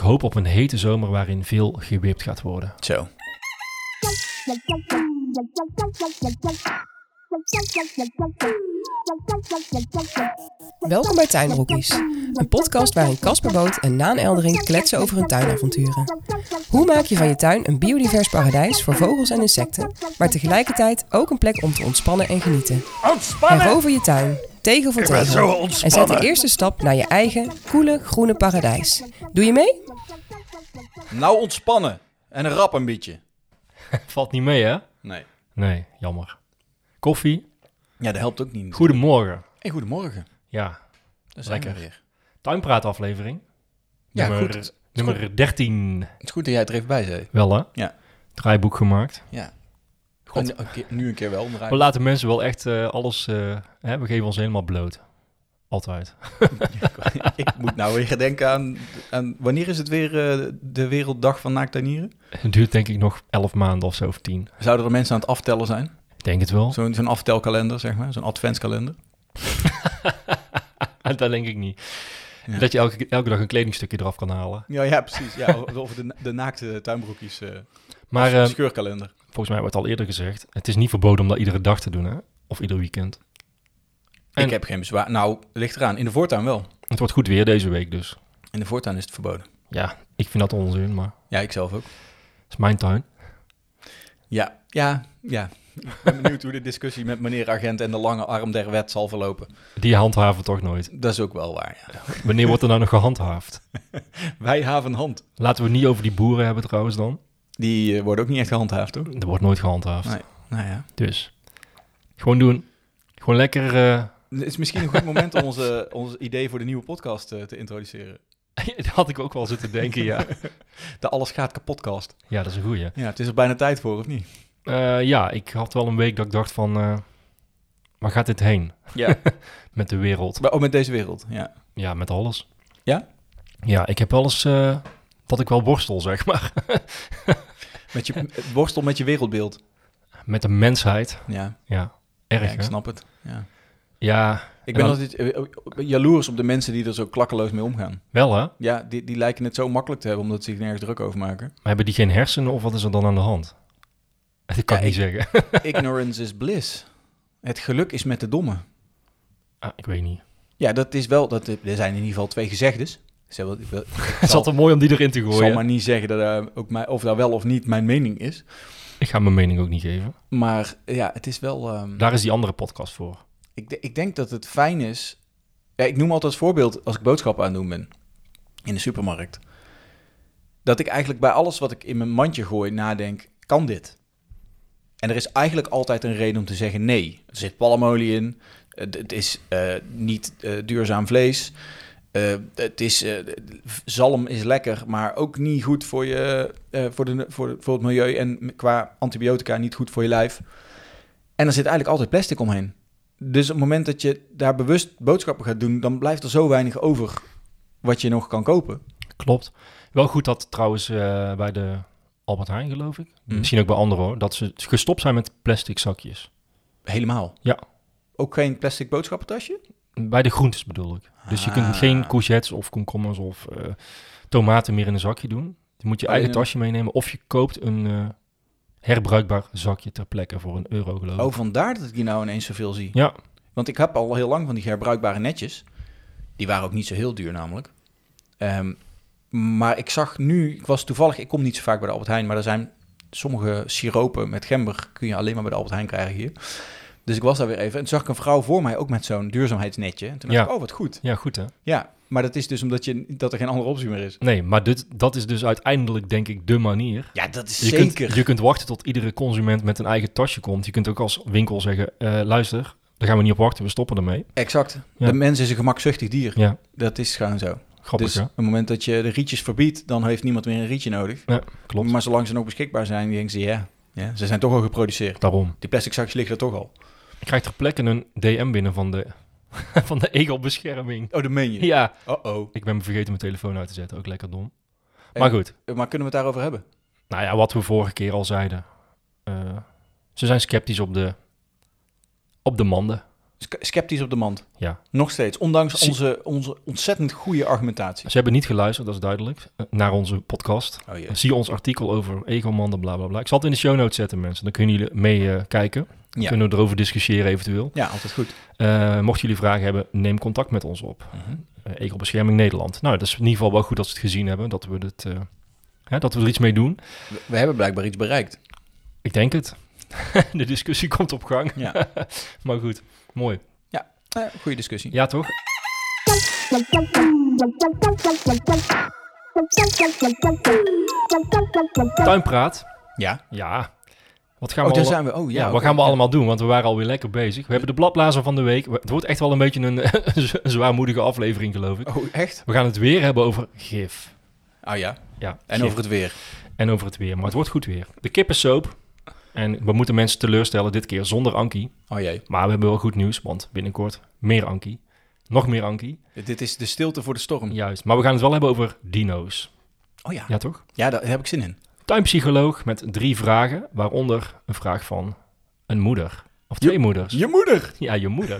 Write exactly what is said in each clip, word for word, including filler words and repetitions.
hoop op een hete zomer waarin veel gewipt gaat worden. Zo. Welkom bij Tuinbroekies, een podcast waarin Casper Boot en Naan Eldering kletsen over hun tuinavonturen. Hoe maak je van je tuin een biodivers paradijs voor vogels en insecten, maar tegelijkertijd ook een plek om te ontspannen en genieten? Ontspannen! Herover je tuin, tegel voor Ik ben zo tegel, ontspannen. en zet de eerste stap naar je eigen, koele, groene paradijs. Doe je mee? Nou ontspannen. En een rap een beetje. Valt niet mee, hè? Nee. Nee, jammer. Koffie. Ja, dat helpt ook niet. Goedemorgen. En goedemorgen. Ja, Daar zijn lekker. we weer. Tuinpraataflevering. Ja, nummer, goed. Nummer dertien. Het is goed dat jij het er even bij zei. Wel, hè? Ja. Draaiboek gemaakt. Ja. God. En, oké, nu een keer wel. We Omdraaien. laten mensen wel echt uh, alles... Uh, hè, we geven ons helemaal bloot. Altijd. Ik moet nou weer denken aan, aan... Wanneer is het weer uh, de Werelddag van Naakttuinieren? Het duurt denk ik nog elf maanden of zo, of tien. Zouden er mensen aan het aftellen zijn? Ik denk het wel. Zo'n, zo'n aftelkalender, zeg maar. Zo'n adventskalender. Dat denk ik niet. Ja. Dat je elke, elke dag een kledingstukje eraf kan halen. Ja, ja precies. Ja, of de, de naakte tuinbroekjes uh, maar uh, scheurkalender. Volgens mij wordt al eerder gezegd... Het is niet verboden om dat iedere dag te doen, hè? Of ieder weekend. En ik heb geen bezwaar. Nou, ligt eraan. In de voortuin wel. Het wordt goed weer deze week dus. In de voortuin is het verboden. Ja, ik vind dat onzin, maar... Ja, ik zelf ook. Het is mijn tuin. Ja, ja, ja. Ik ben benieuwd hoe de discussie met meneer agent en de lange arm der wet zal verlopen. Die handhaven toch nooit. Dat is ook wel waar, ja. Wanneer wordt er nou nog gehandhaafd? Wij haven hand. Laten we het niet over die boeren hebben trouwens dan. Die uh, worden ook niet echt gehandhaafd, hoor. Er wordt nooit gehandhaafd. Nee, nou ja. Dus, gewoon doen. Gewoon lekker... Uh... Het is misschien een goed moment om onze, onze idee voor de nieuwe podcast uh, te introduceren. Dat had ik ook wel zitten denken, ja. De Alles Gaat Kapotcast. Ja, dat is een goeie. Ja, het is er bijna tijd voor, of niet? Uh, ja, ik had wel een week dat ik dacht van... Uh, waar gaat dit heen? Ja. Met de wereld. Oh, met deze wereld, ja. Ja, met alles. Ja? Ja, ik heb wel eens... Uh, dat ik wel worstel, zeg maar. Met je worstel met je wereldbeeld. Met de mensheid. Ja. Ja, erg, ja, ik hè? snap het. Ja. Ja. Ik ben dan... altijd uh, jaloers op de mensen die er zo klakkeloos mee omgaan. Wel, hè? Ja, die, die lijken het zo makkelijk te hebben, omdat ze zich nergens druk over maken. Maar hebben die geen hersenen of wat is er dan aan de hand? Dat kan Ja, ik niet ik, zeggen. Ignorance is bliss. Het geluk is met de domme. Ah, ik weet niet. Ja, dat is wel... Dat, er zijn in ieder geval twee gezegdes. Ik zal, ik, ik Het is altijd mooi om die erin te gooien. Ik zal maar niet zeggen dat, uh, ook mijn, of dat wel of niet mijn mening is. Ik ga mijn mening ook niet geven. Maar ja, het is wel... Um, Daar is die andere podcast voor. Ik, de, ik denk dat het fijn is... Ja, ik noem altijd als voorbeeld als ik boodschappen aan het doen ben. In de supermarkt. Dat ik eigenlijk bij alles wat ik in mijn mandje gooi nadenk... Kan dit? En er is eigenlijk altijd een reden om te zeggen nee. Er zit palmolie in. Het is uh, niet uh, duurzaam vlees. Uh, het is, uh, zalm is lekker, maar ook niet goed voor, je, uh, voor, de, voor, de, voor het milieu. En qua antibiotica niet goed voor je lijf. En er zit eigenlijk altijd plastic omheen. Dus op het moment dat je daar bewust boodschappen gaat doen... dan blijft er zo weinig over wat je nog kan kopen. Klopt. Wel goed dat trouwens uh, bij de Albert Heijn, geloof ik... Mm. Misschien ook bij anderen hoor... dat ze gestopt zijn met plastic zakjes. Helemaal? Ja. Ook geen plastic boodschappentasje? Bij de groentes bedoel ik. Dus ah. je kunt geen courgettes of komkommers of uh, tomaten meer in een zakje doen. Je moet je oh, eigen ja. tasje meenemen... of je koopt een uh, herbruikbaar zakje ter plekke voor een euro, geloof ik. Oh, vandaar dat ik die nou ineens zoveel zie. Ja. Want ik heb al heel lang van die herbruikbare netjes. Die waren ook niet zo heel duur namelijk. Um, maar ik zag nu, ik was toevallig, ik kom niet zo vaak bij de Albert Heijn, maar er zijn sommige siropen met gember, kun je alleen maar bij de Albert Heijn krijgen hier. Dus ik was daar weer even en toen zag ik een vrouw voor mij ook met zo'n duurzaamheidsnetje. En toen dacht ja. ik, oh wat goed. Ja, goed hè? Ja, maar dat is dus omdat je, dat er geen andere optie meer is. Nee, maar dit, dat is dus uiteindelijk denk ik de manier. Ja, dat is je zeker. Kunt, je kunt wachten tot iedere consument met een eigen tasje komt. Je kunt ook als winkel zeggen, uh, luister, daar gaan we niet op wachten, we stoppen ermee. Exact. Ja. De mens is een gemakzuchtig dier. Ja. Dat is gewoon zo. Grappig, dus hè? op het moment dat je de rietjes verbiedt, dan heeft niemand meer een rietje nodig. Ja, klopt. Maar zolang ze nog beschikbaar zijn, denken ze, ja, ja, ze zijn toch al geproduceerd. Daarom. Die plastic zakjes liggen er toch al. Ik krijg ter plekke een D M binnen van de, van de egelbescherming. Oh, dat meen je? Ja. Oh-oh. Ik ben vergeten mijn telefoon uit te zetten, ook lekker dom. En, maar goed. Maar kunnen we het daarover hebben? Nou ja, wat we vorige keer al zeiden. Uh, ze zijn sceptisch op de, op de manden. Sk- sceptisch op de mand. Ja. Nog steeds, ondanks Zie- onze, onze ontzettend goede argumentatie. Ze hebben niet geluisterd, dat is duidelijk, eh, naar onze podcast. Oh jee. Zie ons artikel over egomanden, bla bla bla. Ik zal het in de show notes zetten, mensen. Dan kunnen jullie mee eh, kijken. Dan Ja. kunnen we erover discussiëren eventueel. Ja, altijd goed. Uh, mochten jullie vragen hebben, neem contact met ons op. Mm-hmm. Uh, Egelbescherming Nederland. Nou, dat is in ieder geval wel goed dat ze het gezien hebben. Dat we, het, uh, hè, dat we er iets mee doen. We, we hebben blijkbaar iets bereikt. Ik denk het. De discussie komt op gang. Ja. Maar goed, mooi. Ja, uh, goede discussie. Ja, toch? Tuinpraat. Ja. Ja. Wat gaan we, Oh, daar al... zijn we. Oh, ja, ja, okay. wat gaan we allemaal doen? Want we waren alweer lekker bezig. We hebben de bladblazer van de week. Het wordt echt wel een beetje een, een zwaarmoedige aflevering, geloof ik. Oh, echt? We gaan het weer hebben over gif. Oh ja. Ja, En gif. over het weer. En over het weer. Maar het wordt goed weer. De kippensoap. En we moeten mensen teleurstellen, dit keer zonder Ankie. Oh jee. Maar we hebben wel goed nieuws, want binnenkort meer Ankie. Nog meer Ankie. Dit is de stilte voor de storm. Juist. Maar we gaan het wel hebben over dino's. Oh ja. Ja, toch? Ja, daar heb ik zin in. Tuinpsycholoog met drie vragen, waaronder een vraag van een moeder. Of twee Je- moeders. Je moeder. Ja, je moeder.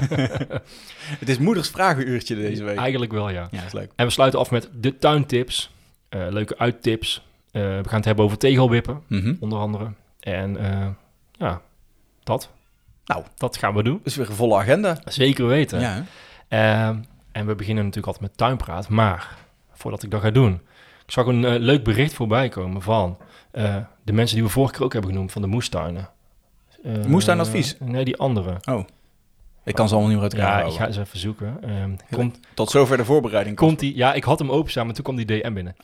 Het is moeders vragenuurtje deze week. Eigenlijk wel, ja. Ja, dat is leuk. En we sluiten af met de tuintips. Uh, leuke uittips. Uh, we gaan het hebben over tegelwippen, Mm-hmm. onder andere. En uh, ja, dat. Nou. Dat gaan we doen. Dat is weer een volle agenda. Zeker weten. Ja. Uh, en we beginnen natuurlijk altijd met tuinpraat. Maar voordat ik dat ga doen, ik zag een uh, leuk bericht voorbij komen van uh, de mensen die we vorige keer ook hebben genoemd, van de moestuinen. Uh, Moestuinadvies? Uh, nee, die andere. Oh. Ik kan ze allemaal niet meer uit elkaar Ja, ik houden. ga eens even zoeken. Um, komt, Tot zover de voorbereiding. komt die, ja, ik had hem openstaan, maar toen kwam die D M binnen. Oh.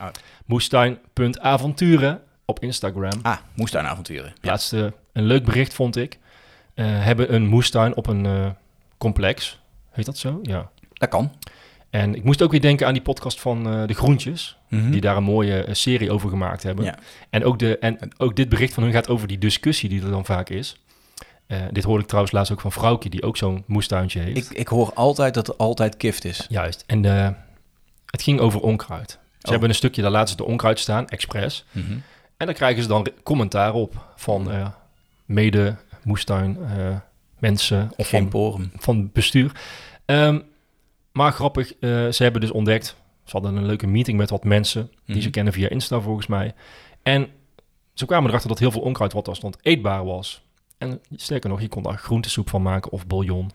Moestuin.avonturen op Instagram. Ah, moestuinavonturen. Ja. Plaatste een leuk bericht, vond ik. Uh, hebben een moestuin op een uh, complex. Heet dat zo? Ja. Dat kan. En ik moest ook weer denken aan die podcast van uh, De Groentjes. Mm-hmm. Die daar een mooie uh, serie over gemaakt hebben. Ja. En, ook de, en ook dit bericht van hun gaat over die discussie die er dan vaak is. Uh, dit hoorde ik trouwens laatst ook van Vrouwtje, die ook zo'n moestuintje heeft. Ik, ik hoor altijd dat er altijd kift is. Juist. En uh, het ging over onkruid. Ze Oh. hebben een stukje, daar laten ze de onkruid staan, expres. Mm-hmm. En daar krijgen ze dan re- commentaar op van uh, mede moestuin uh, mensen of Geen van, porum. van bestuur. Um, maar grappig, uh, ze hebben dus ontdekt, ze hadden een leuke meeting met wat mensen die Mm-hmm. ze kennen via Insta volgens mij. En ze kwamen erachter dat heel veel onkruid wat daar stond eetbaar was. En sterker nog, je kon daar groentesoep van maken of bouillon.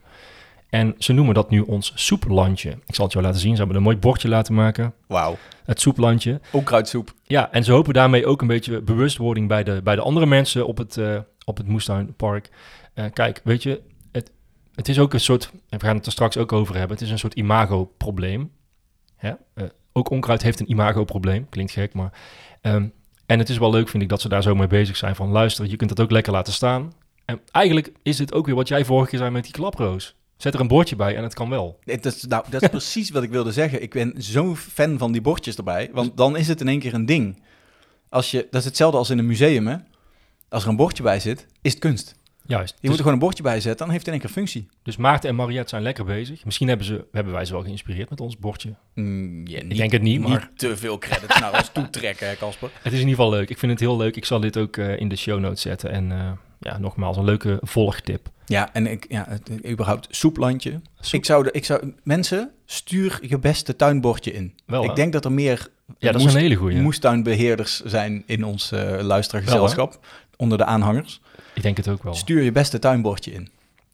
En ze noemen dat nu ons soeplandje. Ik zal het jou laten zien. Ze hebben een mooi bordje laten maken. Wauw. Het soeplandje. Onkruidsoep. Ja, en ze hopen daarmee ook een beetje bewustwording bij de, bij de andere mensen op het, uh, op het Moestuinpark. Uh, kijk, weet je, het, het is ook een soort, en we gaan het er straks ook over hebben, het is een soort imago-probleem. Ja? Uh, ook onkruid heeft een imago-probleem. Klinkt gek, maar... Um, en het is wel leuk, vind ik, dat ze daar zo mee bezig zijn van, luister, je kunt het ook lekker laten staan. En eigenlijk is dit ook weer wat jij vorige keer zei met die klaproos. Zet er een bordje bij en het kan wel. Dat is, nou, dat is precies wat ik wilde zeggen. Ik ben zo'n fan van die bordjes erbij. Want dan is het in één keer een ding. Als je, dat is hetzelfde als in een museum, hè. Als er een bordje bij zit, is het kunst. Juist. Je Dus, moet er gewoon een bordje bij zetten, dan heeft het in één keer functie. dus Maarten en Mariette zijn lekker bezig. Misschien hebben, ze, hebben wij ze wel geïnspireerd met ons bordje. Mm, ja, niet, Ik denk het niet, maar Niet te veel credit naar ons toetrekken, hè, Casper. het is in ieder geval leuk. Ik vind het heel leuk. Ik zal dit ook uh, in de show notes zetten. En uh, ja, nogmaals, een leuke volgtip. Ja, en ik, ja, het, überhaupt soeplandje. Soep. Ik zou, de, ik zou, mensen, stuur je beste tuinbordje in. Wel, ik hè? denk dat er meer Ja, dat is moest- een hele goeie. moestuinbeheerders zijn in ons uh, Wel, luistergezelschap. Onder de aanhangers. Ik denk het ook wel. Stuur je beste tuinbordje in.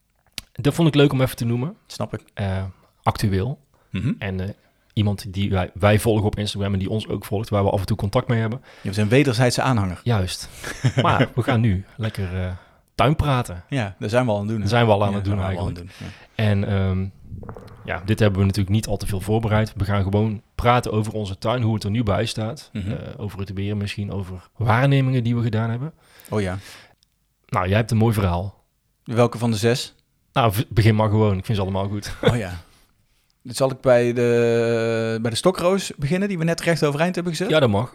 Dat vond ik leuk om even te noemen. Snap ik. Uh, actueel. Mhm. En uh, iemand die wij, wij volgen op Instagram en die ons ook volgt, waar we af en toe contact mee hebben. Je bent een wederzijdse aanhanger. Juist. Maar we gaan nu lekker uh, tuin praten. Ja, daar zijn we al aan het doen. hè? Dat zijn we al aan Ja, het doen daar zijn we al eigenlijk. aan het doen, ja. En um, ja, dit hebben we natuurlijk niet al te veel voorbereid. We gaan gewoon praten over onze tuin, hoe het er nu bij staat. Mhm. Uh, over het weer misschien, over waarnemingen die we gedaan hebben. Oh ja. Nou, jij hebt een mooi verhaal. Welke van de zes? Nou, v- begin maar gewoon. Ik vind ze allemaal goed. Oh ja. Dan zal ik bij de, bij de stokroos beginnen, die we net recht overeind hebben gezet. Ja, dat mag.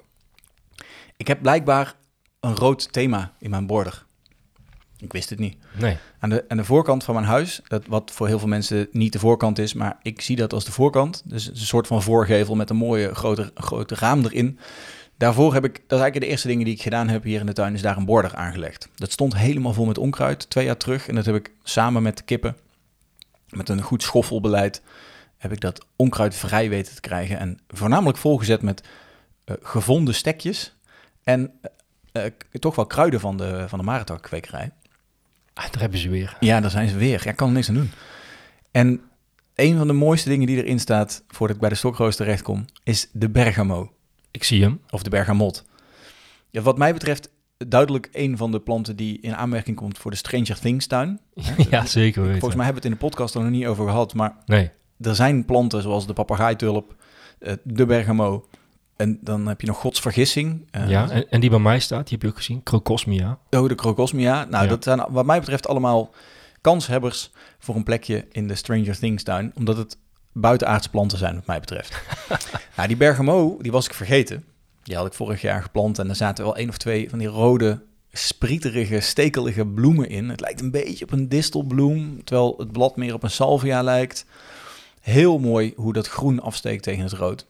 Ik heb blijkbaar een rood thema in mijn border. Ik wist het niet. Nee. Aan de, aan de voorkant van mijn huis, dat wat voor heel veel mensen niet de voorkant is, maar ik zie dat als de voorkant. Dus het is een soort van voorgevel met een mooie grote, grote raam erin. Daarvoor heb ik, dat is eigenlijk de eerste dingen die ik gedaan heb hier in de tuin, is daar een border aangelegd. Dat stond helemaal vol met onkruid, twee jaar terug. En dat heb ik samen met de kippen met een goed schoffelbeleid heb ik dat onkruid vrij weten te krijgen. En voornamelijk volgezet met uh, gevonden stekjes en uh, uh, toch wel kruiden van de, van de Maretak-kwekerij. Ah, daar hebben ze weer. Ja, daar zijn ze weer. Ja, ik kan er niks aan doen. En een van de mooiste dingen die erin staat, voordat ik bij de stokroos terechtkom, is de bergamo. Ik zie hem. Of de bergamot. Ja, wat mij betreft duidelijk een van de planten die in aanmerking komt voor de Stranger Things tuin. Ja, zeker weten. Volgens mij hebben we het in de podcast er nog niet over gehad, maar nee. Er zijn planten zoals de papegaaitulp, de bergamo. En dan heb je nog godsvergissing. Uh, ja, en, en die bij mij staat, die heb je ook gezien, Crocosmia. Oh, de Crocosmia. Nou, ja. Dat zijn wat mij betreft allemaal kanshebbers voor een plekje in de Stranger Things tuin. Omdat het buitenaardse planten zijn, wat mij betreft. Nou, die bergamo, die was ik vergeten. Die had ik vorig jaar geplant en er zaten wel één of twee van die rode, sprieterige, stekelige bloemen in. Het lijkt een beetje op een distelbloem, terwijl het blad meer op een salvia lijkt. Heel mooi hoe dat groen afsteekt tegen het rood.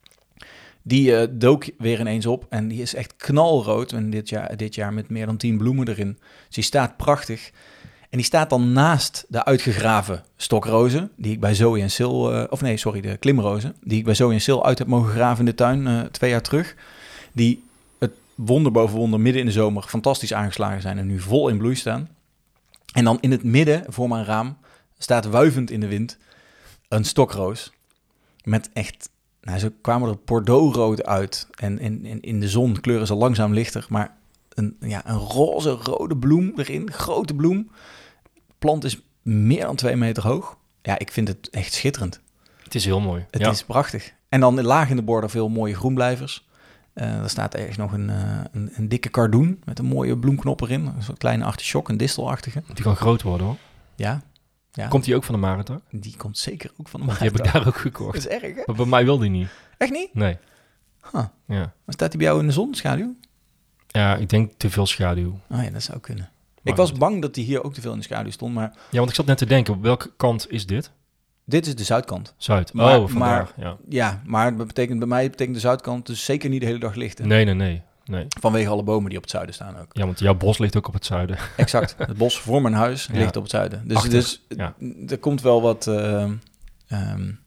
Die uh, dook weer ineens op en die is echt knalrood. En dit jaar, dit jaar met meer dan tien bloemen erin. Dus die staat prachtig. En die staat dan naast de uitgegraven stokrozen, die ik bij Zoe en Sil, uh, of nee, sorry, de klimrozen, die ik bij Zoe en Sil uit heb mogen graven in de tuin uh, twee jaar terug. Die het wonder boven wonder midden in de zomer fantastisch aangeslagen zijn en nu vol in bloei staan. En dan in het midden, voor mijn raam, staat wuivend in de wind een stokroos met echt, nou, ze kwamen er bordeauxrood uit en in, in, in de zon kleuren ze langzaam lichter, maar een, ja, een roze rode bloem erin, grote bloem. De plant is meer dan twee meter hoog. Ja, ik vind het echt schitterend. Het is heel mooi. Het ja. is prachtig. En dan laag in de border veel mooie groenblijvers. Uh, er staat ergens nog een, uh, een, een dikke kardoen met een mooie bloemknop erin. Een soort kleine artichok, een distelachtige. Die kan groot worden hoor. Ja. Ja. Komt die ook van de Maretak? Die komt zeker ook van de Maretak. Maretak. Die heb ik daar ook gekocht. Dat is erg, hè? Maar bij mij wil die niet. Echt niet? Nee. Huh. Ja. Maar staat die bij jou in de zonschaduw? Ja, ik denk te veel schaduw. Oh ja, dat zou kunnen. Maar ik was goed. bang dat die hier ook te veel in de schaduw stond, maar... Ja, want ik zat net te denken, op welke kant is dit? Dit is de zuidkant. Zuid. Maar, oh, vandaar. Maar, ja. ja, maar dat betekent, bij mij betekent de zuidkant dus zeker niet de hele dag licht. Hè? Nee, nee, nee, nee. Vanwege alle bomen die op het zuiden staan ook. Ja, want jouw bos ligt ook op het zuiden. Exact. Het bos voor mijn huis Ja. ligt op het zuiden. Dus, Achter, dus ja. er komt wel wat... Uh, um,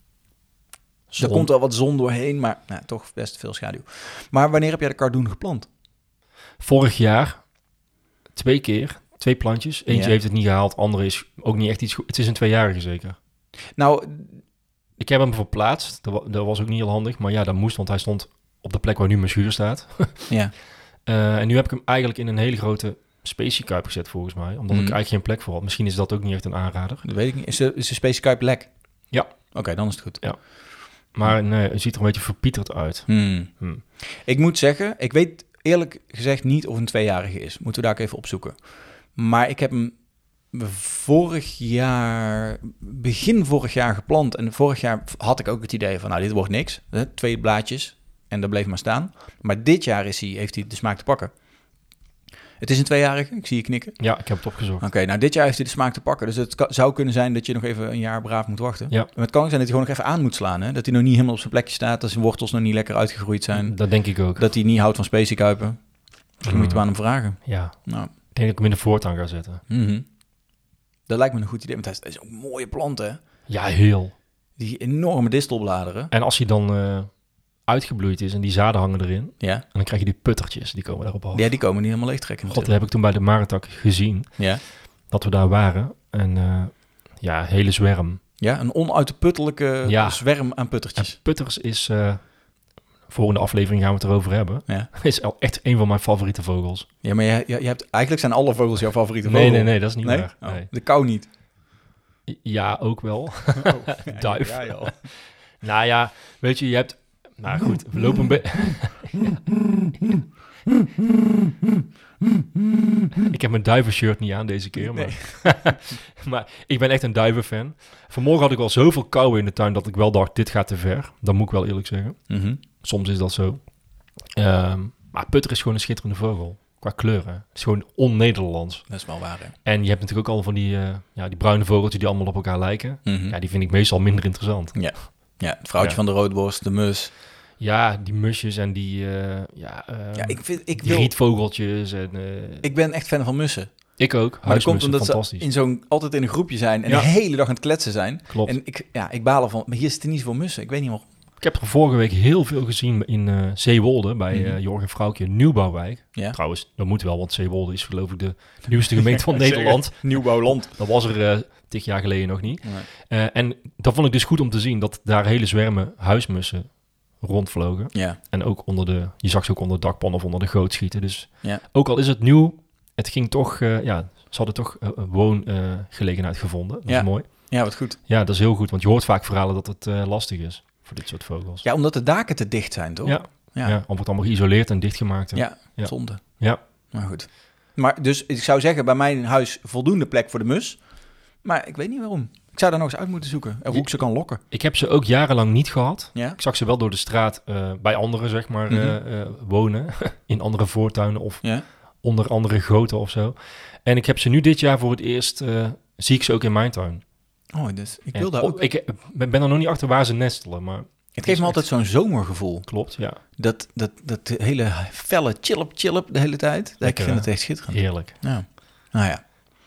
er komt wel wat zon doorheen, maar nou, toch best veel schaduw. Maar wanneer heb jij de kardoen geplant? Vorig jaar, twee keer, twee plantjes. Eentje Ja. heeft het niet gehaald, andere is ook niet echt iets goed. Het is een tweejarige zeker. Nou, Ik heb hem verplaatst, dat, wa- dat was ook niet heel handig. Maar ja, dat moest, want hij stond op de plek waar nu mijn schuur staat. ja. Uh, en nu heb ik hem eigenlijk in een hele grote speciekuip gezet volgens mij. Omdat Mm. ik eigenlijk geen plek voor had. Misschien is dat ook niet echt een aanrader. Dat weet ik niet. Is de, is de Space Kuip lek? Ja. Oké, okay, dan is het goed. Ja. Maar nee, het ziet er een beetje verpieterd uit. Hmm. Hmm. Ik moet zeggen, ik weet eerlijk gezegd niet of een tweejarige is. Moeten we daar ook even opzoeken. Maar ik heb hem vorig jaar, begin vorig jaar geplant. En vorig jaar had ik ook het idee van, nou, dit wordt niks. Hè? Twee blaadjes en dat bleef maar staan. Maar dit jaar is hij, heeft hij de smaak te pakken. Het is een tweejarige, ik zie je knikken. Ja, ik heb het opgezocht. Oké, okay, nou dit jaar heeft hij de smaak te pakken. Dus het ka- zou kunnen zijn dat je nog even een jaar braaf moet wachten. Ja. Maar het kan zijn dat hij gewoon nog even aan moet slaan. Hè? Dat hij nog niet helemaal op zijn plekje staat. Dat zijn wortels nog niet lekker uitgegroeid zijn. Dat denk ik ook. Dat hij niet houdt van speciekuipen. Misschien moet je het aan hem vragen. Ja, Nou. ik denk dat ik hem in de voortuin ga zetten. Mm-hmm. Dat lijkt me een goed idee. Want hij is, hij is ook een mooie plant, hè? Ja, heel. Die enorme distelbladeren. En als hij dan uh, uitgebloeid is en die zaden hangen erin, Ja. en dan krijg je die puttertjes, die komen daarop af. Ja, die komen niet helemaal leegtrekken. God, dat heb ik toen bij de Maretak gezien, Ja. dat we daar waren. En uh, ja, hele zwerm. Ja, een onuitputtelijke Ja. zwerm aan puttertjes. En putters is, uh, volgende aflevering gaan we het erover hebben, Ja. is al echt een van mijn favoriete vogels. Ja, maar je, je, je hebt, eigenlijk zijn alle vogels jouw favoriete Nee, vogel. nee, nee, dat is niet Nee? waar. Oh, Nee. de kou niet. Ja, ook wel. Oh, Duif. Ja, joh. Nou ja, weet je, je hebt... Nou goed, we lopen een beetje... Ik heb mijn duivenshirt niet aan deze keer, maar... maar ik ben echt een duivenfan. Vanmorgen had ik al zoveel kou in de tuin dat ik wel dacht, dit gaat te ver. Dat moet ik wel eerlijk zeggen. Mm-hmm. Soms is dat zo. Um, maar putter is gewoon een schitterende vogel. Qua kleuren. Het is gewoon on-Nederlands. Dat is wel waar, hè? En je hebt natuurlijk ook al van die, uh, ja, die bruine vogeltjes die allemaal op elkaar lijken. Mm-hmm. Ja, die vind ik meestal minder interessant. Ja, ja het vrouwtje Ja. van de roodborst, de mus. Ja, die musjes en die, uh, ja, uh, Ja, ik, vind, ik, die wil, rietvogeltjes. En, uh, ik ben echt fan van mussen. Ik ook. Maar dat Huismussen, komt omdat fantastisch. ze in zo'n, altijd in een groepje zijn en Ja. de hele dag aan het kletsen zijn. Klopt. En ik, ja, ik baal ervan. Maar hier zitten niet zoveel mussen. Ik weet niet waarom. Ik heb er vorige week heel veel gezien in uh, Zeewolde, bij uh, Mhm. Jorg en Vrouwtje, Nieuwbouwwijk. Ja. Trouwens, dat moet wel, want Zeewolde is geloof ik de nieuwste gemeente van Nederland. Nieuwbouwland. Dat was er uh, tig jaar geleden nog niet. Nee. Uh, en dat vond ik dus goed om te zien, dat daar hele zwermen huismussen rondvlogen. Ja. En ook onder de, je zag ze ook onder de dakpan of onder de goot schieten. Dus Ja. ook al is het nieuw, het ging toch, uh, ja, ze hadden toch uh, een woongelegenheid uh, gevonden. Dat Ja. is mooi. Ja, wat goed. Ja, dat is heel goed, want je hoort vaak verhalen dat het uh, lastig is voor dit soort vogels. Ja, omdat de daken te dicht zijn, toch? Ja, Ja, ja. Om het allemaal geïsoleerd en dichtgemaakt. hè. ja, Ja. zonde. Ja. Maar goed. Maar dus ik zou zeggen, bij mijn huis voldoende plek voor de mus. Maar ik weet niet waarom. Ik zou daar nog eens uit moeten zoeken. En hoe ik ze kan lokken. Ik heb ze ook jarenlang niet gehad. Ja? Ik zag ze wel door de straat uh, bij anderen, zeg maar, Mhm. uh, uh, wonen. In andere voortuinen of Ja? onder andere goten of zo. En ik heb ze nu dit jaar voor het eerst, uh, zie ik ze ook in mijn tuin. Oh, dus ik En wil daar op- ook... Ik ben, ben er nog niet achter waar ze nestelen, maar Het geeft me altijd zo'n zomergevoel. klopt, ja. Dat, dat, dat hele felle chillip chillip de hele tijd. Lekker, ik vind hè? het echt schitterend. Heerlijk. Ja. Nou ja.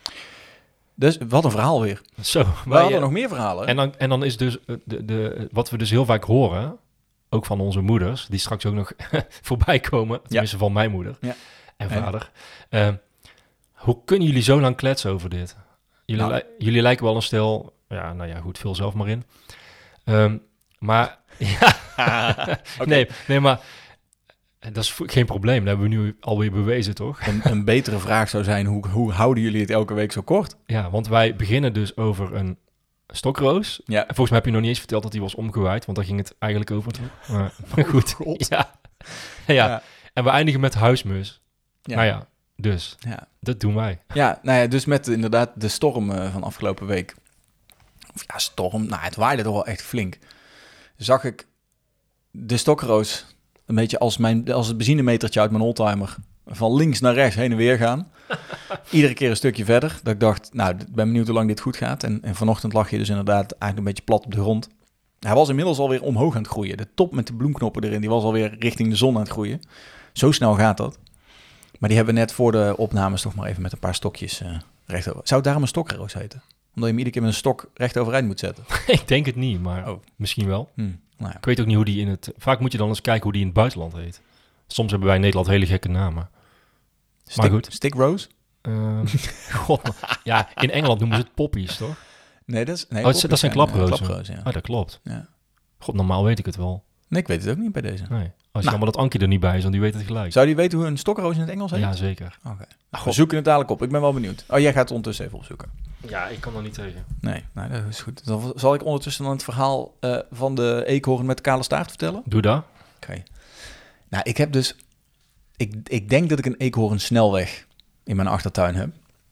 Dus wat een verhaal weer. Zo, We wij, hadden uh, nog meer verhalen. en, dan, en dan is dus uh, de, de, wat we dus heel vaak horen, ook van onze moeders, die straks ook nog voorbij komen, tenminste van mijn moeder Ja. en En? vader. Uh, hoe kunnen jullie zo lang kletsen over dit? Jullie, Nou. li- jullie lijken wel een stel, ja, nou ja, goed, vul zelf maar in. Um, maar, ja, Oké. nee, nee, maar dat is vo- geen probleem. Dat hebben we nu alweer bewezen, toch? Een, een betere vraag zou zijn, hoe, hoe houden jullie het elke week zo kort? Ja, want wij beginnen dus over een stokroos. Ja. En volgens mij heb je nog niet eens verteld dat die was omgewaaid, want daar ging het eigenlijk over. toch? Maar, maar goed, God. ja. ja. Ja. En we eindigen met huismus. Ja. Nou ja, dus Ja. dat doen wij. Ja, nou ja, dus met inderdaad de storm uh, van afgelopen week. Of ja, storm, nou het waaide toch wel echt flink. Zag ik de stokroos een beetje als, mijn, als het benzinemetertje uit mijn oldtimer van links naar rechts heen en weer gaan. Iedere keer een stukje verder. Dat ik dacht, nou, ik ben benieuwd hoe lang dit goed gaat. En, en vanochtend lag je dus inderdaad eigenlijk een beetje plat op de grond. Hij was inmiddels alweer omhoog aan het groeien. De top met de bloemknoppen erin, die was alweer richting de zon aan het groeien. Zo snel gaat dat. Maar die hebben we net voor de opnames toch maar even met een paar stokjes uh, rechtover. Zou het daarom een stokroos heten? Omdat je hem iedere keer met een stok recht overeind moet zetten. Ik denk het niet, maar Oh. misschien wel. Hm, nou ja. Ik weet ook niet hoe die in het... Vaak moet je dan eens kijken hoe die in het buitenland heet. Soms hebben wij in Nederland hele gekke namen. Stick, Maar goed. Stick rose? Uh, God, maar- ja, in Engeland noemen ze het poppies, toch? Nee, dat, is, nee, Oh, dat zijn uh, klaprozen. klaprozen, ja. Oh, dat klopt. Ja. God, normaal weet ik het wel. Nee, ik weet het ook niet bij deze. Nee. Als Nou. je dan maar dat Ankie er niet bij is, dan die weet het gelijk. Zou die weten hoe een stokroos in het Engels heet? Ja, zeker. Oké. Nou, we God. zoeken het dadelijk op. Ik ben wel benieuwd. Oh, jij gaat het ondertussen even opzoeken. Ja, ik kan er niet tegen. Nee, nou, dat is goed. Dan zal ik ondertussen dan het verhaal uh, van de eekhoorn met de kale staart vertellen. Doe dat. Oké. Okay. Nou, ik heb dus... Ik, ik denk dat ik een eekhoorn snelweg in mijn achtertuin heb.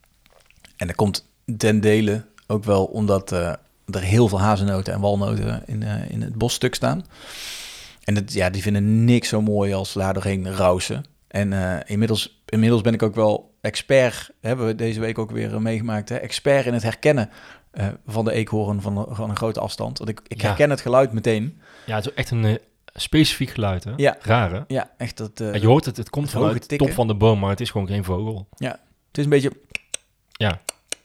En dat komt ten dele ook wel omdat uh, er heel veel hazelnoten en walnoten in, uh, in het bosstuk staan. En dat, ja, die vinden niks zo mooi als daar doorheen rausen. En uh, inmiddels, inmiddels ben ik ook wel expert, hebben we deze week ook weer uh, meegemaakt, hè, expert in het herkennen uh, van de eekhoorn van, van een grote afstand. Want ik, ik Ja. herken het geluid meteen. Ja, het is echt een uh, specifiek geluid, hè? Ja. Raar, hè? Ja, echt dat... Uh, Ja, je hoort het, het komt het hoge vanuit de tikken. top van de boom, maar het is gewoon geen vogel. Ja, het is een beetje... Ja.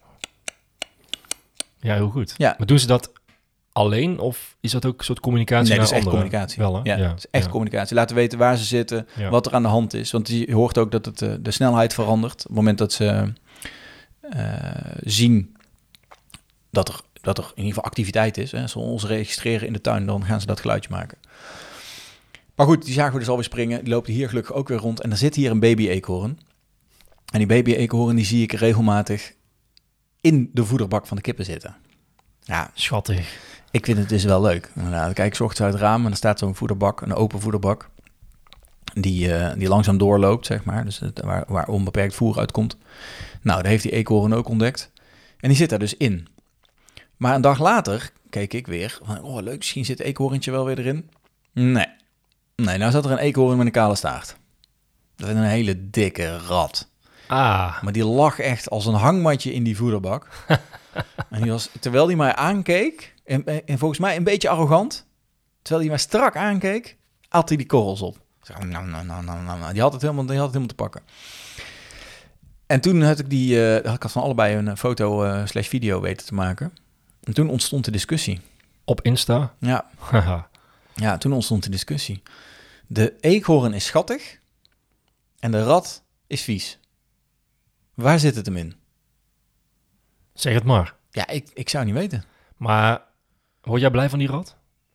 Ja, heel goed. Ja. Maar doen ze dat alleen of is dat ook een soort communicatie Nee, naar dat is echt anderen? communicatie. Wel, hè? Ja, Ja, het is echt ja. communicatie. Laten weten waar ze zitten, Ja. wat er aan de hand is. Want je hoort ook dat het, uh, de snelheid verandert. Op het moment dat ze uh, zien dat er, dat er in ieder geval activiteit is. Hè. Als ze ons registreren in de tuin, dan gaan ze dat geluidje maken. Maar goed, die zagen we dus alweer springen. Die loopt hier gelukkig ook weer rond. En er zit hier een baby-eekhoorn. En die baby-eekhoorn die zie ik regelmatig in de voederbak van de kippen zitten. Ja, Schattig. ik vind het dus wel leuk. Nou, dan kijk ik 's ochtends uit het raam en er staat zo'n voederbak, een open voederbak, die, uh, die langzaam doorloopt, zeg maar. Dus het, waar, waar onbeperkt voer uitkomt. Nou, dat heeft die eekhoorn ook ontdekt. En die zit daar dus in. Maar een dag later keek ik weer, van, oh leuk, misschien zit het eekhoorntje wel weer erin. Nee. Nee, nou zat er een eekhoorn met een kale staart. Dat is een hele dikke rat. Ah, Maar die lag echt als een hangmatje in die voederbak. En die was, terwijl hij mij aankeek, en, en volgens mij een beetje arrogant, terwijl hij mij strak aankeek, at hij die korrels op. Zo, nou, nou, nou, nou, nou, nou. Die had het helemaal, die had het helemaal te pakken. En toen had ik die, uh, ik had van allebei een foto uh, slash video weten te maken. En toen ontstond de discussie. Op Insta? Ja. Haha. Ja, toen ontstond de discussie. De eekhoorn is schattig en de rat is vies. Waar zit het hem in? Zeg het maar. Ja, ik, ik zou niet weten. Maar word jij blij van die rat?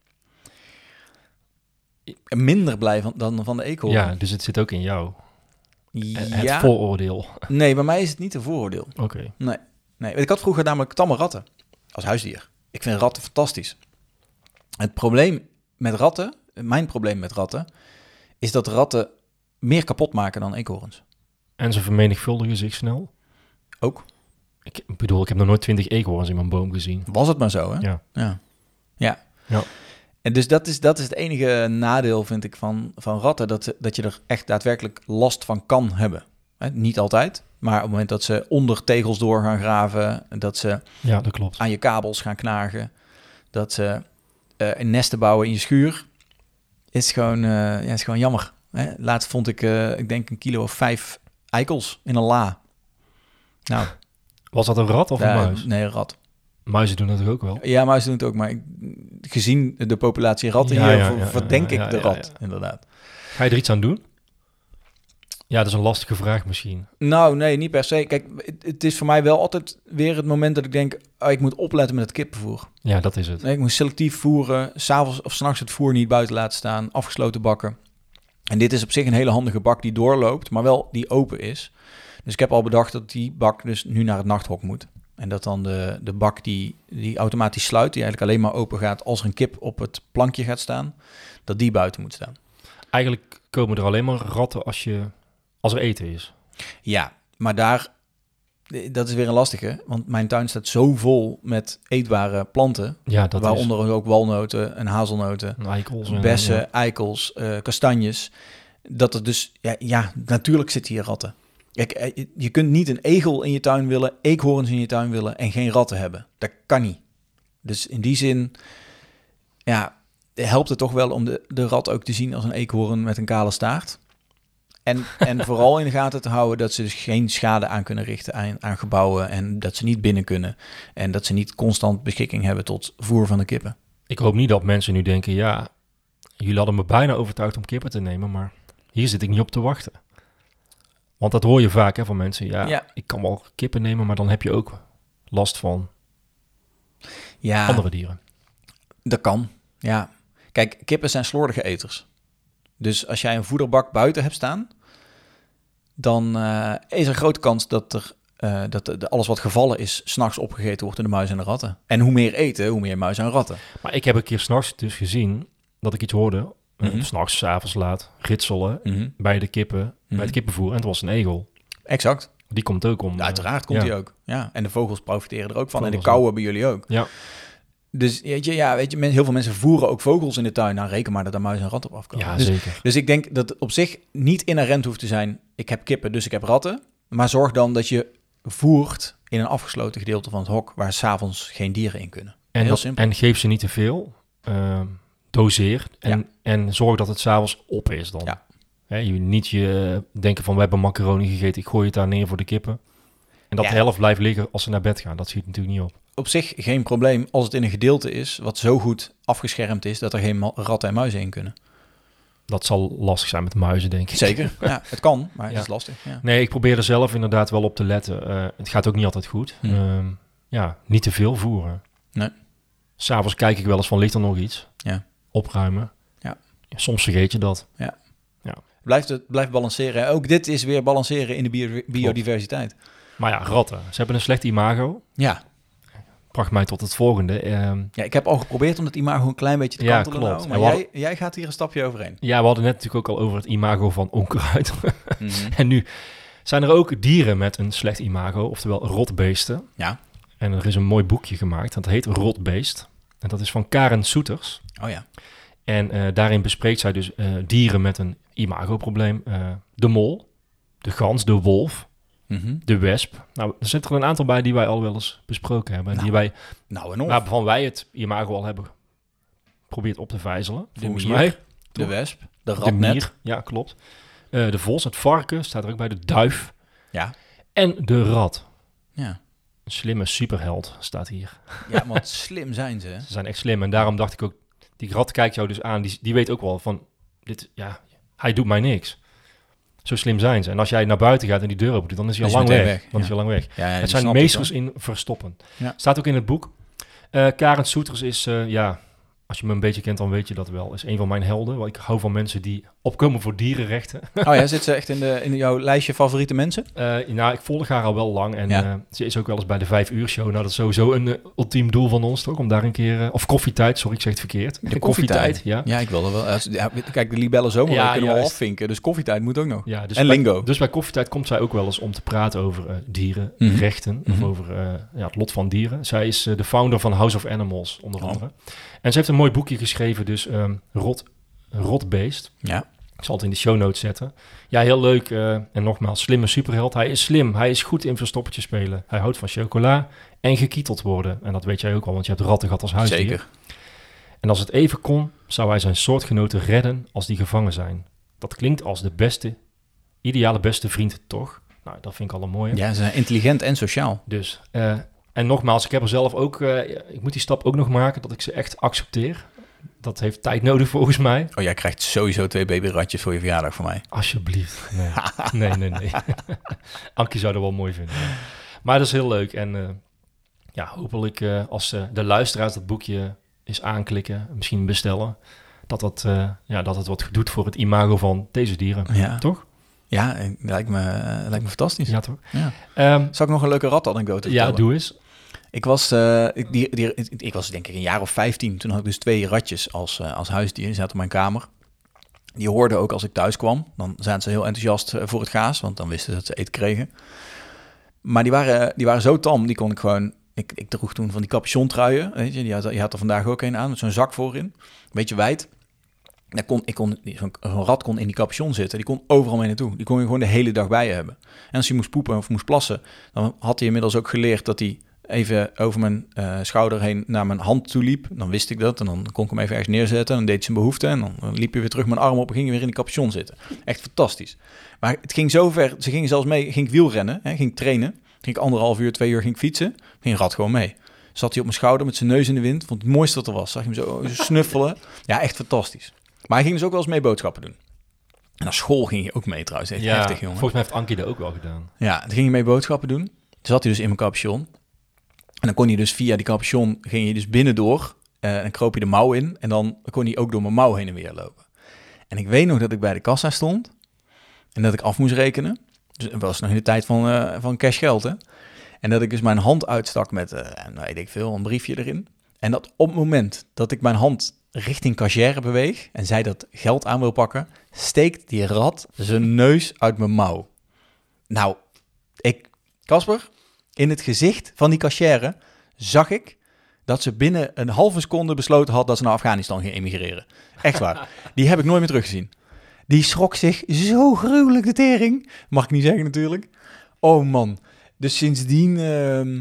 Minder blij van, dan van de eekhoorn. Ja, dus het zit ook in jou. Ja. Het vooroordeel. Nee, bij mij is het niet een vooroordeel. Oké. Okay. Nee. nee. Ik had vroeger namelijk tamme ratten als huisdier. Ik vind ratten fantastisch. Het probleem met ratten, mijn probleem met ratten, is dat ratten meer kapot maken dan eekhoorns. En ze vermenigvuldigen zich snel? Ook. Ik bedoel, ik heb nog nooit twintig eekhoorns in mijn boom gezien. Was het maar zo, hè? Ja. Ja. Ja. ja. En dus dat is, dat is het enige nadeel, vind ik, van, van ratten. Dat, dat je er echt daadwerkelijk last van kan hebben. He, niet altijd, maar op het moment dat ze onder tegels door gaan graven, dat ze ja, dat klopt. aan je kabels gaan knagen, dat ze uh, een nesten bouwen in je schuur, is gewoon, uh, ja, is gewoon jammer. Hè? Laatst vond ik, uh, ik denk een kilo of vijf eikels in een la. Nou, was dat een rat of een uh, muis? Nee, een rat. Muizen doen dat toch ook wel? Ja, muizen doen het ook, maar ik, gezien de populatie ratten ja, hier, ja, ja, verdenk ja, ja, ik de ja, rat, ja, ja. inderdaad. Ga je er iets aan doen? Ja, dat is een lastige vraag misschien. Nou, nee, niet per se. Kijk, het, het is voor mij wel altijd weer het moment dat ik denk, oh, ik moet opletten met het kippenvoer. Ja, dat is het. Nee, ik moet selectief voeren, 's avonds of 's nachts het voer niet buiten laten staan, afgesloten bakken. En dit is op zich een hele handige bak die doorloopt, maar wel die open is. Dus ik heb al bedacht dat die bak dus nu naar het nachthok moet. En dat dan de, de bak die, die automatisch sluit, die eigenlijk alleen maar open gaat als er een kip op het plankje gaat staan, dat die buiten moet staan. Eigenlijk komen er alleen maar ratten als, je, als er eten is. Ja, maar daar, dat is weer een lastige, want mijn tuin staat zo vol met eetbare planten, ja, dat waaronder is... ook walnoten en hazelnoten, en eikels en, bessen, ja. eikels, uh, kastanjes. Dat er dus, ja, ja, natuurlijk zitten hier ratten. Kijk, je kunt niet een egel in je tuin willen, eekhoorns in je tuin willen en geen ratten hebben. Dat kan niet. Dus in die zin, ja, helpt het toch wel om de, de rat ook te zien als een eekhoorn met een kale staart. En, en vooral in de gaten te houden dat ze dus geen schade aan kunnen richten aan, aan gebouwen en dat ze niet binnen kunnen. En dat ze niet constant beschikking hebben tot voer van de kippen. Ik hoop niet dat mensen nu denken, ja, jullie hadden me bijna overtuigd om kippen te nemen, maar hier zit ik niet op te wachten. Want dat hoor je vaak hè, van mensen. Ja, ja, ik kan wel kippen nemen, maar dan heb je ook last van ja, andere dieren. Dat kan, ja. Kijk, kippen zijn slordige eters. Dus als jij een voederbak buiten hebt staan, dan uh, is er een grote kans dat, er, uh, dat de, de, alles wat gevallen is, 's nachts opgegeten wordt door de muizen en de ratten. En hoe meer eten, hoe meer muizen en ratten. Maar ik heb een keer 's nachts dus gezien dat ik iets hoorde. Mm-hmm. 's nachts, 's avonds laat, ritselen mm-hmm. bij de kippen, mm-hmm. bij het kippenvoer. En het was een egel. Exact. Die komt ook om. Ja, uiteraard komt ja. die ook. Ja. En de vogels profiteren er ook van. Vogels en de kauwen bij jullie ook. Ja. Dus weet je, ja, weet je, heel veel mensen voeren ook vogels in de tuin. Nou, reken maar dat er muizen en ratten op afkomen. Ja, dus, zeker. Dus ik denk dat het op zich niet inherent hoeft te zijn, ik heb kippen, dus ik heb ratten. Maar zorg dan dat je voert in een afgesloten gedeelte van het hok, waar 's avonds geen dieren in kunnen. En, heel dat, simpel. en geef ze niet te veel. Uh, doseer. En, ja. en zorg dat het 's avonds op is dan. Ja. He, je niet je denken van, we hebben macaroni gegeten, ik gooi het daar neer voor de kippen. En dat ja. de helft blijft liggen als ze naar bed gaan. Dat schiet natuurlijk niet op. Op zich geen probleem als het in een gedeelte is wat zo goed afgeschermd is dat er geen ratten en muizen in kunnen. Dat zal lastig zijn met muizen, denk ik. Zeker, ja, het kan, maar ja. het is lastig. Ja. Nee, ik probeer er zelf inderdaad wel op te letten. Uh, het gaat ook niet altijd goed. Hmm. Uh, ja, niet te veel voeren. Nee. 'S'avonds kijk ik wel eens van, ligt er nog iets? Ja. Opruimen. Ja. Soms vergeet je dat. Ja. Ja. Blijft het blijft balanceren. Ook dit is weer balanceren in de bio- biodiversiteit. Maar ja, ratten. Ze hebben een slecht imago. Ja. Bracht mij tot het volgende. Um, ja, ik heb al geprobeerd om het imago een klein beetje te ja, kantelen. klopt. Nou, maar hadden, jij, jij gaat hier een stapje overheen. Ja, we hadden net natuurlijk ook al over het imago van onkruid. Mm-hmm. En nu zijn er ook dieren met een slecht imago, oftewel rotbeesten. Ja. En er is een mooi boekje gemaakt, dat heet Rotbeest. En dat is van Karen Soeters. Oh ja. En uh, daarin bespreekt zij dus uh, dieren met een imagoprobleem. Uh, de mol, de gans, de wolf, mm-hmm. de wesp. Nou, er zitten er een aantal bij die wij al wel eens besproken hebben. En nou, die wij, nou en of. waarvan wij het imago al hebben geprobeerd op te vijzelen. De volgens mier, mij. De toch? wesp, de De ratnet. mier, ja, klopt. Uh, de vos, het varken, staat er ook bij. De duif. Ja. En de rat. Ja. Een slimme superheld staat hier. Ja, want slim zijn ze. Hè? Ze zijn echt slim. En daarom dacht ik ook, die rat kijkt jou dus aan. Die, die weet ook wel van, dit, ja, hij doet mij niks. Zo slim zijn ze. En als jij naar buiten gaat en die deur open doet, dan is hij al Is lang meteen weg. weg, Dan ja. is hij al lang weg. Ja, ja, Het die zijn snapt meesters hoor. in verstoppen. Ja. Staat ook in het boek. Uh, Karen Soeters is, uh, ja, als je me een beetje kent, dan weet je dat wel. Is een van mijn helden. Want ik hou van mensen die opkomen voor dierenrechten. Oh ja, zit ze echt in, de, in jouw lijstje favoriete mensen? Uh, nou, ik volg haar al wel lang. En Ja. uh, ze is ook wel eens bij de vijf uur show. Nou, dat is sowieso een uh, ultiem doel van ons, toch? Om daar een keer... Uh, of koffietijd, sorry, ik zeg het verkeerd. De, de koffietijd, ja. Ja, ik wil er wel. Ja, kijk, de Libelle Zomer Ja, kunnen we al juist. afvinken. Dus koffietijd moet ook nog. Ja, dus en bij, lingo. Dus bij koffietijd komt zij ook wel eens om te praten over uh, dierenrechten. Mhm. Of over uh, ja, het lot van dieren. Zij is uh, de founder van House of Animals, onder Oh. andere. En ze heeft een mooi boekje geschreven, dus um, Rot, Rotbeest. Ja. Ik zal het in de show notes zetten. Ja, heel leuk. Uh, en nogmaals, slimme superheld. Hij is slim. Hij is goed in verstoppertje spelen. Hij houdt van chocola en gekieteld worden. En dat weet jij ook al, want je hebt ratten gehad als huisdier. Zeker. En als het even kon, zou hij zijn soortgenoten redden als die gevangen zijn. Dat klinkt als de beste, ideale beste vriend, toch? Nou, dat vind ik al een mooie. Ja, ze zijn intelligent en sociaal. Dus, uh, en nogmaals, ik heb er zelf ook... Uh, ik moet die stap ook nog maken, dat ik ze echt accepteer. Dat heeft tijd nodig volgens mij. Oh, jij krijgt sowieso twee babyratjes voor je verjaardag van mij. Alsjeblieft. Nee, nee, nee. nee. Ankie zou dat wel mooi vinden. Ja. Maar dat is heel leuk. En uh, ja, hopelijk uh, als uh, de luisteraars dat boekje eens aanklikken, misschien bestellen, dat, dat, uh, ja, dat het wat doet voor het imago van deze dieren. Ja. Toch? Ja, lijkt me, uh, lijkt me fantastisch. Ja, toch? Ja. Um, Zal ik nog een leuke ratanekdote ja, vertellen? doe eens. Ik was, uh, ik, die, die, ik was denk ik een jaar of vijftien. Toen had ik dus twee ratjes als, uh, als huisdier. Die zaten op mijn kamer. Die hoorden ook als ik thuis kwam. Dan zaten ze heel enthousiast voor het gaas, want dan wisten ze dat ze eten kregen. Maar die waren, die waren zo tam, die kon ik gewoon... Ik, ik droeg toen van die capuchontruien, weet je. Die had, je had er vandaag ook een aan, met zo'n zak voorin. Een beetje wijd. Daar kon, ik kon, zo'n, zo'n rat kon in die capuchon zitten. Die kon overal mee naartoe. Die kon je gewoon de hele dag bij je hebben. En als hij moest poepen of moest plassen, dan had hij inmiddels ook geleerd dat hij even over mijn uh, schouder heen naar mijn hand toe liep. Dan wist ik dat en dan kon ik hem even ergens neerzetten. En dan deed hij zijn behoefte en dan, dan liep hij weer terug mijn arm op en ging hij weer in die capuchon zitten. Echt fantastisch. Maar het ging zo ver, ze gingen zelfs mee, ging ik wielrennen, hè, ging ik trainen. Ging ik anderhalf uur, twee uur ging ik fietsen. Ging een rat gewoon mee. Zat hij op mijn schouder met zijn neus in de wind. Vond het mooiste dat er was. Zag je hem zo, zo snuffelen. Ja, echt fantastisch. Maar hij ging dus ook wel eens mee boodschappen doen. En naar school ging hij ook mee trouwens. Echt Ja, heftig, jongen. volgens mij heeft Ankie dat ook wel gedaan. Ja, toen ging hij mee boodschappen doen. Toen zat hij dus in mijn capuchon. En dan kon hij dus via die capuchon, ging je dus binnendoor. Uh, en dan kroop je de mouw in. En dan kon hij ook door mijn mouw heen en weer lopen. En ik weet nog dat ik bij de kassa stond. En dat ik af moest rekenen. Dus het was nog in de tijd van, uh, van cashgeld, hè. En dat ik dus mijn hand uitstak met, uh, nou weet ik veel, een briefje erin. En dat op het moment dat ik mijn hand richting cashier beweeg en zij dat geld aan wil pakken, steekt die rat zijn neus uit mijn mouw. Nou, ik, Casper, in het gezicht van die cashier zag ik dat ze binnen een halve seconde besloten had dat ze naar Afghanistan ging emigreren. Echt waar. Die heb ik nooit meer teruggezien. Die schrok zich zo gruwelijk de tering. Mag ik niet zeggen natuurlijk. Oh man. Dus sindsdien uh,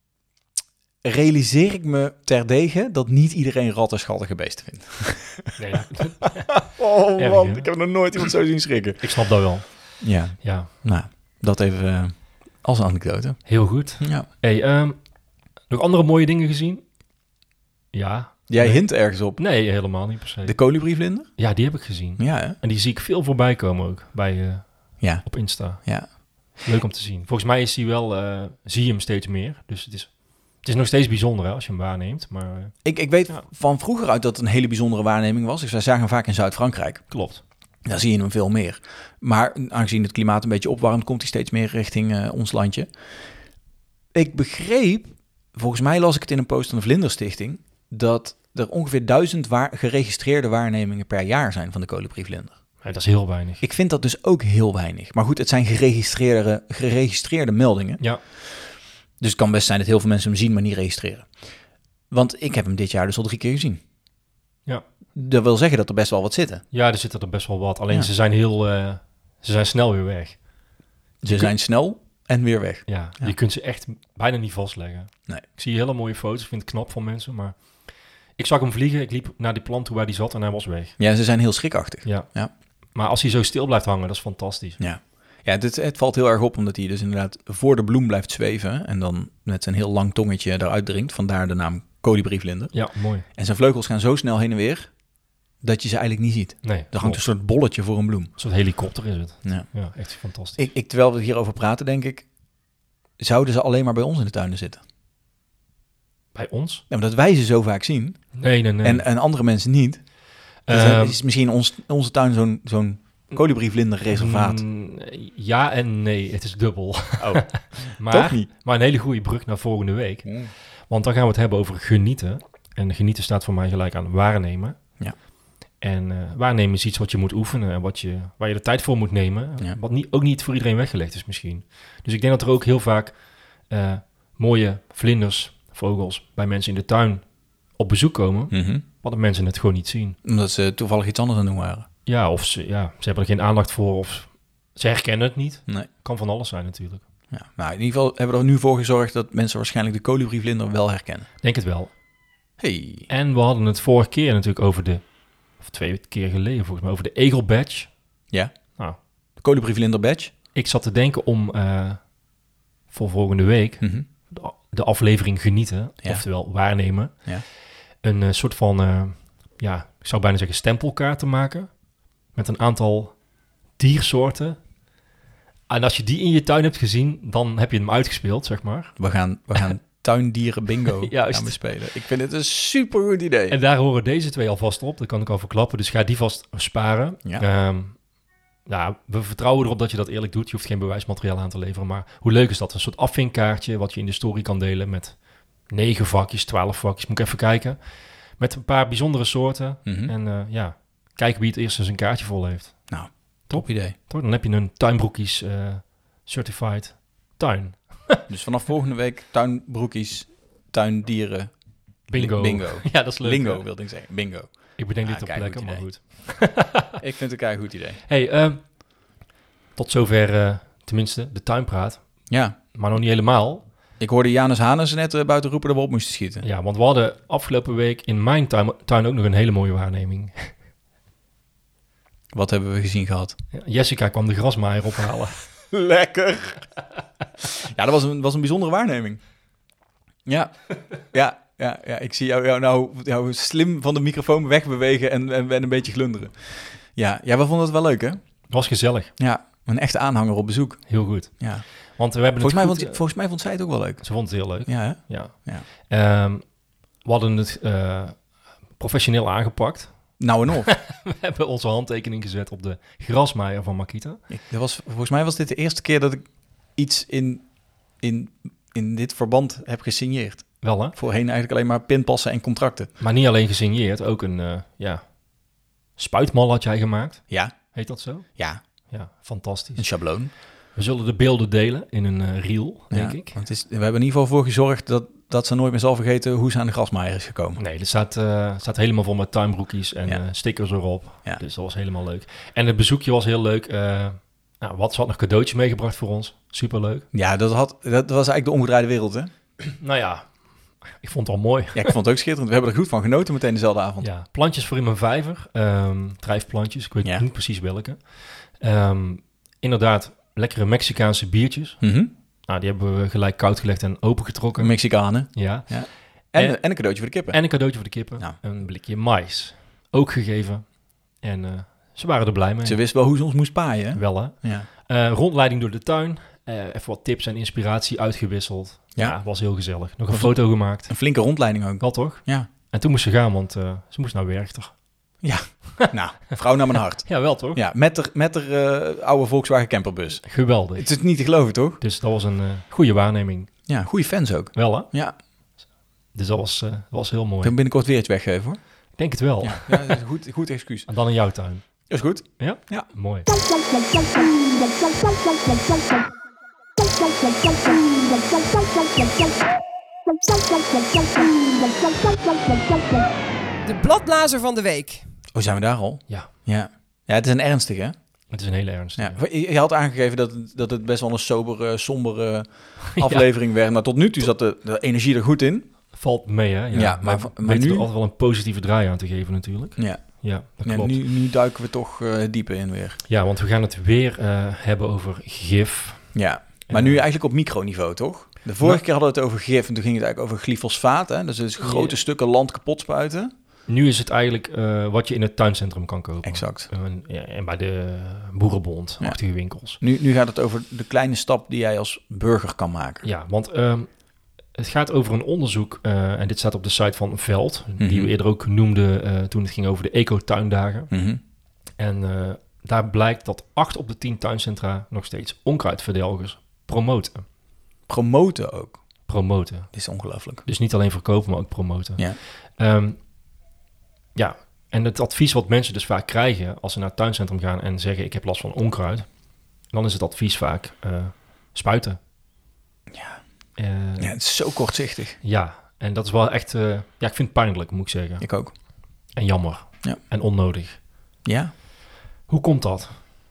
realiseer ik me terdege dat niet iedereen ratten schattige beesten vindt. Nee, ja. Oh Erg, man, hè? ik heb nog nooit iemand zo zien schrikken. Ik snap dat wel. Ja, Ja, nou, dat even uh, als een anekdote. heel goed. Ja. Hey, um, nog andere mooie dingen gezien? Ja. Jij nee. hint ergens op. Nee, helemaal niet per se. De kolibrievlinder? Ja, die heb ik gezien. Ja, hè? En die zie ik veel voorbij komen ook bij, uh, Ja, op Insta. ja. Leuk om te zien. Volgens mij is hij wel, uh, zie je hem steeds meer. Dus het is, het is nog steeds bijzonder hè, als je hem waarneemt. Maar uh, Ik, ik weet Ja. van vroeger uit dat het een hele bijzondere waarneming was. Dus wij zagen hem vaak in Zuid-Frankrijk. klopt. Daar zie je hem veel meer. Maar aangezien het klimaat een beetje opwarmt, komt hij steeds meer richting uh, ons landje. Ik begreep, volgens mij las ik het in een post van de Vlinderstichting, dat er ongeveer duizend waar, geregistreerde waarnemingen per jaar zijn van de kolibrievlinder. Ja, dat is heel weinig. Ik vind dat dus ook heel weinig. Maar goed, het zijn geregistreerde, geregistreerde meldingen. Ja, Dus het kan best zijn dat heel veel mensen hem zien, maar niet registreren. Want ik heb hem dit jaar dus al drie keer gezien. Ja. Dat wil zeggen dat er best wel wat zitten. ja, er zitten er best wel wat. Alleen Ja. ze zijn heel, uh, ze zijn snel weer weg. Ze zijn snel en weer weg. Ja, Ja. je kunt ze echt bijna niet vastleggen. Nee. Ik zie hele mooie foto's, ik vind het knap van mensen, maar ik zag hem vliegen. Ik liep naar die plant toe waar die zat en hij was weg. Ja, ze zijn heel schrikachtig. Ja. Ja. Maar als hij zo stil blijft hangen, dat is fantastisch. Ja. Ja, het, het valt heel erg op omdat hij dus inderdaad voor de bloem blijft zweven en dan met zijn heel lang tongetje eruit dringt. Vandaar de naam kolibrievlinder. Ja, mooi. En zijn vleugels gaan zo snel heen en weer dat je ze eigenlijk niet ziet. Nee, Er hangt klopt. een soort bolletje voor een bloem. Een soort helikopter is het. Ja. Ja, echt fantastisch. Ik, ik, terwijl we hierover praten, denk ik, zouden ze alleen maar bij ons in de tuinen zitten? Bij ons? Ja, omdat wij ze zo vaak zien Nee, nee, nee. en, en andere mensen niet. Dus Ehm, dan is misschien ons, onze tuin zo'n, zo'n kolibrievlinderreservaat. mm, ja en nee, het is dubbel. Oh, maar, toch niet? maar een hele goede brug naar volgende week. Want dan gaan we het hebben over genieten. En genieten staat voor mij gelijk aan waarnemen. Ja. En uh, waarnemen is iets wat je moet oefenen en wat je, waar je de tijd voor moet nemen. Ja. Wat niet, ook niet voor iedereen weggelegd is misschien. Dus ik denk dat er ook heel vaak uh, mooie vlinders, vogels bij mensen in de tuin op bezoek komen. Mm-hmm. Wat de mensen het gewoon niet zien. Omdat ze toevallig iets anders aan het doen waren. Ja, of ze, ja, ze hebben er geen aandacht voor of ze herkennen het niet. Nee. Kan van alles zijn natuurlijk. Ja. Nou, in ieder geval hebben we er nu voor gezorgd dat mensen waarschijnlijk de kolibrievlinder wel herkennen. Denk het wel. Hey. En we hadden het vorige keer natuurlijk over de, of twee keer geleden volgens mij, over de Eagle Badge. Ja. Nou, De kolibrievlinder badge. ik zat te denken om uh, voor volgende week Mm-hmm. de, de aflevering genieten, Ja. oftewel waarnemen, Ja. een uh, soort van, uh, ja, ik zou bijna zeggen stempelkaart te maken met een aantal diersoorten. En als je die in je tuin hebt gezien, dan heb je hem uitgespeeld, zeg maar. We gaan, we gaan tuindieren bingo Juist. gaan we spelen. Ik vind het een super goed idee. En daar horen deze twee alvast op, dat kan ik al verklappen. Dus ga die vast sparen. Ja. Um, ja, we vertrouwen erop dat je dat eerlijk doet. Je hoeft geen bewijsmateriaal aan te leveren. Maar hoe leuk is dat? Een soort afvinkkaartje wat je in de story kan delen met negen vakjes, twaalf vakjes. Moet ik even kijken. Met een paar bijzondere soorten. Mm-hmm. En uh, ja, kijken wie het eerst zijn kaartje vol heeft. Nou, top idee. Toch? Dan heb je een tuinbroekies uh, certified tuin. Dus vanaf volgende week tuinbroekies, tuindieren, Bingo. bingo. Ja, dat is leuk. Lingo hè? wilde ik zeggen, bingo. Ik bedenk Ja, dit op kijk, plekken, goed maar idee. goed. Ik vind het een goed idee. Hey, uh, tot zover uh, tenminste de tuinpraat. Ja, Maar nog niet helemaal. ik hoorde Janus Hannes net uh, buiten roepen dat we op moesten schieten. Ja, want we hadden afgelopen week in mijn tuin, tuin ook nog een hele mooie waarneming. Wat hebben we gezien gehad? Ja, Jessica kwam de grasmaaier ophalen. Lekker. Ja, dat was een, was een bijzondere waarneming. Ja, ja, ja, ja. Ik zie jou, jou nou jou slim van de microfoon wegbewegen en, en, en een beetje glunderen. Ja, ja, we vonden het wel leuk, hè? Het was gezellig. Ja, een echte aanhanger op bezoek. Heel goed. Ja. Want we hebben Volgens, mij het vond, goed, volgens mij vond zij het ook wel leuk. uh, Ze vond het heel leuk. Ja, hè? Ja. Ja. Um, we hadden het uh, professioneel aangepakt. Nou en of. We hebben onze handtekening gezet op de grasmaaier van Makita. Ik, dat was, volgens mij was dit de eerste keer dat ik iets in, in, in dit verband heb gesigneerd. Wel hè? Voorheen eigenlijk alleen maar pinpassen en contracten. Maar niet alleen gesigneerd, ook een uh, ja, spuitmal had jij gemaakt. Ja, Heet dat zo? ja, Ja, fantastisch. een schabloon. We zullen de beelden delen in een uh, reel, denk Ja, ik. want het is, we hebben in ieder geval voor gezorgd dat, dat ze nooit meer zal vergeten hoe ze aan de grasmaaier is gekomen. Nee, er staat, uh, staat helemaal vol met tuinbroekjes en Ja. uh, stickers erop. Ja. Dus dat was helemaal leuk. En het bezoekje was heel leuk. Uh, nou, wat ze had nog cadeautje meegebracht voor ons. Superleuk. Ja, dat, had, dat was eigenlijk de omgedraaide wereld, hè? Nou ja, ik vond het al mooi. Ja, ik vond het ook schitterend. We hebben er goed van genoten meteen dezelfde avond. Ja, plantjes voor in mijn vijver. Um, drijfplantjes, ik weet Ja. niet precies welke. Um, inderdaad, lekkere Mexicaanse biertjes. Mm-hmm. Nou, die hebben we gelijk koud gelegd en opengetrokken. Mexicanen. Ja. En, En- en een cadeautje voor de kippen. En een cadeautje voor de kippen. Nou. Een blikje mais. Ook gegeven. En uh, ze waren er blij mee. Ze wist wel hoe ze ons moest paaien, hè? Wel hè. Ja. Uh, rondleiding door de tuin. Uh, even wat tips en inspiratie uitgewisseld. Ja. Ja, was heel gezellig. Nog een Was- foto gemaakt. Een flinke rondleiding ook. Wel toch? Ja. En toen moest ze gaan, want uh, ze moest naar Werchter. Nou, vrouw naar mijn hart. Ja, wel toch? Ja, met de, met de uh, oude Volkswagen camperbus. Geweldig. Het is niet te geloven, toch? Dus dat was een uh, goede waarneming. Ja, goede fans ook. Wel hè? Ja, Dus dat was, uh, dat was heel mooi. ik kan binnenkort weer iets weggeven, hoor. Ik denk het wel. Ja, ja dat is een goed, goed excuus. En dan in jouw tuin. Is goed. Ja? Ja. Mooi. De bladblazer van de week. Oh, zijn we daar al? Ja, Ja. Ja, het is een ernstige, hè? het is een hele ernstige. Ja. Je je had aangegeven dat het, dat het best wel een sobere, sombere aflevering werd. Maar tot nu toe zat de, de energie er goed in. Valt mee hè? Ja, Ja, maar- we maar weten nu- er altijd wel een positieve draai aan te geven natuurlijk. Ja. Ja, dat Ja, klopt. nu, nu duiken we toch uh, dieper in weer. Ja, want we gaan het weer uh, hebben over gif. Ja, maar Uh, nu eigenlijk op microniveau, toch? De vorige nou, keer hadden we het over gif en toen ging het eigenlijk over glyfosfaat. Hè? Dus, dus grote ja. stukken land kapot spuiten. Nu is het eigenlijk uh, wat je in het tuincentrum kan kopen. Exact. En, ja, en bij de boerenbond-achtige ja. winkels. Nu, nu gaat het over de kleine stap die jij als burger kan maken. Ja, want uh, het gaat over een onderzoek, uh, en dit staat op de site van Veld, Mm-hmm. die we eerder ook noemden uh, toen het ging over de eco-tuindagen. Mm-hmm. En uh, daar blijkt dat acht op de tien tuincentra nog steeds onkruidverdelgers promoten. Promoten ook? Promoten. Dit is ongelooflijk. Dus niet alleen verkopen, maar ook promoten. Ja. Um, ja, en het advies wat mensen dus vaak krijgen als ze naar het tuincentrum gaan en zeggen ik heb last van onkruid, dan is het advies vaak uh, spuiten. Ja. Uh, ja, het is zo kortzichtig. Ja, en dat is wel echt, uh, ja, ik vind het pijnlijk, moet ik zeggen. Ik ook. En jammer. Ja. En onnodig. Ja. Hoe komt dat?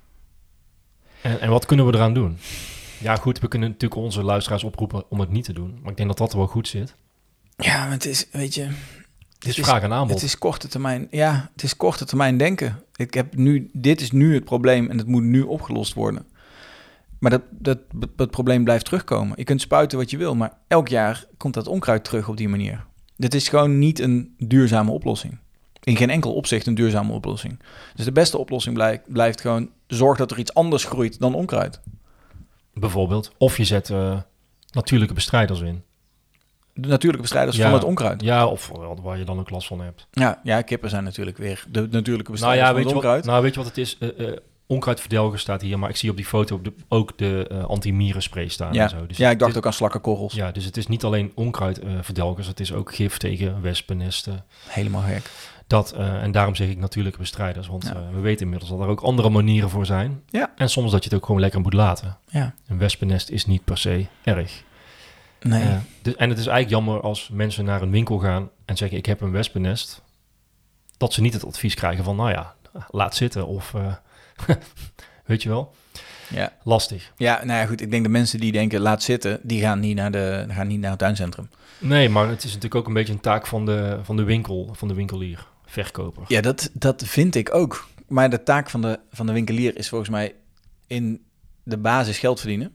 En, en wat kunnen we eraan doen? Ja, goed, we kunnen natuurlijk onze luisteraars oproepen om het niet te doen. Maar ik denk dat dat er wel goed zit. Ja, maar het is, weet je... Het is vraag en aanbod. Het is korte termijn, ja, het is korte termijn denken. Ik heb nu, dit is nu het probleem en het moet nu opgelost worden. Maar dat, dat, dat probleem blijft terugkomen. Je kunt spuiten wat je wil, maar elk jaar komt dat onkruid terug op die manier. Dit is gewoon niet een duurzame oplossing. In geen enkel opzicht een duurzame oplossing. Dus de beste oplossing blijft, blijft gewoon zorg dat er iets anders groeit dan onkruid. Bijvoorbeeld. Of je zet uh, natuurlijke bestrijders in. De natuurlijke bestrijders ja, van het onkruid. Ja, of waar je dan ook last van hebt. Ja, ja, kippen zijn natuurlijk weer de natuurlijke bestrijders nou ja, van weet het je onkruid. Wat, nou, weet je wat het is? Uh, uh, onkruidverdelger staat hier, maar ik zie op die foto op de, ook de uh, anti-mierenspray staan. Ja, en zo. Dus ja ik dacht is, ook aan slakkenkorrels. Ja, dus het is niet alleen onkruidverdelgers, uh, het is ook gif tegen wespennesten. Helemaal gek. Dat, uh, en daarom zeg ik natuurlijke bestrijders, want ja. uh, we weten inmiddels dat er ook andere manieren voor zijn. Ja. En soms dat je het ook gewoon lekker moet laten. Ja. Een wespennest is niet per se erg. Nee. Uh, de, en het is eigenlijk jammer als mensen naar een winkel gaan en zeggen ik heb een wespennest, dat ze niet het advies krijgen van nou ja, laat zitten of uh, weet je wel. Ja. Lastig. Ja, nou ja, goed. Ik denk de mensen die denken laat zitten, die gaan niet naar, de, gaan niet naar het tuincentrum. Nee, maar het is natuurlijk ook een beetje een taak van de, van de winkel, van de winkelier, verkoper. Ja, dat, dat vind ik ook. Maar de taak van de, van de winkelier is volgens mij in de basis geld verdienen.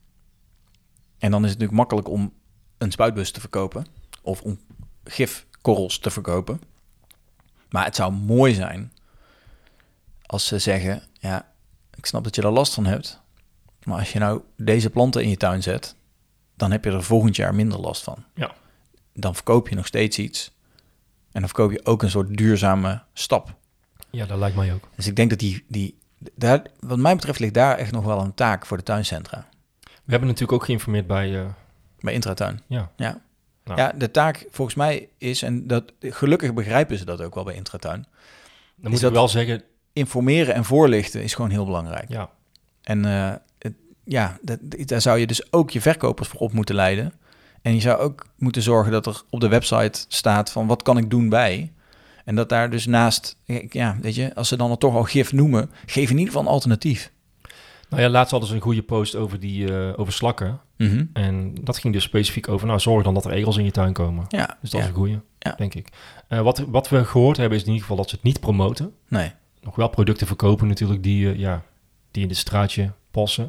En dan is het natuurlijk makkelijk om een spuitbus te verkopen of om gifkorrels te verkopen. Maar het zou mooi zijn als ze zeggen, ja, ik snap dat je er last van hebt, maar als je nou deze planten in je tuin zet, dan heb je er volgend jaar minder last van. Ja. Dan verkoop je nog steeds iets. En dan verkoop je ook een soort duurzame stap. Ja, dat lijkt mij ook. Dus ik denk dat die, die daar, wat mij betreft ligt daar echt nog wel een taak voor de tuincentra. We hebben natuurlijk ook geïnformeerd bij... Uh... Bij Intratuin. Ja. Ja. Nou. Ja, de taak volgens mij is, en dat gelukkig begrijpen ze dat ook wel bij Intratuin. Dan moet ik wel zeggen... Informeren en voorlichten is gewoon heel belangrijk. Ja. En uh, het, ja, dat, daar zou je dus ook je verkopers voor op moeten leiden. En je zou ook moeten zorgen dat er op de website staat van wat kan ik doen bij. En dat daar dus naast, ja, weet je, als ze dan er toch al gif noemen, geef in ieder geval een alternatief. Nou ja, laatst hadden ze een goede post over, die, uh, over slakken. Mm-hmm. En dat ging dus specifiek over, nou zorg dan dat er egels in je tuin komen. Ja, dus dat ja. is een goeie, ja. denk ik. Uh, wat, wat we gehoord hebben is in ieder geval dat ze het niet promoten. Nee. Nog wel producten verkopen natuurlijk die, uh, ja, die in dit straatje passen.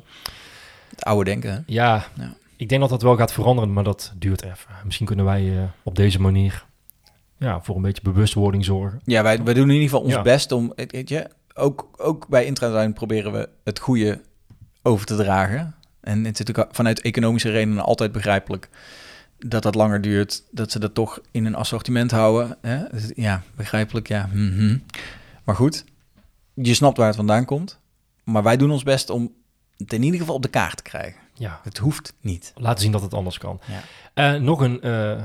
Het oude denken, hè? Ja, ja, ik denk dat dat wel gaat veranderen, maar dat duurt even. Misschien kunnen wij uh, op deze manier ja, voor een beetje bewustwording zorgen. Ja, wij, wij doen in ieder geval ons ja. best om, weet je, ook, ook bij Intratuin proberen we het goede over te dragen. En het is natuurlijk vanuit economische redenen altijd begrijpelijk dat dat langer duurt, dat ze dat toch in een assortiment houden. Hè? Ja, begrijpelijk, ja. Mm-hmm. Maar goed, je snapt waar het vandaan komt. Maar wij doen ons best om het in ieder geval op de kaart te krijgen. Ja. Het hoeft niet. Laten zien dat het anders kan. Ja. Uh, nog een uh,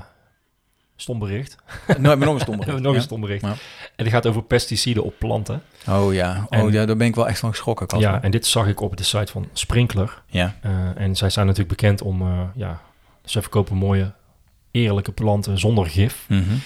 stom bericht. No, nog een stom bericht. nog ja. een stom bericht. Ja. En die gaat over pesticiden op planten. Oh ja, oh, en, ja daar ben ik wel echt van geschrokken. Kasper. Ja, en dit zag ik op de site van Sprinkler. Ja. Uh, en zij zijn natuurlijk bekend om, uh, ja, ze verkopen mooie, eerlijke planten zonder gif. Mm-hmm.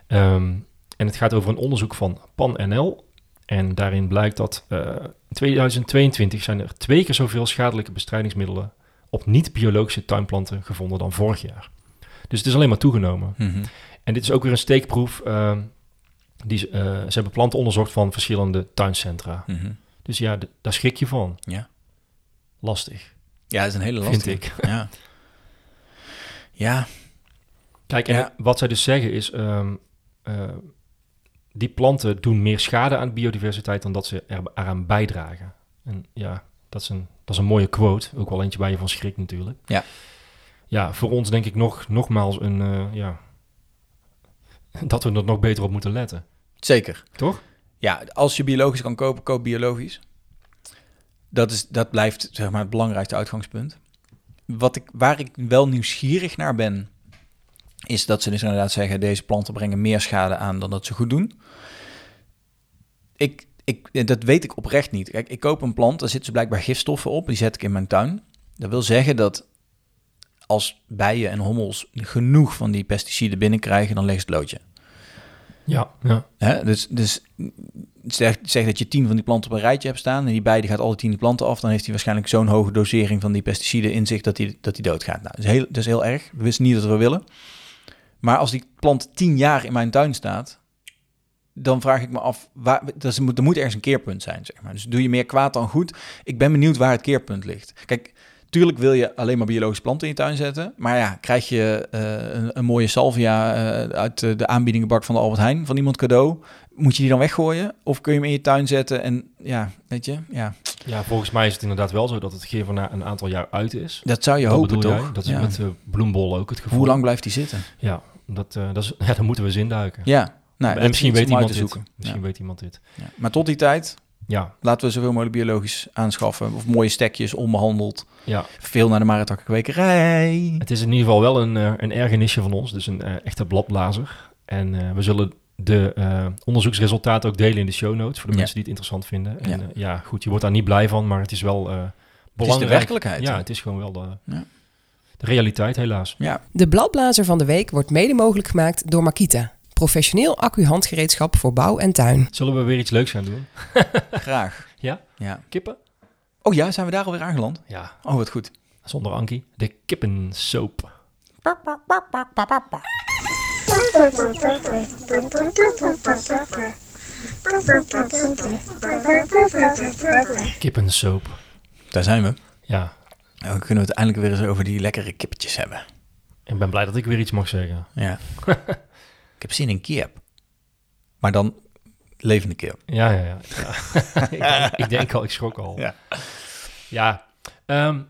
Um, en het gaat over een onderzoek van Pan N L. En daarin blijkt dat uh, in tweeduizend tweeëntwintig zijn er twee keer zoveel schadelijke bestrijdingsmiddelen op niet-biologische tuinplanten gevonden dan vorig jaar. Dus het is alleen maar toegenomen. Mm-hmm. En dit is ook weer een steekproef uh, Die, uh, ze hebben planten onderzocht van verschillende tuincentra. Mm-hmm. Dus ja, d- daar schrik je van. Ja. Lastig. Ja, dat is een hele lastige. Vind ik. Ja. Ja. Kijk, en Ja. wat zij dus zeggen is... Um, uh, die planten doen meer schade aan biodiversiteit dan dat ze er, eraan bijdragen. En ja, dat is, een, dat is een mooie quote. Ook wel eentje waar je van schrikt natuurlijk. Ja. Ja, voor ons denk ik nog, nogmaals een... Uh, ja, dat we er nog beter op moeten letten. Zeker. Toch? Ja, als je biologisch kan kopen, koop biologisch. Dat, is, dat blijft zeg maar het belangrijkste uitgangspunt. Wat ik, waar ik wel nieuwsgierig naar ben, is dat ze dus inderdaad zeggen, deze planten brengen meer schade aan dan dat ze goed doen. Ik, ik, dat weet ik oprecht niet. Kijk, ik koop een plant, daar zitten dus blijkbaar gifstoffen op, die zet ik in mijn tuin. Dat wil zeggen dat als bijen en hommels genoeg van die pesticiden binnenkrijgen, dan legt het loodje. Ja, ja. Hè? Dus, dus zeg, zeg dat je tien van die planten op een rijtje hebt staan en die bij die gaat alle tien die planten af, dan heeft hij waarschijnlijk zo'n hoge dosering van die pesticiden in zich dat hij dat die doodgaat. Nou, dat is, heel, dat is heel erg. We wisten niet dat we willen. Maar als die plant tien jaar in mijn tuin staat, dan vraag ik me af, waar, dat moet, er moet ergens een keerpunt zijn, zeg maar. Dus doe je meer kwaad dan goed? Ik ben benieuwd waar het keerpunt ligt. Kijk, tuurlijk wil je alleen maar biologische planten in je tuin zetten. Maar ja, krijg je uh, een, een mooie salvia uh, uit uh, de aanbiedingenbak van de Albert Heijn van iemand cadeau. Moet je die dan weggooien? Of kun je hem in je tuin zetten en ja, weet je, ja. Ja, volgens mij is het inderdaad wel zo dat het geven na een aantal jaar uit is. Dat zou je dat hopen, toch? Jij? Dat is ja. met uh, bloembollen ook het geval. Hoe lang blijft die zitten? Ja, dat, uh, dat is, ja dan moeten we eens induiken. Ja. Nou, en misschien weet iemand te dit. zoeken. Misschien ja. weet iemand dit. Ja. Maar tot die tijd, ja. laten we zoveel mogelijk biologisch aanschaffen. Of mooie stekjes, onbehandeld. Ja. Veel naar de Maritakke-kwekerij. Het is in ieder geval wel een, uh, een ergernisje van ons. Dus een uh, echte bladblazer. En uh, we zullen de uh, onderzoeksresultaten ook delen in de show notes. Voor de ja. mensen die het interessant vinden. En ja. Uh, ja, goed, je wordt daar niet blij van. Maar het is wel uh, belangrijk. Het is de werkelijkheid. Ja, hè? het is gewoon wel de, ja. de realiteit helaas. Ja. De bladblazer van de week wordt mede mogelijk gemaakt door Makita. Professioneel accu-handgereedschap voor bouw en tuin. Zullen we weer iets leuks gaan doen? Graag. Ja? Ja. Kippen? Oh ja, zijn we daar alweer aangeland? Ja. Oh, wat goed. Zonder Ankie. De kippensoap. Kippensoap. Daar zijn we. Ja. Dan kunnen we het eindelijk weer eens over die lekkere kippetjes hebben. Ik ben blij dat ik weer iets mag zeggen. Ja. Ik heb zin in kip. Maar dan levende kip. Ja, ja, ja. ja. ik, denk, ik denk al, ik schrok al. Ja. Ja. Um,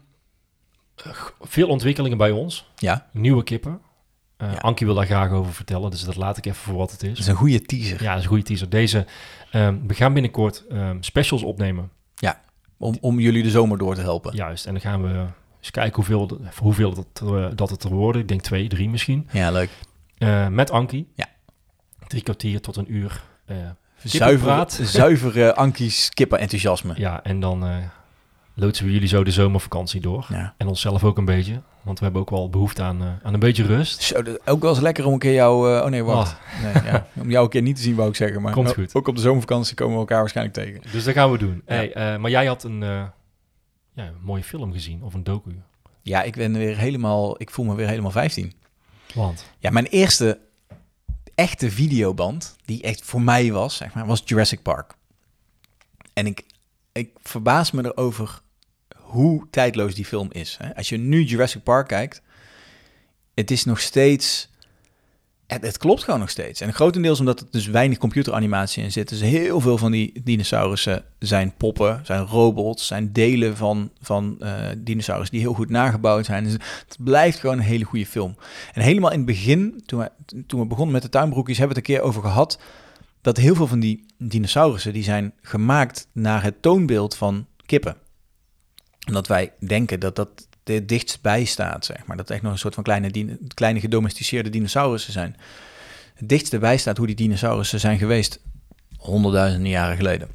veel ontwikkelingen bij ons. Ja. Nieuwe kippen. Uh, ja. Ankie wil daar graag over vertellen, dus dat laat ik even voor wat het is. Dat is een goede teaser. Ja, dat is een goede teaser. Deze, um, we gaan binnenkort um, specials opnemen. Ja, om, om jullie de zomer door te helpen. Juist, en dan gaan we eens kijken hoeveel, hoeveel dat, uh, dat het er worden. Ik denk twee, drie misschien. Ja, leuk. Uh, met Ankie. Ja. Drie kwartier tot een uur. Uh, Zuiver, zuivere Ankies kippenenthousiasme. Ja, en dan uh, loodsen we jullie zo de zomervakantie door. Ja. En onszelf ook een beetje. Want we hebben ook wel behoefte aan, uh, aan een beetje rust. Zo, ook wel eens lekker om een keer jou... Uh, oh nee, wacht. Oh. Nee, ja. Om jou een keer niet te zien, wou ik zeggen. Maar Komt ook, goed. Ook op de zomervakantie komen we elkaar waarschijnlijk tegen. Dus dat gaan we doen. Ja. Hey, uh, maar jij had een, uh, ja, een mooie film gezien. Of een docu. Ja, ik ben weer helemaal... Ik voel me weer helemaal vijftien. Want? Ja, mijn eerste echte videoband, die echt voor mij was, zeg maar, was Jurassic Park. En ik, ik verbaas me erover hoe tijdloos die film is. Hè? Als je nu Jurassic Park kijkt, het is nog steeds... Het, het klopt gewoon nog steeds. En grotendeels omdat er dus weinig computeranimatie in zit. Dus heel veel van die dinosaurussen zijn poppen, zijn robots, zijn delen van, van uh, dinosaurussen die heel goed nagebouwd zijn. Dus het blijft gewoon een hele goede film. En helemaal in het begin, toen we, toen we begonnen met de tuinbroekjes, hebben we het een keer over gehad dat heel veel van die dinosaurussen, die zijn gemaakt naar het toonbeeld van kippen. Omdat wij denken dat dat de dichtst bij staat, zeg maar. Dat het echt nog een soort van kleine, din- kleine gedomesticeerde dinosaurussen zijn. Het dichtst bij staat hoe die dinosaurussen zijn geweest honderdduizenden jaren geleden.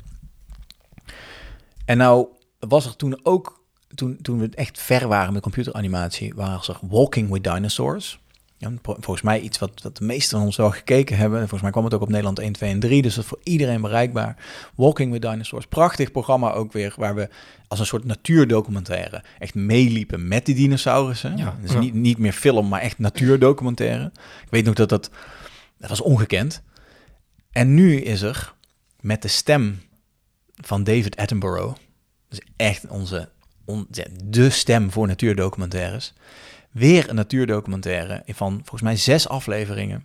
En nou was er toen ook, toen, toen we echt ver waren met computeranimatie, waren er Walking with Dinosaurs. Ja, volgens mij iets wat, wat de meesten van ons wel gekeken hebben. Volgens mij kwam het ook op Nederland één, twee en drie. Dus dat is voor iedereen bereikbaar. Walking with Dinosaurs. Prachtig programma ook weer. Waar we als een soort natuurdocumentaire echt meeliepen met die dinosaurussen. Ja, dus ja. niet, niet meer film, maar echt natuurdocumentaire. Ik weet nog dat dat... Dat was ongekend. En nu is er met de stem van David Attenborough, dus echt onze, on, de stem voor natuurdocumentaires, weer een natuurdocumentaire van volgens mij zes afleveringen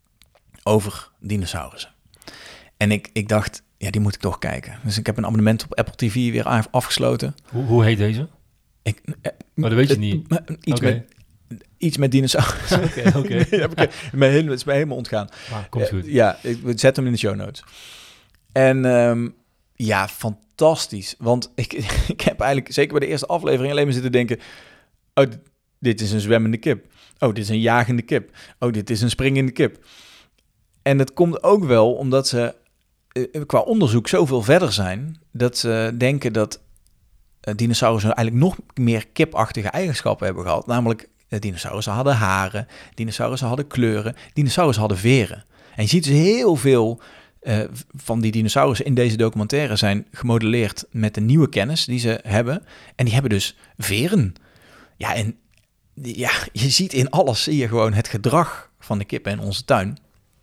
over dinosaurussen. En ik, ik dacht, ja, die moet ik toch kijken. Dus ik heb een abonnement op Apple T V weer afgesloten. Hoe, hoe heet deze? Ik, eh, Maar dat weet je niet. Uh, iets, Okay. met, iets met dinosaurussen. Oké, oké. Nee, heb ik, mij helemaal, het is mij helemaal ontgaan. Ah, komt goed. Uh, ja, ik zet hem in de show notes. En um, ja, fantastisch. Want ik, ik heb eigenlijk, zeker bij de eerste aflevering, alleen maar zitten denken... Oh, dit is een zwemmende kip. Oh, dit is een jagende kip. Oh, dit is een springende kip. En dat komt ook wel omdat ze uh, qua onderzoek zoveel verder zijn... dat ze denken dat uh, dinosaurussen eigenlijk nog meer kipachtige eigenschappen hebben gehad. Namelijk, uh, dinosaurussen hadden haren, dinosaurussen hadden kleuren, dinosaurussen hadden veren. En je ziet dus heel veel uh, van die dinosaurussen in deze documentaire zijn gemodelleerd met de nieuwe kennis die ze hebben. En die hebben dus veren. Ja, en ja, je ziet in alles, zie je gewoon het gedrag van de kippen in onze tuin.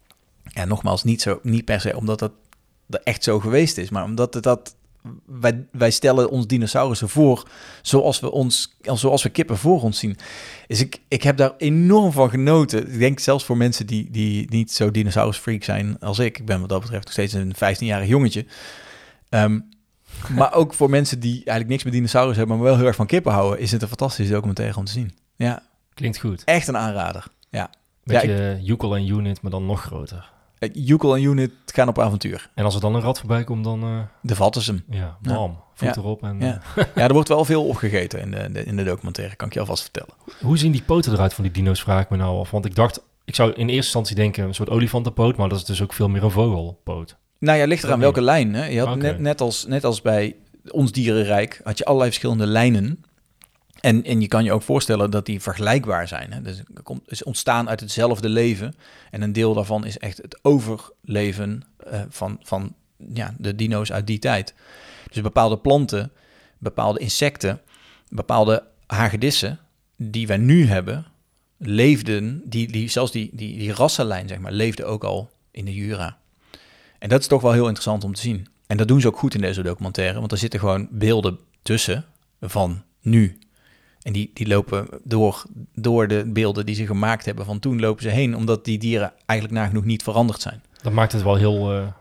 En nogmaals, niet, zo, niet per se omdat dat er echt zo geweest is, maar omdat het dat... Wij, wij stellen ons dinosaurussen voor zoals we, ons, zoals we kippen voor ons zien. Dus ik, ik heb daar enorm van genoten. Ik denk zelfs voor mensen die, die niet zo dinosaurusfreak zijn als ik. Ik ben wat dat betreft nog steeds een vijftienjarig jongetje. Um, maar ook voor mensen die eigenlijk niks met dinosaurus hebben, maar wel heel erg van kippen houden, is het een fantastische documentaire om te zien. Ja. Klinkt goed. Echt een aanrader. Ja. Beetje ja, ik... Yukel en Unit, maar dan nog groter. Yukel en Unit gaan op avontuur. En als er dan een rat voorbij komt, dan... Uh, de vatten ze hem. Ja, bam. Ja. Voet ja. erop. En, ja. ja, er wordt wel veel opgegeten in de, de, in de documentaire, kan ik je alvast vertellen. Hoe zien die poten eruit van die dino's, vraag ik me nou af. Want ik dacht, ik zou in eerste instantie denken een soort olifantenpoot, maar dat is dus ook veel meer een vogelpoot. Nou ja, ligt eraan okay. welke lijn. Hè? Je had okay. net, net, als, net als bij ons dierenrijk, had je allerlei verschillende lijnen. En, en je kan je ook voorstellen dat die vergelijkbaar zijn. Hè? Dus het komt, is ontstaan uit hetzelfde leven. En een deel daarvan is echt het overleven uh, van, van ja, de dino's uit die tijd. Dus bepaalde planten, bepaalde insecten, bepaalde hagedissen die wij nu hebben, leefden, die, die, zelfs die, die, die rassenlijn, zeg maar, leefde ook al in de Jura. En dat is toch wel heel interessant om te zien. En dat doen ze ook goed in deze documentaire, want er zitten gewoon beelden tussen van nu. En die, die lopen door, door de beelden die ze gemaakt hebben van toen, lopen ze heen, omdat die dieren eigenlijk nagenoeg niet veranderd zijn. Dat maakt het wel heel, uh,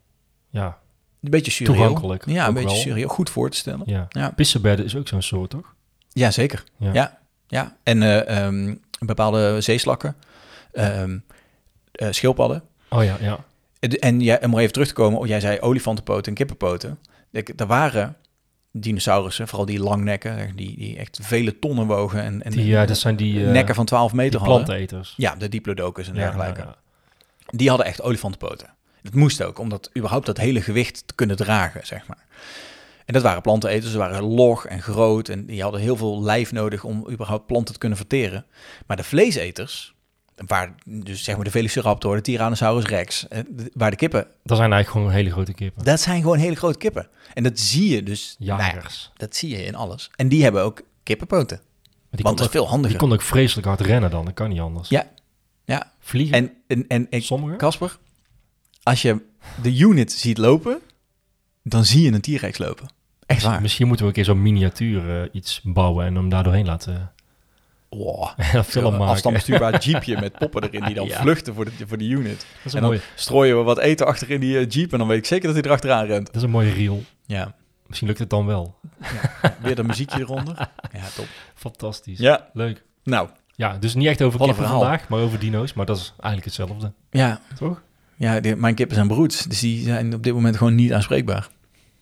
ja, een beetje surreal. Toegankelijk. Ja, een beetje wel. surreal. Goed voor te stellen. Ja. Ja. Pissenbedden is ook zo'n soort, toch? Ja, zeker. Ja, ja. ja. En uh, um, bepaalde zeeslakken, um, uh, schildpadden. Oh ja, ja. En ja, om maar even terug te komen, oh, jij zei olifantenpoten en kippenpoten. Er waren dinosaurussen, vooral die langnekken, die, die echt vele tonnen wogen en, en die, ja, dat zijn die uh, nekken van twaalf meter die planteneters. Ja, de diplodocus en ja, dergelijke. Ja, ja. Die hadden echt olifantenpoten. Dat moest ook, om dat überhaupt dat hele gewicht te kunnen dragen, zeg maar. En dat waren planteneters, ze waren log en groot en die hadden heel veel lijf nodig om überhaupt planten te kunnen verteren. Maar de vleeseters, waar dus zeg maar de Velociraptor, de Tyrannosaurus Rex, waar de kippen... Dat zijn eigenlijk gewoon hele grote kippen. Dat zijn gewoon hele grote kippen. En dat zie je dus... Jagers. Nou, dat zie je in alles. En die hebben ook kippenpoten. Die want dat is veel handiger. Die kon ook vreselijk hard rennen dan, dat kan niet anders. Ja, ja. Vliegen. En, en, en ik, Sommige? Casper, als je de unit ziet lopen, dan zie je een T-Rex lopen. Echt waar. Misschien moeten we een keer zo'n miniatuur uh, iets bouwen en hem daar doorheen laten... Wow. Ja, film maken. Afstandsbestuurbaar jeepje met poppen erin die dan ja. vluchten voor de, voor de unit. Dat is en dan mooie... strooien we wat eten achter in die uh, jeep en dan weet ik zeker dat hij erachteraan rent. Dat is een mooie reel. Ja. Misschien lukt het dan wel. Ja. Weer dat muziekje eronder. Ja, top. Fantastisch. Ja. Leuk. Nou. Ja, dus niet echt over Wat een kippen verhaal. vandaag, maar over dino's. Maar dat is eigenlijk hetzelfde. Ja. Toch? Ja, die, mijn kippen zijn broeds, dus die zijn op dit moment gewoon niet aanspreekbaar.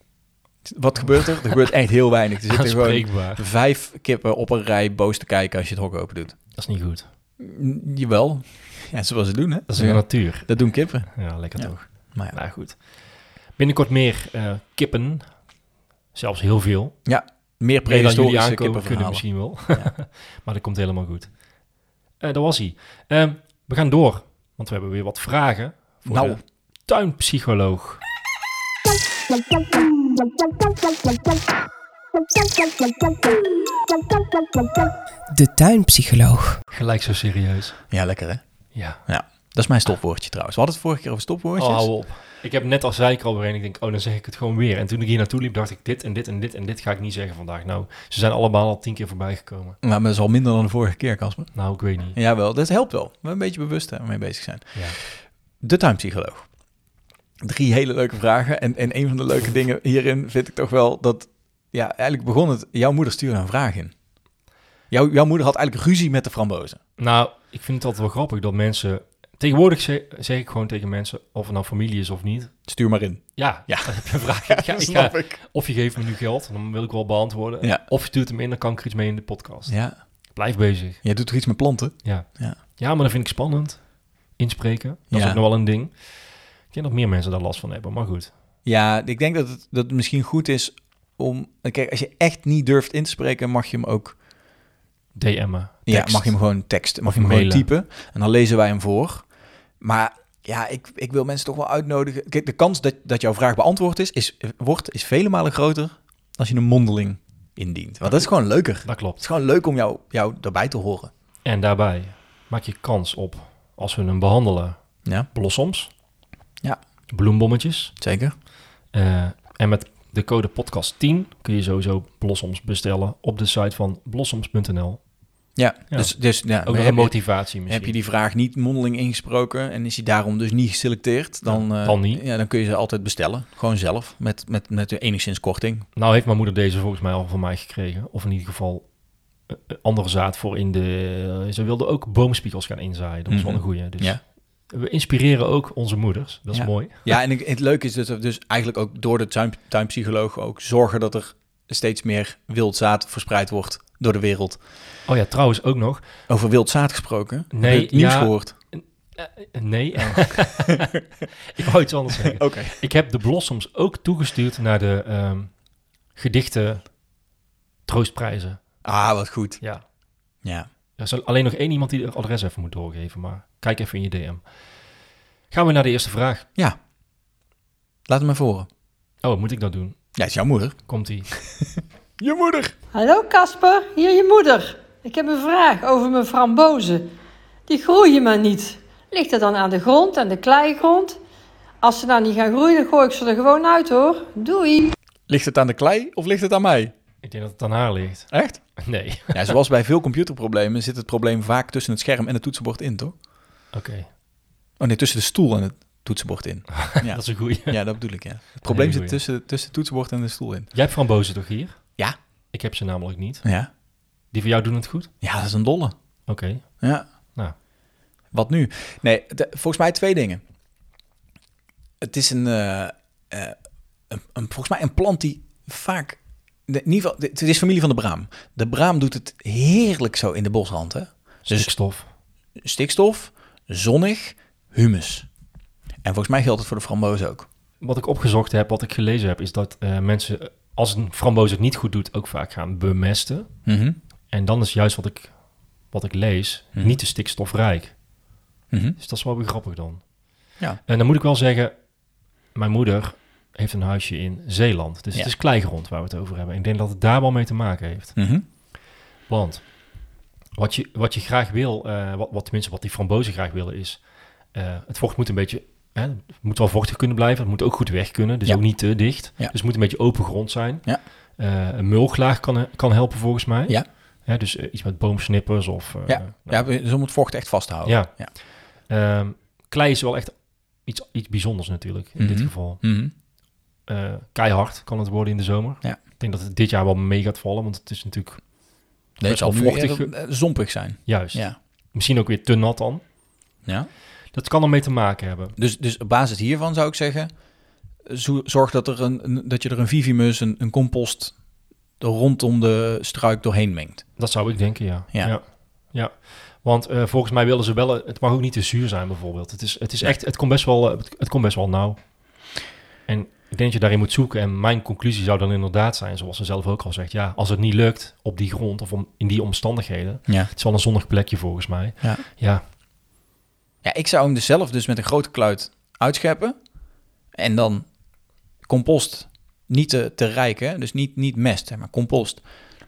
Wat gebeurt er? Er gebeurt echt heel weinig. Er zitten gewoon vijf kippen op een rij boos te kijken als je het hok open doet. Dat is niet goed. N- jawel. Ja, zoals ze doen, hè? Dat is in de natuur. Dat doen kippen. Ja, lekker ja. toch. Maar ja. Nou goed. Binnenkort meer uh, kippen. Zelfs heel veel. Ja, meer prehistorische kippen kunnen misschien wel. Ja. Maar dat komt helemaal goed. Uh, dat was hij. Uh, we gaan door, want we hebben weer wat vragen voor nou. de tuinpsycholoog. De tuinpsycholoog. Gelijk zo serieus. Ja, lekker hè? Ja. ja. Dat is mijn stopwoordje trouwens. We hadden het vorige keer over stopwoordjes. Oh, hou op. Ik heb net als zei ik al weer en ik denk, oh, dan zeg ik het gewoon weer. En toen ik hier naartoe liep, dacht ik, dit en dit en dit en dit ga ik niet zeggen vandaag. Nou, ze zijn allemaal al tien keer voorbij gekomen. Nou, maar dat is al minder dan de vorige keer, Casper. Nou, ik weet niet. Jawel, dat helpt wel. We een beetje bewust hè, mee bezig zijn. Ja. De tuinpsycholoog. Drie hele leuke vragen. En, en een van de leuke dingen hierin vind ik toch wel dat... Ja, eigenlijk begon het... Jouw moeder stuurde een vraag in. Jouw, jouw moeder had eigenlijk ruzie met de frambozen. Nou, ik vind het altijd wel grappig dat mensen... Tegenwoordig zeg, zeg ik gewoon tegen mensen, of het nou familie is of niet. Stuur maar in. Ja, Ja. dan heb je een vraag. Ik ga, ik Snap ga, ik. of je geeft me nu geld, dan wil ik wel beantwoorden. Ja. Of je stuurt hem in, dan kan ik er iets mee in de podcast. Ja. Blijf bezig. Jij doet toch iets met planten? Ja. Ja. Ja, maar dat vind ik spannend. Inspreken. Dat is Ja. ook nog wel een ding. Ik denk dat meer mensen daar last van hebben, maar goed. Ja, ik denk dat het, dat het misschien goed is om... Kijk, als je echt niet durft in te spreken, mag je hem ook... D M'en. Ja, tekst. mag je hem gewoon teksten. Mag Of je hem gewoon mailen. typen. En dan lezen wij hem voor. Maar ja, ik, ik wil mensen toch wel uitnodigen. Kijk, de kans dat, dat jouw vraag beantwoord is, is, wordt, is vele malen groter als je een mondeling indient. Want dat is gewoon leuker. Dat Het klopt. is gewoon leuk om jou, jou erbij te horen. En daarbij maak je kans op, als we hem behandelen, Ja, blossoms. Ja. Bloembommetjes. zeker. Uh, en met de code podcast tien kun je sowieso blossoms bestellen op de site van blossoms punt n l. Ja, Ja. dus, dus ja, Ook nog heb, een je, motivatie misschien. heb je die vraag niet mondeling ingesproken en is hij daarom dus niet geselecteerd, dan, Ja, eh, dan niet. Ja, dan kun je ze altijd bestellen. Gewoon zelf, met, met, met enigszins korting. Nou heeft mijn moeder deze volgens mij al van mij gekregen. Of in ieder geval uh, andere zaad voor in de... uh, ze wilde ook boomspiegels gaan inzaaien. Dat is wel Mhm. een goeie. Dus Ja. we inspireren ook onze moeders. Dat is Ja. mooi. Ja, en ik- het leuke is dat we dus eigenlijk ook door de tuin, tuinpsycholoog ook zorgen dat er steeds meer wild zaad verspreid wordt door de wereld. Oh ja, trouwens ook nog. Over wild zaad gesproken. Nee, Heb je het nieuws ja. gehoord? Uh, uh, nee. Ik wou iets anders zeggen. Oké. Ik heb de blossoms ook toegestuurd naar de um, gedichten troostprijzen. Ah, wat goed. Ja. Ja. Er is alleen nog één iemand die het adres even moet doorgeven, maar kijk even in je D M. Gaan we naar de eerste vraag. Ja. Laat hem even horen. Oh, moet ik dat doen? Ja, het is jouw moeder. Komt-ie. Je moeder. Hallo Casper, hier je moeder. Ik heb een vraag over mijn frambozen. Die groeien maar niet. Ligt het dan aan de grond, aan de kleigrond? Als ze nou niet gaan groeien, dan gooi ik ze er gewoon uit hoor. Doei! Ligt het aan de klei of ligt het aan mij? Ik denk dat het aan haar ligt. Echt? Nee. Ja, zoals bij veel computerproblemen zit het probleem vaak tussen het scherm en het toetsenbord in, toch? Oké, Oh nee, tussen de stoel en het toetsenbord in. Ja, dat is een goeie. ja dat bedoel ik, ja. Het probleem hele zit goeie. tussen, tussen het toetsenbord en de stoel in. Jij hebt frambozen toch hier? Ja. Ik heb ze namelijk niet. Ja. Die van jou doen het goed? Ja, dat is een dolle. Oké. Ja. Nou. Wat nu? Nee, de- volgens mij twee dingen. Het is een, eh, eh, een, een volgens mij een plant die vaak, de, in ieder geval, het is familie van de braam. De braam doet het heerlijk zo in de bosrand, hè? Dus Stikstof. stikstof, zonnig, humus. En volgens mij geldt het voor de frambozen ook. Wat ik opgezocht heb, wat ik gelezen heb, is dat uh, mensen, als een framboos het niet goed doet, ook vaak gaan bemesten. Mhm. En dan is juist wat ik, wat ik lees, Mhm. niet te stikstofrijk. Mhm. Dus dat is wel weer grappig dan. Ja. En dan moet ik wel zeggen, mijn moeder heeft een huisje in Zeeland. Dus Ja. het is kleigrond waar we het over hebben. Ik denk dat het daar wel mee te maken heeft. Mhm. Want wat je, wat je graag wil, uh, wat, wat tenminste wat die frambozen graag willen is, uh, het vocht moet een beetje, hè, het moet wel vochtig kunnen blijven. Het moet ook goed weg kunnen, dus Ja. ook niet te dicht. Ja. Dus het moet een beetje open grond zijn. Ja. Uh, een mulchlaag kan, kan helpen volgens mij. Ja. Hè, dus uh, iets met boomsnippers of... Uh, Ja. Ja, dus om het vocht echt vast te houden. Ja. Ja. Um, klei is wel echt iets, iets bijzonders natuurlijk, in Mhm. dit geval. Mhm. Uh, keihard kan het worden in de zomer. Ja. Ik denk dat het dit jaar wel mee gaat vallen, want het is natuurlijk Nee, het zal best nu wel vochtig. eerder, eh, zompig zijn. Juist. Ja. Misschien ook weer te nat dan. Ja. Dat kan ermee te maken hebben. Dus, dus op basis hiervan zou ik zeggen, zo- zorg dat, er een, een, dat je er een vivimus, een, een compost er rondom de struik doorheen mengt. Dat zou ik denken, ja. Ja. ja. ja. Want uh, volgens mij willen ze wel... Het mag ook niet te zuur zijn bijvoorbeeld. Het is, het is echt... Het komt best wel, uh, het, het komt best wel nauw. En ik denk dat je daarin moet zoeken. En mijn conclusie zou dan inderdaad zijn, zoals ze zelf ook al zegt. Ja, als het niet lukt op die grond of om, in die omstandigheden. Ja. Het is wel een zonnig plekje volgens mij. Ja. Ja. Ja, ik zou hem dus zelf dus met een grote kluit uitscheppen. En dan compost niet te, te rijk, hè? Dus niet, niet mest, hè, maar compost.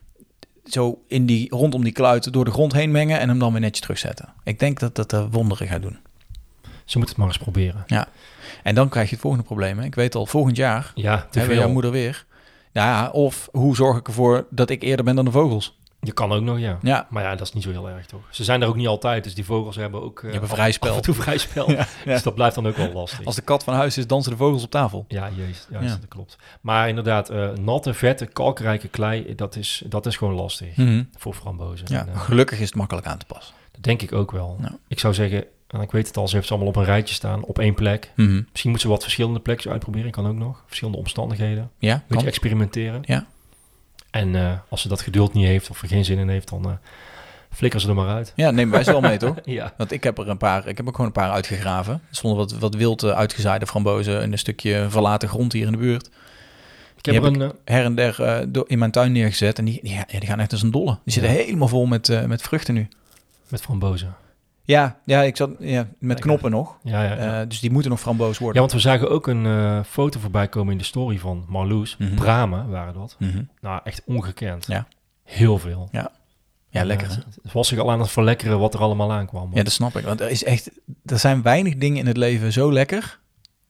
Zo in die, rondom die kluit door de grond heen mengen en hem dan weer netjes terugzetten. Ik denk dat dat uh, wonderen gaat doen. Ze moeten het maar eens proberen. Ja. En dan krijg je het volgende probleem. Hè? Ik weet al, volgend jaar Ja, te hebben we veel. jouw moeder weer. Nou ja, of hoe zorg ik ervoor dat ik eerder ben dan de vogels? Je kan ook nog, ja. Ja. Maar ja, dat is niet zo heel erg, toch? Ze zijn er ook niet altijd, dus die vogels hebben ook... Uh, Je hebt een vrij spel. Af en toe vrij spel. Ja, ja. Dus dat blijft dan ook wel lastig. Als de kat van huis is, dansen de vogels op tafel. Ja, juist, juist Ja. dat klopt. Maar inderdaad, uh, natte, vette, kalkrijke klei, dat is, dat is gewoon lastig Mm-hmm. voor frambozen. Ja, En, uh, gelukkig is het makkelijk aan te passen. dat denk ik ook wel. Ja. Ik zou zeggen, en ik weet het al, ze heeft ze allemaal op een rijtje staan, op één plek. Mm-hmm. Misschien moet ze wat verschillende plekken uitproberen, kan ook nog. Verschillende omstandigheden. Ja, Een beetje kan. experimenteren. Ja. En uh, als ze dat geduld niet heeft of er geen zin in heeft, dan uh, flikker ze er maar uit. Ja, nemen wij ze wel mee, toch? Ja. Want ik heb er een paar, ik heb ook gewoon een paar uitgegraven. Er stonden wat, wat wild uh, uitgezaaide frambozen in een stukje verlaten grond hier in de buurt. Ik heb Die er heb een... ik her en der uh, do- in mijn tuin neergezet. En die, die, ja, die gaan echt als een dolle. Die zitten Ja. helemaal vol met, uh, met vruchten nu. Met frambozen. Ja, ja, ik zat ja, met Lekker. knoppen nog. Ja, ja, ja. Uh, dus die moeten nog framboos worden. Ja, want we zagen ook een uh, foto voorbij komen in de story van Marloes. Mhm. Bramen waren dat. Mm-hmm. Nou, echt ongekend. Ja. Heel veel. Ja, ja lekker Ja, hè? het, het was zich al aan het verlekkeren wat er allemaal aankwam. Ja, dat snap ik. Want er is echt, er zijn weinig dingen in het leven zo lekker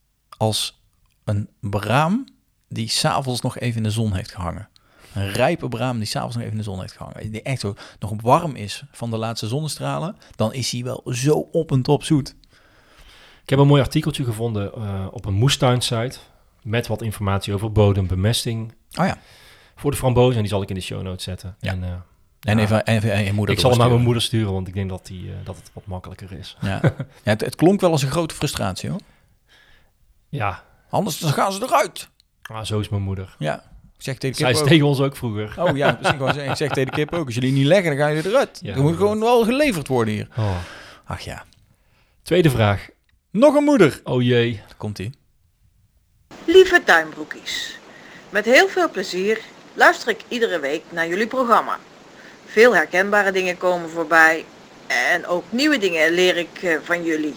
als een braam die s'avonds nog even in de zon heeft gehangen. Een rijpe braam die s'avonds nog even in de zon heeft gehangen. Die echt zo nog warm is van de laatste zonnestralen. Dan is hij wel zo op en top zoet. Ik heb een mooi artikeltje gevonden uh, op een moestuinsite met wat informatie over bodembemesting Oh ja. voor de frambozen. En die zal ik in de show notes zetten. Ja. En, uh, En ja, even, even en je moeder ik zal hem naar mijn doorsturen. moeder sturen, want ik denk dat, die, uh, dat het wat makkelijker is. Ja. Ja, het, het klonk wel als een grote frustratie hoor. Ja, Anders dan gaan ze eruit. ah, zo is mijn moeder. Ja. Ik zeg tegen de Zij kip is ook. tegen ons ook vroeger. Oh ja, misschien gewoon zeggen. Ik zeg tegen de kip ook. Als jullie niet leggen, dan gaan jullie eruit. Ja, er moet inderdaad. gewoon wel geleverd worden hier. Oh. Ach ja. Tweede vraag. Nog een moeder. Oh jee. Daar komt ie. Lieve tuinbroekies, met heel veel plezier luister ik iedere week naar jullie programma. Veel herkenbare dingen komen voorbij en ook nieuwe dingen leer ik uh, van jullie.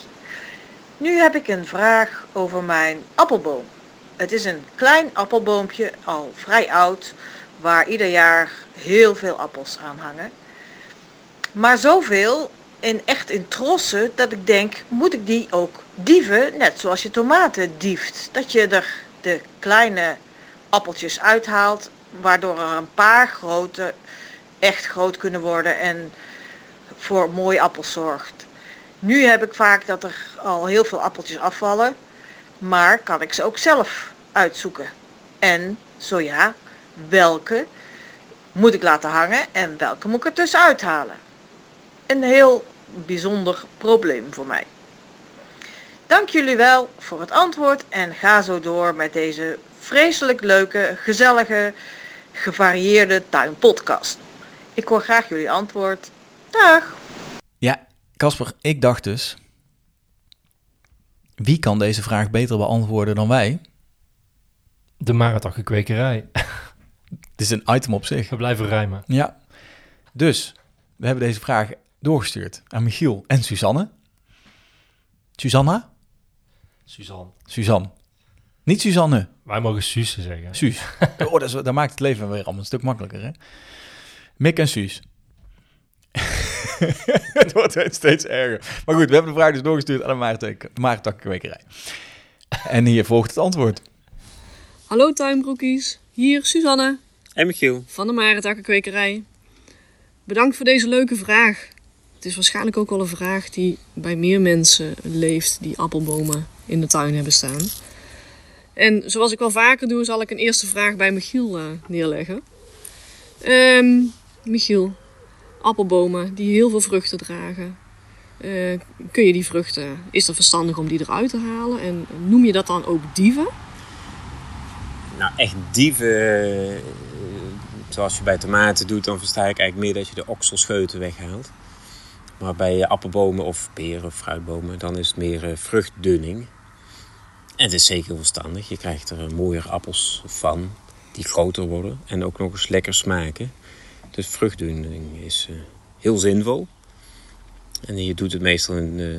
Nu heb ik een vraag over mijn appelboom. Het is een klein appelboompje, al vrij oud, waar ieder jaar heel veel appels aan hangen. Maar zoveel, in, echt in trossen, dat ik denk, moet ik die ook dieven, net zoals je tomaten dieft. Dat je er de kleine appeltjes uithaalt, waardoor er een paar grote echt groot kunnen worden en voor mooie appels zorgt. Nu heb ik vaak dat er al heel veel appeltjes afvallen, maar kan ik ze ook zelf uitzoeken. En zo ja, welke moet ik laten hangen en welke moet ik er tussenuit halen? Een heel bijzonder probleem voor mij. Dank jullie wel voor het antwoord en ga zo door met deze vreselijk leuke, gezellige, gevarieerde tuinpodcast. Ik hoor graag jullie antwoord. Dag! Ja, Casper, ik dacht dus... Wie kan deze vraag beter beantwoorden dan wij? De Maratachkwekerij. Het is een item op zich. We blijven rijmen. Ja. Dus, we hebben deze vraag doorgestuurd aan Michiel en Suzanne. Susanna? Suzanne. Suzanne. Niet Suzanne. Wij mogen Suze zeggen. Suus. Oh, dat, is, dat maakt het leven weer allemaal een stuk makkelijker, hè? Mick en Suus. Het wordt steeds erger. Maar goed, we hebben de vraag dus doorgestuurd aan de Maartentakkenkwekerij. En hier volgt het antwoord. Hallo tuinbroekies, hier Suzanne En Michiel. van de Marentakkenkwekerij. Bedankt voor deze leuke vraag. Het is waarschijnlijk ook wel een vraag die bij meer mensen leeft die appelbomen in de tuin hebben staan. En zoals ik wel vaker doe, zal ik een eerste vraag bij Michiel uh, neerleggen. Um, Michiel, appelbomen die heel veel vruchten dragen. Uh, kun je die vruchten, is het verstandig om die eruit te halen? En noem je dat dan ook dieven? Nou, echt dieven, eh, zoals je bij tomaten doet, dan versta ik eigenlijk meer dat je de okselscheuten weghaalt. Maar bij appelbomen of peren of fruitbomen, dan is het meer uh, vruchtdunning. En het is zeker verstandig. Je krijgt er mooiere appels van, die groter worden en ook nog eens lekker smaken. Dus vruchtdunning is uh, heel zinvol. En je doet het meestal in uh,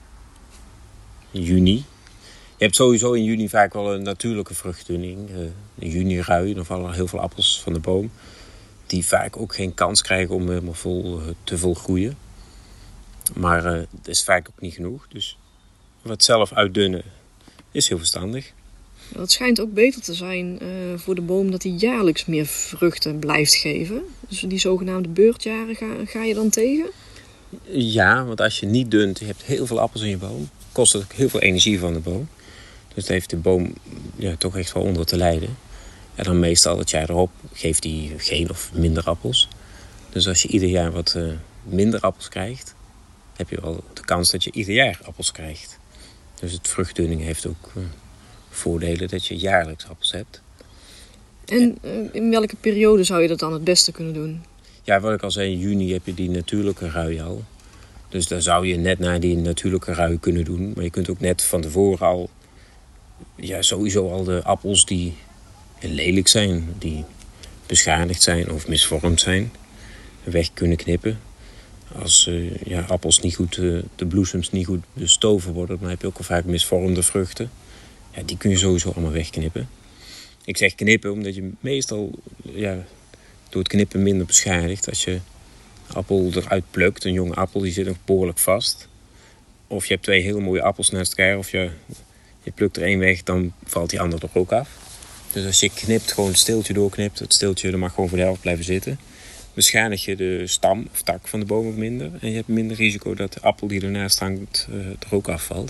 juni. Je hebt sowieso in juni vaak wel een natuurlijke vruchtdunning. Uh, in juni rui, dan vallen er heel veel appels van de boom. Die vaak ook geen kans krijgen om helemaal vol uh, te volgroeien. Maar uh, dat is vaak ook niet genoeg. Dus wat zelf uitdunnen is heel verstandig. Het schijnt ook beter te zijn uh, voor de boom dat hij jaarlijks meer vruchten blijft geven. Dus die zogenaamde beurtjaren ga, ga je dan tegen? Ja, want als je niet dunt, je hebt heel veel appels in je boom, kost het ook heel veel energie van de boom. Dus daar heeft de boom ja, toch echt wel onder te lijden. En dan meestal het jaar erop geeft hij geen of minder appels. Dus als je ieder jaar wat uh, minder appels krijgt, heb je wel de kans dat je ieder jaar appels krijgt. Dus het vruchtdunning heeft ook uh, voordelen dat je jaarlijks appels hebt. En uh, in welke periode zou je dat dan het beste kunnen doen? Ja, wat ik al zei, in juni heb je die natuurlijke rui al. Dus daar zou je net naar die natuurlijke rui kunnen doen. Maar je kunt ook net van tevoren al, ja, sowieso al de appels die lelijk zijn, die beschadigd zijn of misvormd zijn, weg kunnen knippen. Als uh, ja, appels niet goed, uh, de bloesems niet goed bestoven worden, dan heb je ook al vaak misvormde vruchten. Ja, die kun je sowieso allemaal wegknippen. Ik zeg knippen omdat je meestal ja, door het knippen minder beschadigt. Als je appel eruit plukt, een jonge appel, die zit nog behoorlijk vast. Of je hebt twee hele mooie appels naast elkaar, of je, je plukt er één weg, dan valt die ander er ook af. Dus als je knipt, gewoon het steeltje doorknipt, het steeltje er mag gewoon voor de helft blijven zitten, beschadig je de stam of tak van de boom ook minder. En je hebt minder risico dat de appel die ernaast hangt uh, er ook afvalt.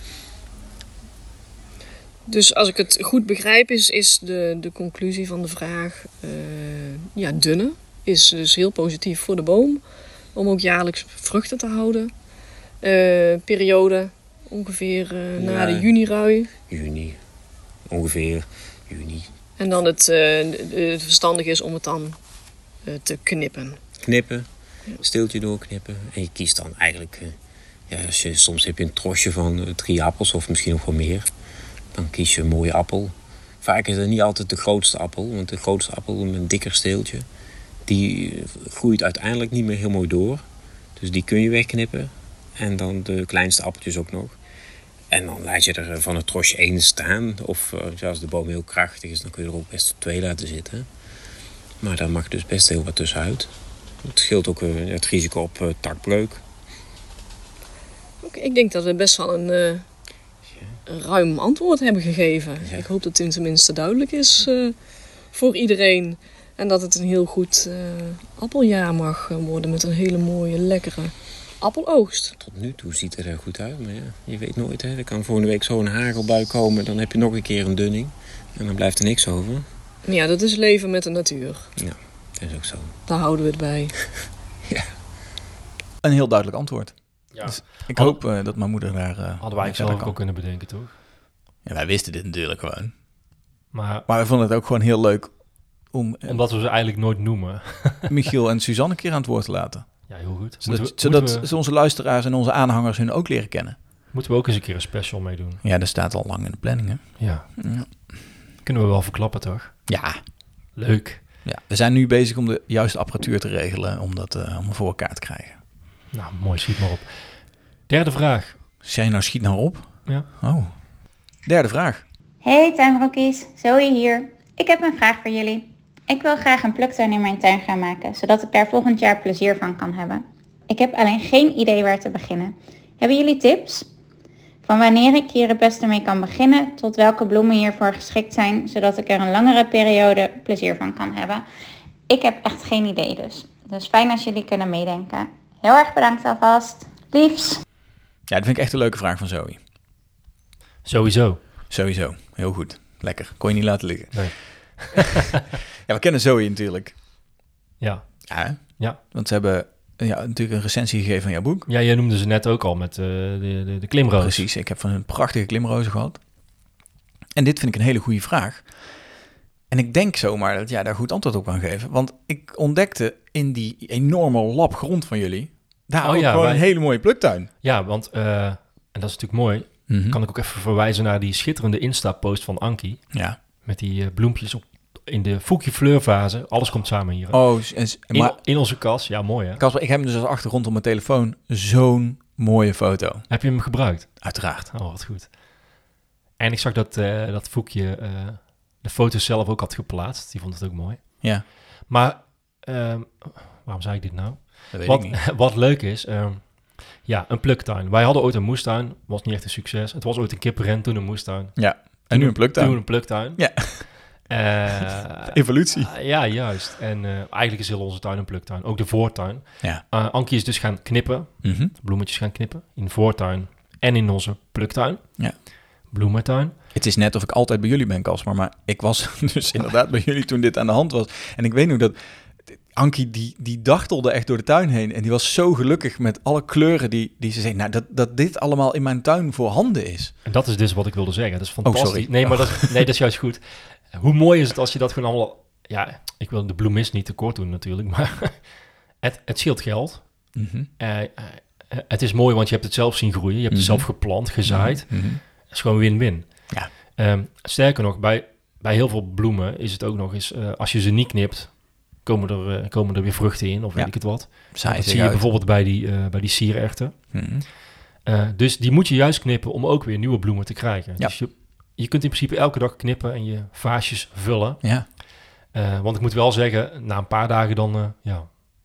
Dus als ik het goed begrijp, is, is de, de conclusie van de vraag, uh, ja, dunnen is dus heel positief voor de boom. Om ook jaarlijks vruchten te houden. Uh, periode ongeveer uh, na Ja. de junirui. Juni, ongeveer juni. En dan het, uh, het verstandig is om het dan uh, te knippen. Knippen, steeltje doorknippen. En je kiest dan eigenlijk, uh, ja, als je, soms heb je een trosje van uh, drie appels of misschien nog wel meer. Dan kies je een mooie appel. Vaak is het niet altijd de grootste appel, want de grootste appel met een dikker steeltje, die groeit uiteindelijk niet meer heel mooi door. Dus die kun je wegknippen. En dan de kleinste appeltjes ook nog. En dan laat je er van het trosje één staan. Of uh, als de boom heel krachtig is, dan kun je er ook best twee laten zitten. Maar daar mag dus best heel wat tussenuit. Het scheelt ook uh, het risico op uh, takbreuk. Oké, okay, ik denk dat we best wel een, uh, een ruim antwoord hebben gegeven. Ja. Ik hoop dat het tenminste duidelijk is uh, voor iedereen. En dat het een heel goed uh, appeljaar mag worden met een hele mooie, lekkere appeloogst. Tot nu toe ziet het er goed uit, maar ja, je weet nooit. Hè. Er kan volgende week zo'n hagelbui komen, dan heb je nog een keer een dunning. En dan blijft er niks over. Ja, dat is leven met de natuur. Ja, dat is ook zo. Daar houden we het bij. Ja. Een heel duidelijk antwoord. Ja. Dus ik Hadden- hoop uh, dat mijn moeder daar... Uh, Hadden wij mee zelf verder ook kunnen bedenken, toch? Ja, wij wisten dit natuurlijk gewoon. Maar Maar we vonden het ook gewoon heel leuk om uh, omdat we ze eigenlijk nooit noemen. Michiel en Suzanne een keer aan het woord te laten. Ja, heel goed. Zodat, Moeten we, zodat moeten, we, ze onze luisteraars en onze aanhangers hun ook leren kennen. moeten we ook eens een keer een special meedoen. Ja, dat staat al lang in de planning, hè? Ja. Ja. Kunnen we wel verklappen, toch? Ja. Leuk. ja. We zijn nu bezig om de juiste apparatuur te regelen om dat uh, om voor elkaar te krijgen. Nou, mooi. Schiet maar op. Derde vraag. Zeg je nou schiet nou op? Ja. Oh. Derde vraag. Hey tuinbroekies, Zoe hier. Ik heb een vraag voor jullie. Ik wil graag een pluktuin in mijn tuin gaan maken, zodat ik daar volgend jaar plezier van kan hebben. Ik heb alleen geen idee waar te beginnen. Hebben jullie tips? Van wanneer ik hier het beste mee kan beginnen, tot welke bloemen hiervoor geschikt zijn, zodat ik er een langere periode plezier van kan hebben. Ik heb echt geen idee dus. Dus fijn als jullie kunnen meedenken. Heel erg bedankt alvast. Liefs. Ja, dat vind ik echt een leuke vraag van Zoe. Sowieso. Sowieso. Heel goed. Lekker. Kon je niet laten liggen. Nee. Ja, we kennen Zoe natuurlijk. Ja. Ja, hè? Ja. Want ze hebben ja, natuurlijk een recensie gegeven van jouw boek. Ja, jij noemde ze net ook al met uh, de, de, de klimroos. Precies, ik heb van hun prachtige klimrozen gehad. En dit vind ik een hele goede vraag. En ik denk zomaar dat jij daar goed antwoord op kan geven. Want ik ontdekte in die enorme lap grond van jullie, daar Oh ook ja, gewoon wij- een hele mooie pluktuin. Ja, want, uh, en dat is natuurlijk mooi, Mhm. kan ik ook even verwijzen naar die schitterende Insta-post van Ankie. Ja. Met die uh, bloempjes op, in de Foukie fleurfase. Alles komt samen hier. Oh, en, in, maar in onze kas. Ja, mooi hè. Kasper, ik heb hem dus als achtergrond op mijn telefoon. Zo'n mooie foto. Heb je hem gebruikt? Uiteraard. Oh, wat goed. En ik zag dat, uh, dat Foukie uh, de foto's zelf ook had geplaatst. Die vond het ook mooi. Ja, Maar, um, waarom zei ik dit nou? dat weet Wat, ik niet. wat leuk is, um, Ja, een pluktuin. Wij hadden ooit een moestuin. Was niet echt een succes. Het was ooit een kippenren, toen een moestuin. Ja, en nu een pluktuin. Toen een pluktuin. Ja. Uh, Evolutie. Uh, ja, juist. En uh, eigenlijk is heel onze tuin een pluktuin. Ook de voortuin. Ja. Uh, Ankie is dus gaan knippen. Mm-hmm. Bloemetjes gaan knippen. In de voortuin en in onze pluktuin. Ja. Bloementuin. Het is net of ik altijd bij jullie ben, Casper. Maar ik was dus inderdaad bij jullie toen dit aan de hand was. En ik weet nog dat Ankie, die, die dartelde echt door de tuin heen. En die was zo gelukkig met alle kleuren die, die ze zei. Nou, dat, dat dit allemaal in mijn tuin voorhanden is. En dat is dus wat ik wilde zeggen. Dat is fantastisch. Oh, sorry. Nee, maar dat, nee, dat is juist goed. Hoe mooi is het als je dat gewoon allemaal... Ja, ik wil de bloemist niet tekort doen natuurlijk. Maar het, het scheelt geld. Mm-hmm. Uh, uh, het is mooi, want je hebt het zelf zien groeien. Je hebt Mm-hmm. het zelf geplant, gezaaid. Mm-hmm. Het is gewoon win-win. Ja. Um, sterker nog, bij, bij heel veel bloemen is het ook nog eens... Uh, als je ze niet knipt, komen er, uh, komen er weer vruchten in of weet Ja. ik het wat. Saai dat zich zie je uit. bijvoorbeeld bij die, uh, bij die siererwten. Mm-hmm. Uh, dus die moet je juist knippen om ook weer nieuwe bloemen te krijgen. Ja. Dus je, je kunt in principe elke dag knippen en je vaasjes vullen. Ja. Uh, want ik moet wel zeggen, na een paar dagen dan uh, ja,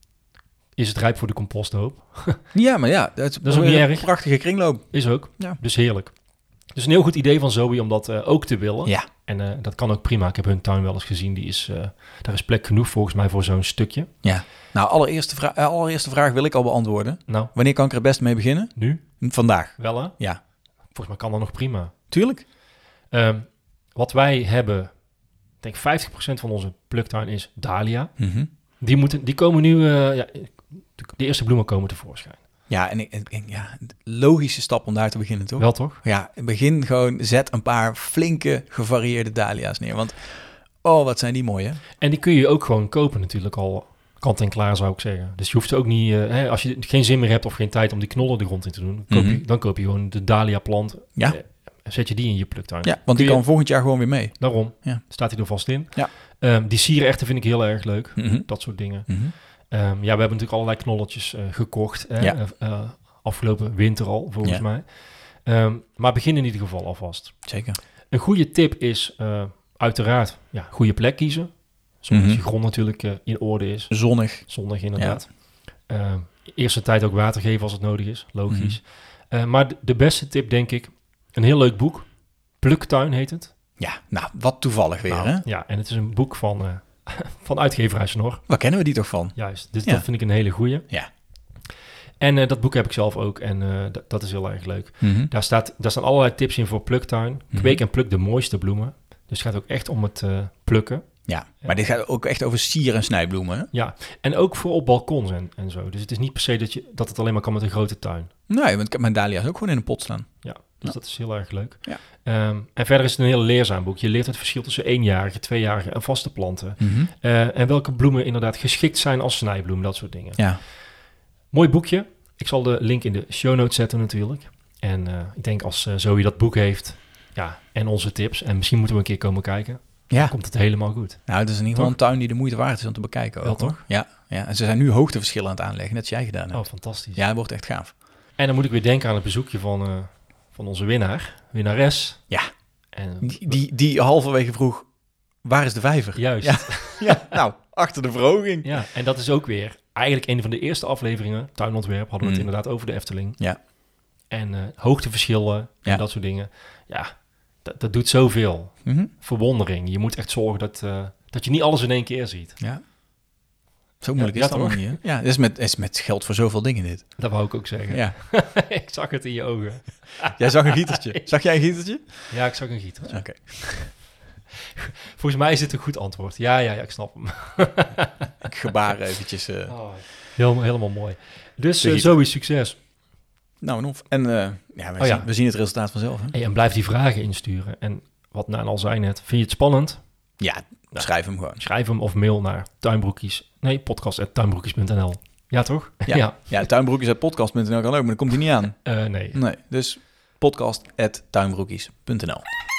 is het rijp voor de composthoop. Ja, maar ja, het Dat is ook niet een erg. prachtige kringloop. Is ook. Ja. Dus heerlijk. Dus een heel goed idee van Zoe om dat uh, ook te willen. Ja. En uh, dat kan ook prima. Ik heb hun tuin wel eens gezien. Die is, uh, daar is plek genoeg volgens mij voor zo'n stukje. Ja. Nou, allereerste, vra- uh, allereerste vraag wil ik al beantwoorden. Nou, Wanneer kan ik er het beste mee beginnen? nu? Vandaag. Wel hè? Ja. Volgens mij kan dat nog prima. Tuurlijk. Um, wat wij hebben, ik denk vijftig procent van onze pluktuin is dahlia. Mm-hmm. Die, moeten, die komen nu, uh, ja, de, de eerste bloemen komen tevoorschijn. Ja, en ik, ik, ja, logische stap om daar te beginnen, toch? Wel toch? Ja, begin gewoon, zet een paar flinke, gevarieerde dahlia's neer. Want, oh, wat zijn die mooi, hè? En die kun je ook gewoon kopen natuurlijk al kant en klaar, zou ik zeggen. Dus je hoeft ze ook niet, uh, hè, als je geen zin meer hebt of geen tijd om die knollen de grond in te doen, koop Mm-hmm. je, dan koop je gewoon de dahlia plant. Ja. Uh, zet je die in je pluktuin. Ja, want die Kun je- kan volgend jaar gewoon weer mee. Daarom Ja. staat hij er vast in. Ja. Um, die sierenechten vind ik heel erg leuk. Mm-hmm. Dat soort dingen. Mm-hmm. Um, ja, we hebben natuurlijk allerlei knolletjes uh, gekocht. Hè? Ja. Uh, uh, afgelopen winter al, volgens Ja. mij. Um, maar begin in ieder geval alvast. Zeker. Een goede tip is uh, uiteraard ja, goede plek kiezen. Zodat Mhm. je grond natuurlijk uh, in orde is. Zonnig. Zonnig inderdaad. Uh, eerste tijd ook water geven als het nodig is. Logisch. Uh, maar de, de beste tip denk ik, een heel leuk boek. Pluktuin heet het. Ja, nou, wat toevallig weer, Nou, hè? ja, en het is een boek van, uh, van uitgeverij Snor. Waar kennen we die toch van? Juist, dus Ja. dat vind ik een hele goeie. Ja. En uh, dat boek heb ik zelf ook en uh, d- dat is heel erg leuk. Mm-hmm. Daar, staat, daar staan allerlei tips in voor pluktuin. Kweek en pluk de mooiste bloemen. Dus het gaat ook echt om het uh, plukken. Ja, maar dit gaat ook echt over sier- en snijbloemen, hè? Ja, en ook voor op balkons en, en zo. Dus het is niet per se dat, je, dat het alleen maar kan met een grote tuin. Nee, want ik heb mijn dahlia's ook gewoon in een pot staan. Ja, dus Ja. dat is heel erg leuk. Ja. Um, en verder is het een heel leerzaam boek. Je leert het verschil tussen eenjarige, tweejarige en vaste planten. Mm-hmm. Uh, en welke bloemen inderdaad geschikt zijn als snijbloem, dat soort dingen. Ja. Mooi boekje. Ik zal de link in de show notes zetten natuurlijk. En uh, ik denk als uh, Zoe dat boek heeft, ja, en onze tips, en misschien moeten we een keer komen kijken, Ja. komt het helemaal goed. Nou, het is in ieder geval een tuin die de moeite waard is om te bekijken. Wel ook, hoor. toch? Ja, ja, en ze zijn nu hoogteverschillen aan het aanleggen, net als jij gedaan hebt. Oh, fantastisch. Ja, het wordt echt gaaf. En dan moet ik weer denken aan het bezoekje van, uh, van onze winnaar, winnares. Ja. En, Die, die, die halverwege vroeg, waar is de vijver? Juist. Ja, ja, nou, achter de verhoging. Ja, en dat is ook weer eigenlijk een van de eerste afleveringen, tuinontwerp, hadden we het Mm. inderdaad over de Efteling. Ja. En uh, hoogteverschillen en Ja. dat soort dingen. Ja, dat, dat doet zoveel. Mm-hmm. Verwondering. Je moet echt zorgen dat, uh, dat je niet alles in één keer ziet. Ja. Zo moeilijk Ja, is het ja, allemaal niet, hè? Ja, het is met, het is met geld voor zoveel dingen dit. Dat wou ik ook zeggen. Ja. Ik zag het in je ogen. Jij zag een gietertje. Zag jij een gietertje? Ja, ik zag een gieter. Oké. Volgens mij is dit een goed antwoord. Ja, ja, ja, ik snap hem. Ik gebaar eventjes. Uh... Oh, helemaal, helemaal mooi. Dus De uh, gieter. Zoe, succes. Nou, en, of, en uh, ja, we, Oh, ja. Zien, we zien het resultaat vanzelf. Hè? Hey, en blijf die vragen insturen. En wat Naan al zei net, vind je het spannend? Ja, schrijf hem gewoon. Schrijf hem of mail naar tuinbroekjes. Nee, podcast at tuinbroekjes punt n l. Ja, toch? Ja, ja. ja tuinbroekjes at podcast punt n l kan ook, maar dan komt hij niet aan. Uh, nee. Nee, dus podcast at tuinbroekjes punt n l.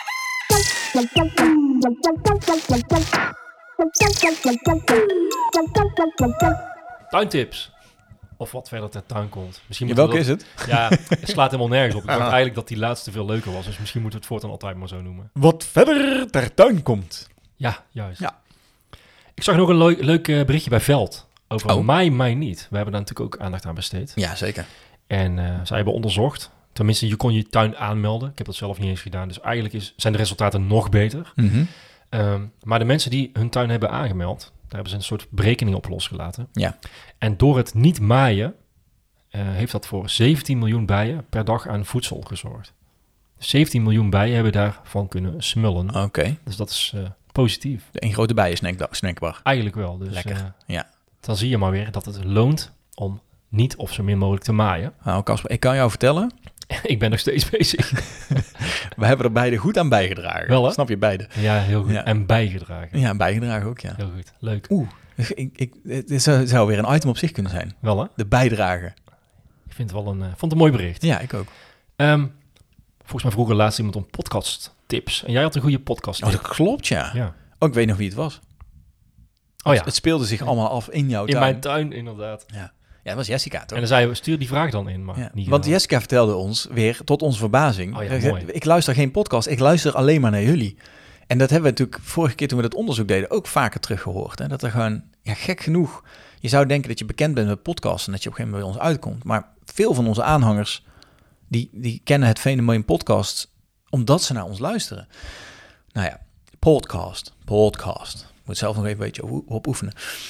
Tuintips. Of wat verder ter tuin komt. Misschien Ja, moeten welke we is dat- het? Ja, het slaat helemaal nergens op. Ik dacht Ah. eigenlijk dat die laatste veel leuker was. Dus misschien moeten we het voortaan altijd maar zo noemen. Wat verder ter tuin komt. Ja, juist. Ja. Ik zag nog een leuk, leuk uh, berichtje bij Veld. Over Oh. Mij, Mij Niet. We hebben daar natuurlijk ook aandacht aan besteed. Ja, zeker. En uh, zij hebben onderzocht, tenminste je kon je tuin aanmelden. Ik heb dat zelf niet eens gedaan, dus eigenlijk is, zijn de resultaten nog beter. Mm-hmm. Um, maar de mensen die hun tuin hebben aangemeld, daar hebben ze een soort berekening op losgelaten. Ja. En door het niet maaien, uh, heeft dat voor zeventien miljoen bijen per dag aan voedsel gezorgd. zeventien miljoen bijen hebben daarvan kunnen smullen. Oké. Okay. Dus dat is uh, positief. Een grote bijen-snackbar. Eigenlijk wel. Dus, lekker, uh, ja. Dan zie je maar weer dat het loont om niet of zo min mogelijk te maaien. Nou, Casper, ik kan jou vertellen... Ik ben nog steeds bezig. We hebben er beide goed aan bijgedragen. Wel, hè? Snap je, beide? Ja, heel goed. Ja. En bijgedragen. Ja, bijgedragen ook, ja. Heel goed. Leuk. Oeh, ik, ik, het zou, zou weer een item op zich kunnen zijn. Wel, hè? De bijdrage. Ik vind het wel een, uh, vond het een mooi bericht. Ja, ik ook. Um, volgens mij vroeg er laatst iemand om podcast tips. En jij had een goede podcast tip. Oh, dat klopt, ja. ja. Oh, ik weet nog wie het was. Oh ja. Het, het speelde zich allemaal af in jouw in tuin. In mijn tuin, inderdaad. Ja. Ja, dat was Jessica, toch? En dan zei je, stuur die vraag dan in, maar ja, niet want gedaan. Jessica vertelde ons weer, tot onze verbazing... Oh ja, mooi. Ik luister geen podcast, ik luister alleen maar naar jullie. En dat hebben we natuurlijk vorige keer toen we dat onderzoek deden ook vaker teruggehoord. Hè? Dat er gewoon, ja, gek genoeg... Je zou denken dat je bekend bent met podcasts en dat je op een gegeven moment bij ons uitkomt. Maar veel van onze aanhangers, die, die kennen het fenomeen podcast omdat ze naar ons luisteren. Nou ja, podcast, podcast. Ik moet zelf nog even een beetje op oefenen.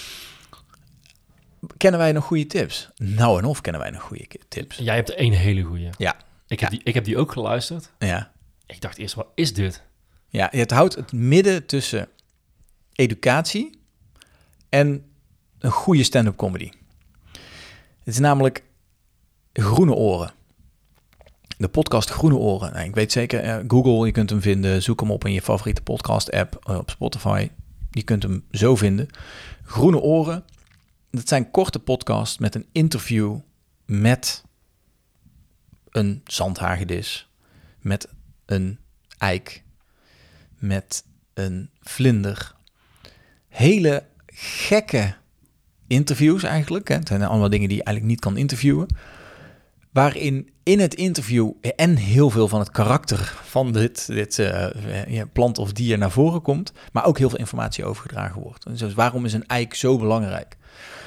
Kennen wij nog goede tips? Nou en of kennen wij nog goede tips? Jij hebt één hele goede. Ja. Ik heb, ja. Die, ik heb die ook geluisterd. Ja. Ik dacht eerst, wat is dit? Ja, het houdt het midden tussen educatie en een goede stand-up comedy. Het is namelijk Groene Oren. De podcast Groene Oren. Nou, ik weet zeker, uh, Google, je kunt hem vinden. Zoek hem op in je favoriete podcast-app, uh, op Spotify. Je kunt hem zo vinden. Groene Oren. Dat zijn korte podcasts met een interview met een zandhagedis, met een eik, met een vlinder. Hele gekke interviews eigenlijk. Hè. Het zijn allemaal dingen die je eigenlijk niet kan interviewen. Waarin in het interview en heel veel van het karakter van dit, dit uh, ja, plant of dier naar voren komt, maar ook heel veel informatie overgedragen wordt. Dus waarom is een eik zo belangrijk?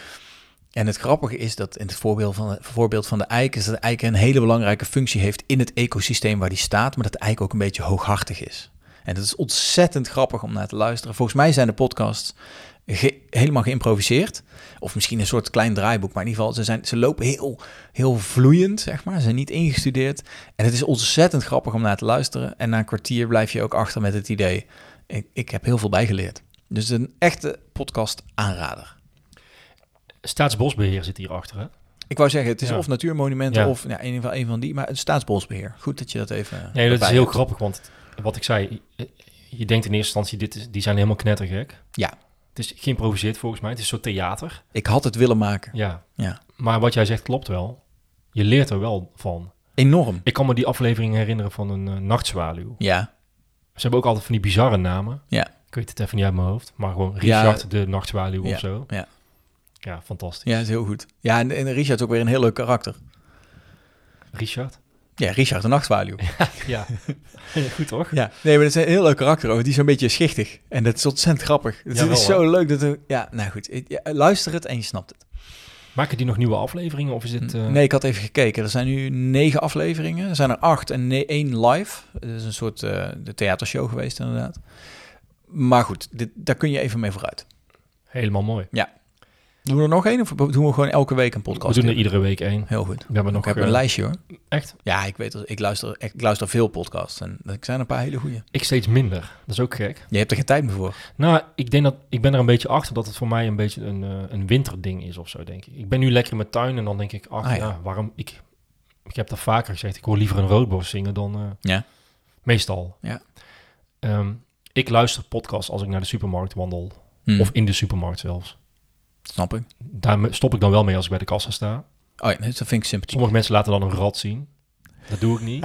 En het grappige is dat in het voorbeeld van de, voorbeeld van de eik is dat de eik een hele belangrijke functie heeft in het ecosysteem waar die staat, maar dat de eik ook een beetje hooghartig is. En dat is ontzettend grappig om naar te luisteren. Volgens mij zijn de podcasts ge- helemaal geïmproviseerd. Of misschien een soort klein draaiboek. Maar in ieder geval, ze, zijn, ze lopen heel, heel vloeiend, zeg maar. Ze zijn niet ingestudeerd. En het is ontzettend grappig om naar te luisteren. En na een kwartier blijf je ook achter met het idee, ik, ik heb heel veel bijgeleerd. Dus een echte podcast aanrader. Staatsbosbeheer zit hierachter, hè? Ik wou zeggen, het is ja. of natuurmonumenten ja. of ja, in ieder geval een van die. Maar het Staatsbosbeheer. Goed dat je dat even... Nee, dat is heel hebt. grappig, want wat ik zei, je denkt in eerste instantie, dit is, die zijn helemaal knettergek. Ja. Het is geïmproviseerd volgens mij, het is zo theater. Ik had het willen maken. Ja. ja. Maar wat jij zegt klopt wel. Je leert er wel van. Enorm. Ik kan me die aflevering herinneren van een uh, nachtzwaluw. Ja. Ze hebben ook altijd van die bizarre namen. Ja. Ik weet het even niet uit mijn hoofd, maar gewoon Richard ja. de nachtzwaluw ja. of zo. Ja. Ja, fantastisch. Ja, dat is heel goed. Ja, en, en Richard is ook weer een heel leuk karakter. Richard? Ja, Richard de nachtzwaluw. Ja, goed toch? Ja, nee, maar dat is een heel leuk karakter ook. Die is zo'n beetje schichtig. En dat is ontzettend grappig. Het ja, is wel, zo hè? leuk dat er... Ja, nou goed. Ja, luister het en je snapt het. Maken die nog nieuwe afleveringen of is dit... Uh... Nee, ik had even gekeken. Er zijn nu negen afleveringen. Er zijn er acht en ne- één live. Het is een soort uh, de theatershow geweest inderdaad. Maar goed, dit, daar kun je even mee vooruit. Helemaal mooi. Ja. Doen we er nog één of doen we gewoon elke week een podcast? We doen er iedere week één. Heel goed. We hebben nog, ik heb uh, een lijstje hoor. Echt? Ja, ik weet ik luister, ik luister veel podcasts en er zijn een paar hele goeie. Ik steeds minder. Dat is ook gek. Je hebt er geen tijd meer voor. Nou, ik denk dat ik ben er een beetje achter dat het voor mij een beetje een, uh, een winterding is of zo, denk ik. Ik ben nu lekker in mijn tuin en dan denk ik, ach ah, ja. ja, waarom... Ik, ik heb dat vaker gezegd, ik hoor liever een roodborst zingen dan... Uh, ja. Meestal. Ja. Um, ik luister podcasts als ik naar de supermarkt wandel. Hmm. Of in de supermarkt zelfs. Snap ik. Daar stop ik dan wel mee als ik bij de kassa sta. Oh ja, dat vind ik sympathiek. Sommige mensen laten dan een rat zien. Dat doe ik niet.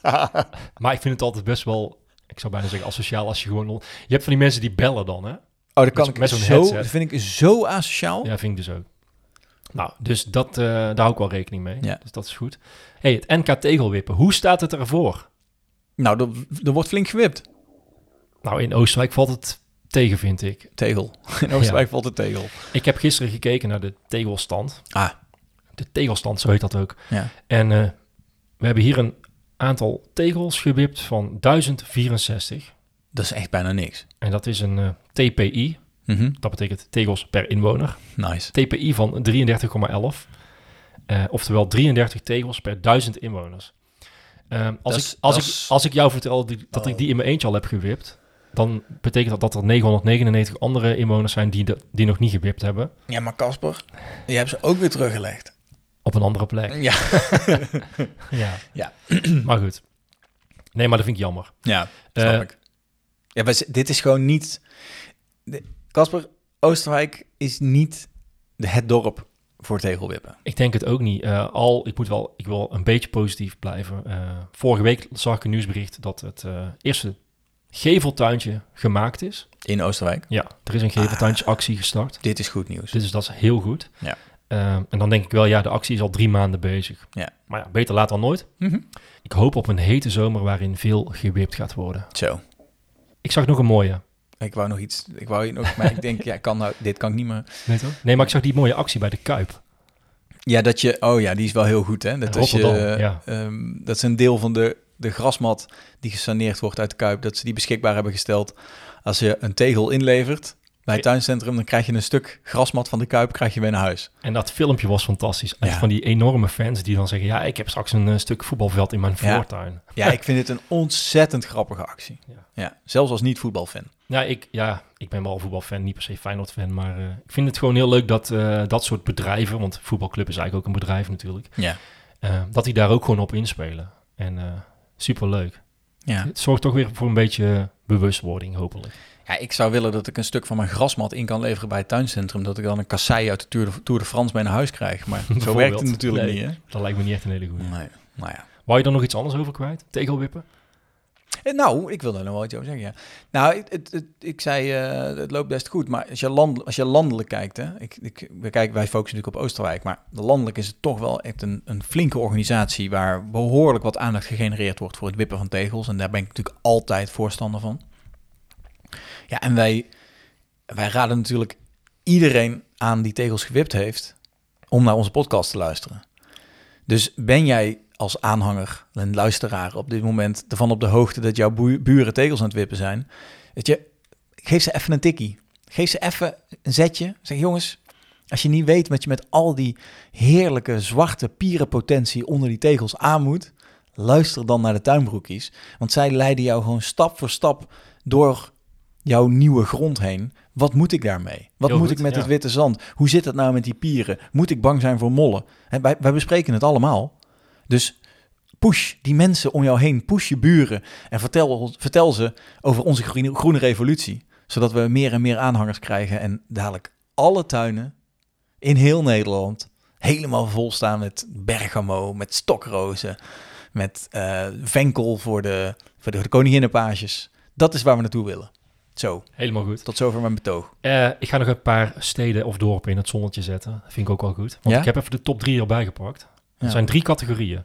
Maar ik vind het altijd best wel, ik zou bijna zeggen asociaal als je gewoon... Je hebt van die mensen die bellen dan, hè? Oh, dat kan met, ik met zo'n zo, headset. dat vind ik zo asociaal. Ja, vind ik dus ook. Nou, dus dat, uh, daar hou ik wel rekening mee. Ja. Dus dat is goed. Hey, het N K tegelwippen. Hoe staat het ervoor? Nou, er, er wordt flink gewipt. Nou, in Oostenrijk valt het tegen, vind ik. Tegel. In Oostenrijk ja. valt het tegel. Ik heb gisteren gekeken naar de tegelstand. Ah. de tegelstand, zo heet dat ook. Ja. En uh, we hebben hier een aantal tegels gewipt van duizend vierenzestig. Dat is echt bijna niks. En dat is een uh, T P I. Mm-hmm. Dat betekent tegels per inwoner. Nice. T P I van drieëndertig komma elf. Uh, oftewel drieëndertig tegels per duizend inwoners. Uh, als, is, ik, als, ik, is... als ik jou vertel die, dat oh. ik die in mijn eentje al heb gewipt, dan betekent dat dat er negenhonderdnegenennegentig andere inwoners zijn die, de, die nog niet gewipt hebben. Ja, maar Casper, je hebt ze ook weer teruggelegd. Op een andere plek. Ja. ja. ja. Maar goed. Nee, maar dat vind ik jammer. Ja, snap uh, ik. Ja, maar dit is gewoon niet... Casper, Oosterwijk is niet het dorp voor tegelwippen. Ik denk het ook niet. Uh, al, ik moet wel, ik wil een beetje positief blijven. Uh, vorige week zag ik een nieuwsbericht dat het uh, eerste geveltuintje gemaakt is. In Oosterwijk? Ja, er is een geveltuintjesactie gestart. Dit is goed nieuws. Dus dat is heel goed. Ja. Uh, en dan denk ik wel, ja, de actie is al drie maanden bezig. Ja. Maar ja, beter laat dan nooit. Mm-hmm. Ik hoop op een hete zomer waarin veel gewipt gaat worden. Zo. Ik zag nog een mooie. Ik wou nog iets, ik wou nog, maar ik denk, ja, kan nou, dit kan ik niet meer. Nee, toch? Nee, maar ik zag die mooie actie bij de Kuip. Ja, dat je, oh ja, die is wel heel goed, hè? Dat Rotterdam, je, ja. Um, dat is een deel van de, de grasmat die gesaneerd wordt uit de Kuip, dat ze die beschikbaar hebben gesteld. Als je een tegel inlevert bij het tuincentrum, dan krijg je een stuk grasmat van de Kuip, krijg je weer naar huis. En dat filmpje was fantastisch. Echt Ja. van die enorme fans die dan zeggen, ja, ik heb straks een uh, stuk voetbalveld in mijn Ja. voortuin. Ja, ik vind het een ontzettend grappige actie. Ja. Ja, zelfs als niet-voetbalfan. Ja, ik, ja, ik ben wel voetbalfan, niet per se Feyenoord-fan, maar uh, ik vind het gewoon heel leuk dat uh, dat soort bedrijven, want voetbalclub is eigenlijk ook een bedrijf natuurlijk, Ja. uh, dat die daar ook gewoon op inspelen. En uh, superleuk. Ja. Het zorgt toch weer voor een beetje bewustwording, hopelijk. Ja, ik zou willen dat ik een stuk van mijn grasmat in kan leveren bij het tuincentrum, dat ik dan een kassei uit de Tour de, Tour de France mee naar huis krijg. Maar zo werkt het natuurlijk nee, niet, hè? Dat lijkt me niet echt een hele goede. Nee, nou ja. Wou je er nog iets anders over kwijt? Tegelwippen? Eh, Nou, ik wil daar nog wel iets over zeggen, ja. Nou, het, het, het- ik zei, eh, het loopt best goed, maar als je, land, als je landelijk kijkt, hè, ik, ik, we kijken, wij focussen natuurlijk op Oosterwijk, maar landelijk is het toch wel echt een, een flinke organisatie waar behoorlijk wat aandacht gegenereerd wordt voor het wippen van tegels. En daar ben ik natuurlijk altijd voorstander van. Ja, en wij, wij raden natuurlijk iedereen aan die tegels gewipt heeft om naar onze podcast te luisteren. Dus ben jij als aanhanger en luisteraar op dit moment ervan op de hoogte dat jouw bu- buren tegels aan het wippen zijn, weet je, geef ze even een tikkie. Geef ze even een zetje. Zeg, jongens, als je niet weet wat je met al die heerlijke zwarte pierenpotentie onder die tegels aan moet, luister dan naar de tuinbroekies. Want zij leiden jou gewoon stap voor stap door jouw nieuwe grond heen. Wat moet ik daarmee? Wat Heel moet goed, ik met ja. het witte zand? Hoe zit het nou met die pieren? Moet ik bang zijn voor mollen? Hè, wij, wij bespreken het allemaal. Dus push die mensen om jou heen. Push je buren. En vertel, vertel ze over onze groene, groene revolutie. Zodat we meer en meer aanhangers krijgen. En dadelijk alle tuinen in heel Nederland helemaal vol staan met bergamo, met stokrozen, met uh, venkel voor de, voor de koninginnenpages. Dat is waar we naartoe willen. Zo, Helemaal goed. tot zover mijn betoog. Uh, ik ga nog een paar steden of dorpen in het zonnetje zetten. Dat vind ik ook wel goed. Want Ja? ik heb even de top drie erbij gepakt. Er Ja. zijn drie categorieën.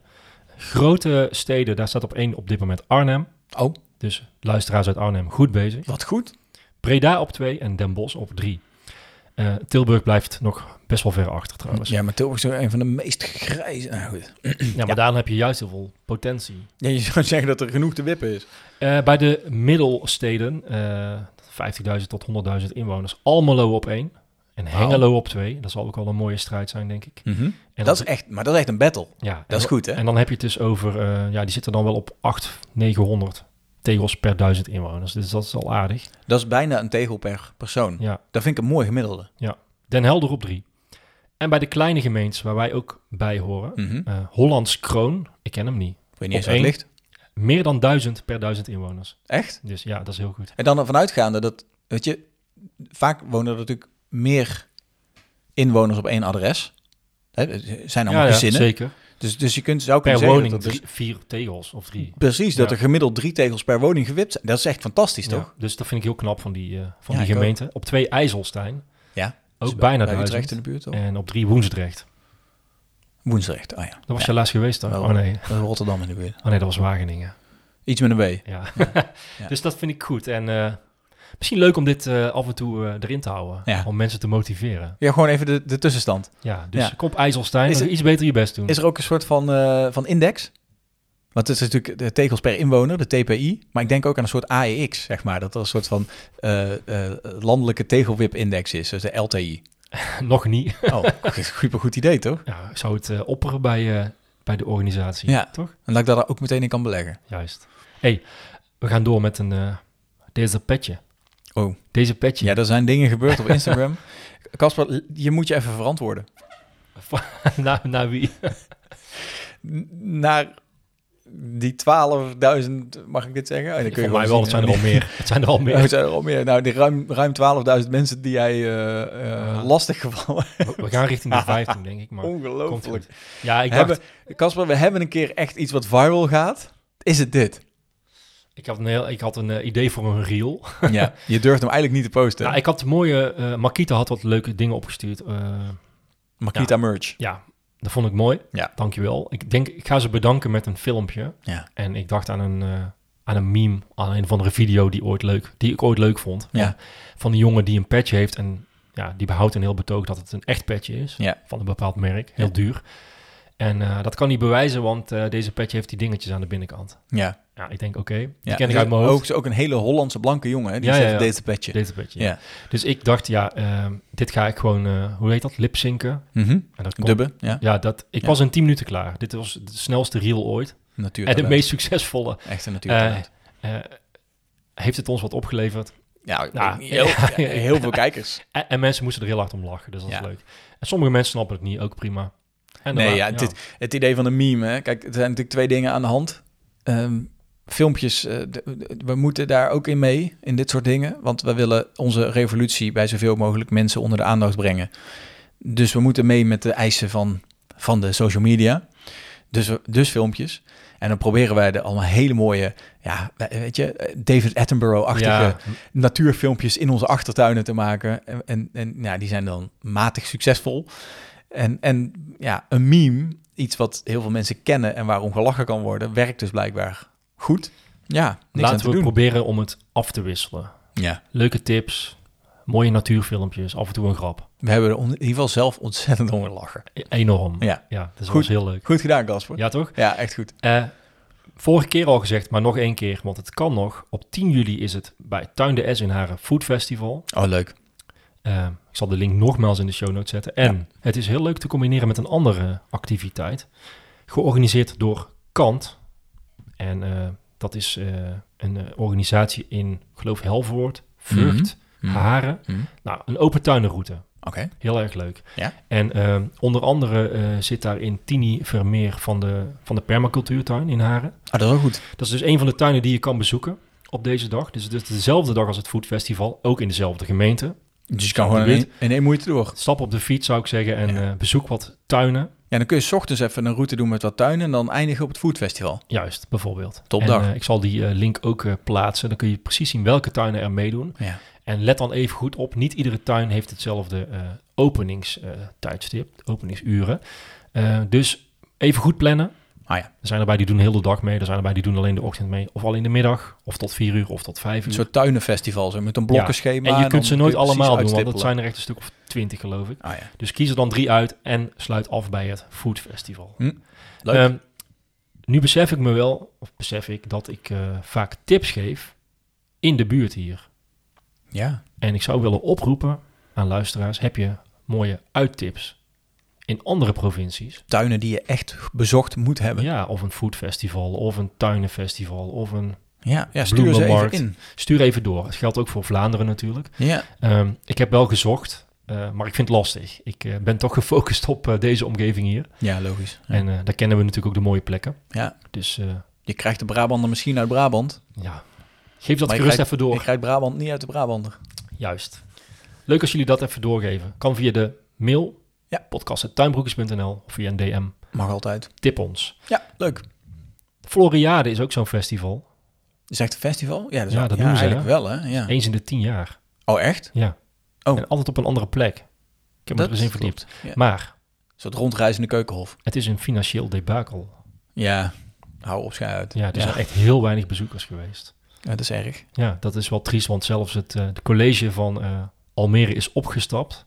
Grote steden, daar staat op één op dit moment Arnhem. Oh, Dus luisteraars uit Arnhem, goed bezig. wat goed. Breda op twee en Den Bosch op drie. Uh, Tilburg blijft nog best wel ver achter trouwens. Ja, Ja, maar Tilburg is een van de meest grijze... Nou goed. maar daarom heb je juist heel veel potentie. Ja, je zou zeggen dat er genoeg te wippen is. Uh, bij de middelsteden, uh, vijftigduizend tot honderdduizend inwoners, Almelo op één. En Hengelo op twee. Dat zal ook wel een mooie strijd zijn, denk ik. Mm-hmm. En Dat is echt, maar dat is echt een battle. ja, Dat is en, goed, hè? En dan heb je het dus over, uh, ja, die zitten dan wel op acht, negenhonderd tegels per duizend inwoners. Dus dat is al aardig. Dat is bijna een tegel per persoon. Ja, Dat vind ik een mooi gemiddelde. ja. Den Helder op drie. En bij de kleine gemeentes waar wij ook bij horen, Mm-hmm. uh, Hollands Kroon, ik ken hem niet. Ik weet niet eens Op waar het één. ligt. Meer dan duizend per duizend inwoners. Echt? Dus ja, dat is heel goed. En dan ervan uitgaande dat, weet je, vaak wonen er natuurlijk meer inwoners op één adres. Hè, het zijn allemaal ja, ja, gezinnen. zeker. Dus, dus je kunt, zou Per kunnen zeggen woning dat er drie, vier tegels of drie. precies, dat Ja. er gemiddeld drie tegels per woning gewipt zijn. Dat is echt fantastisch, Ja, toch? dus dat vind ik heel knap van die, uh, van Ja, die ik gemeente. Op twee IJsselstein, Ja. ook Dus bijna bij duizend. Utrecht in de buurt, toch? En op drie Woensdrecht. Woensdrecht, oh ja. Dat was Ja, je laatst geweest dan? Wel. Oh nee. dat is Rotterdam in de buurt. Oh nee, dat was Wageningen. Iets met een W. Ja. Ja. Dus dat vind ik goed. En uh, Misschien leuk om dit uh, af en toe uh, erin te houden. Ja. Om mensen te motiveren. Ja, gewoon even de, de tussenstand. Ja, dus Ja. kom op IJsselstein. Is er- iets beter je best doen. Is er ook een soort van, uh, van index? Want het is natuurlijk de tegels per inwoner, de T P I. Maar ik denk ook aan een soort A E X, zeg maar. Dat er een soort van uh, uh, landelijke tegelwip-index is. Dus de L T I. Nog niet. Oh, super goed idee, toch? Ja, ik zou het uh, opperen bij, uh, bij de organisatie. Ja. Toch? En dat ik daar ook meteen in kan beleggen. Juist. Hey, we gaan door met een... Uh, deze petje. Oh. Deze petje. Ja, er zijn dingen gebeurd op Instagram. Casper, je moet je even verantwoorden. naar, naar wie? Naar die twaalfduizend, mag ik dit zeggen? Oh, dan kun je voor mij wel, het zijn er al meer. Het zijn er al meer. Oh, het zijn er al meer. Nou, die ruim, ruim twaalfduizend mensen die jij uh, uh, ja. lastig gevallen. We gaan richting de vijftien, denk ik. Maar ongelooflijk. Ja, ik dacht... dacht... Casper, we hebben een keer echt iets wat viral gaat. Is het dit? Ik had een, heel, ik had een uh, idee voor een reel. Ja, je durft hem eigenlijk niet te posten. Nou, ik had mooie... Uh, Makita had wat leuke dingen opgestuurd. Uh, Makita ja, merch. Ja, dat vond ik mooi. Ja. Dankjewel. Ik denk, ik ga ze bedanken met een filmpje. Ja. En ik dacht aan een, uh, aan een meme, aan een of andere video die, ooit leuk, die ik ooit leuk vond. Ja. Van, van die jongen die een patch heeft en ja, die behoudt een heel betoog dat het een echt patchje is. Ja. Van een bepaald merk, heel ja. duur. En uh, dat kan niet bewijzen, want uh, deze patch heeft die dingetjes aan de binnenkant. Ja. Ja, ik denk, oké, okay, die ja, ken ik uit mijn hoofd. Ook, ook een hele Hollandse blanke jongen, hè? Die ja, zegt ja, ja. deze petje. Deze petje, ja. ja. Dus ik dacht, ja, uh, dit ga ik gewoon, uh, hoe heet dat, lipzinken. Mm-hmm. En dat kon, Dubben, ja. Ja, dat, ik ja. was in tien minuten klaar. Dit was de snelste reel ooit. Natuurlijk. En de meest succesvolle. Echt een natuurlijk. Uh, uh, heeft het ons wat opgeleverd? Ja, nou, heel, ja, heel veel kijkers. En, en mensen moesten er heel hard om lachen, dus dat is ja. leuk. En sommige mensen snappen het niet, ook prima. En nee, waar, ja, ja. Dit, het idee van een meme, hè. Kijk, er zijn natuurlijk twee dingen aan de hand. Um, filmpjes, uh, de, de, we moeten daar ook in mee, in dit soort dingen. Want we willen onze revolutie bij zoveel mogelijk mensen onder de aandacht brengen. Dus we moeten mee met de eisen van, van de social media. Dus, dus filmpjes. En dan proberen wij er allemaal hele mooie, ja, weet je, David Attenborough-achtige ja. natuurfilmpjes in onze achtertuinen te maken. En, en, en ja, die zijn dan matig succesvol. En, en ja, een meme, iets wat heel veel mensen kennen en waarom gelachen kan worden, werkt dus blijkbaar goed. Ja, niks Laten aan te we doen. proberen om het af te wisselen. Ja. Leuke tips, mooie natuurfilmpjes, af en toe een grap. We hebben er in ieder geval zelf ontzettend om gelachen. Enorm. Ja, ja dat goed, was heel leuk. Goed gedaan, Casper. Ja, toch? Ja, echt goed. Uh, vorige keer al gezegd, maar nog één keer, want het kan nog. Op tien juli is het bij Tuin de S in Haren Food Festival. Oh, leuk. Uh, ik zal de link nogmaals in de show notes zetten. En ja. het is heel leuk te combineren met een andere activiteit. Georganiseerd door Kant. En uh, dat is uh, een uh, organisatie in, geloof ik, Helvoort, Vught, mm-hmm. Haren. Mm-hmm. Nou, een open tuinenroute. Oké. Okay. Heel erg leuk. Ja. En uh, onder andere uh, zit daarin Tini Vermeer van de, van de permacultuurtuin in Haren. Ah, dat is wel goed. Dat is dus een van de tuinen die je kan bezoeken op deze dag. Dus het is dezelfde dag als het Food Festival, ook in dezelfde gemeente. Dus je kan gewoon in, in één moeite door. Stap op de fiets, zou ik zeggen, en ja. uh, bezoek wat tuinen. Ja, dan kun je 's ochtends even een route doen met wat tuinen en dan eindigen op het foodfestival. Juist, bijvoorbeeld. Topdag. En uh, ik zal die uh, link ook uh, plaatsen. Dan kun je precies zien welke tuinen er meedoen. Ja. En let dan even goed op, niet iedere tuin heeft hetzelfde uh, openingstijdstip, uh, openingsuren. Uh, dus even goed plannen. Ah, ja. Er zijn erbij die doen de hele dag mee. Er zijn erbij die doen alleen de ochtend mee. Of al in de middag. Of tot vier uur. Of tot vijf uur. Een soort tuinenfestival. Zo met een blokkenschema. Ja. En je kunt ze nooit allemaal doen. Want dat zijn zijn er echt een stuk of twintig, geloof ik. Ah, ja. Dus kies er dan drie uit. En sluit af bij het Food Festival. Hm. Leuk. Um, nu besef ik me wel. Of besef ik dat ik uh, vaak tips geef. In de buurt hier. Ja. En ik zou willen oproepen aan luisteraars. Heb je mooie uittips in andere provincies? Tuinen die je echt bezocht moet hebben. Ja, of een foodfestival, of een tuinenfestival, of een ja, ja, stuur ze even in. Stuur even door. Het geldt ook voor Vlaanderen natuurlijk. Ja. Um, ik heb wel gezocht, uh, maar ik vind het lastig. Ik uh, ben toch gefocust op uh, deze omgeving hier. Ja, logisch. Ja. En uh, daar kennen we natuurlijk ook de mooie plekken. Ja. Dus uh, je krijgt de Brabander misschien uit Brabant. Ja. Geef dat maar gerust krijgt, even door. Je krijgt Brabant niet uit de Brabander. Juist. Leuk als jullie dat even doorgeven. Kan via de mail. Ja. podcast punt tuinbroekjes punt n l of via een D M. Mag altijd. Tip ons. Ja, leuk. Floriade is ook zo'n festival. Is echt een festival? Ja, dat, is ja, wel, dat ja, doen ze eigenlijk hè? wel, hè? Ja. Eens in de tien jaar. Oh, echt? Ja. Oh. En altijd op een andere plek. Ik heb me er eens in verdiept. Ja. Maar. Een soort rondreizende keukenhof. Het is een financieel debakel. Ja, hou op schij uit. Ja, er ja. zijn echt heel weinig bezoekers geweest. Ja, dat is erg. Ja, dat is wel triest, want zelfs het uh, de college van uh, Almere is opgestapt.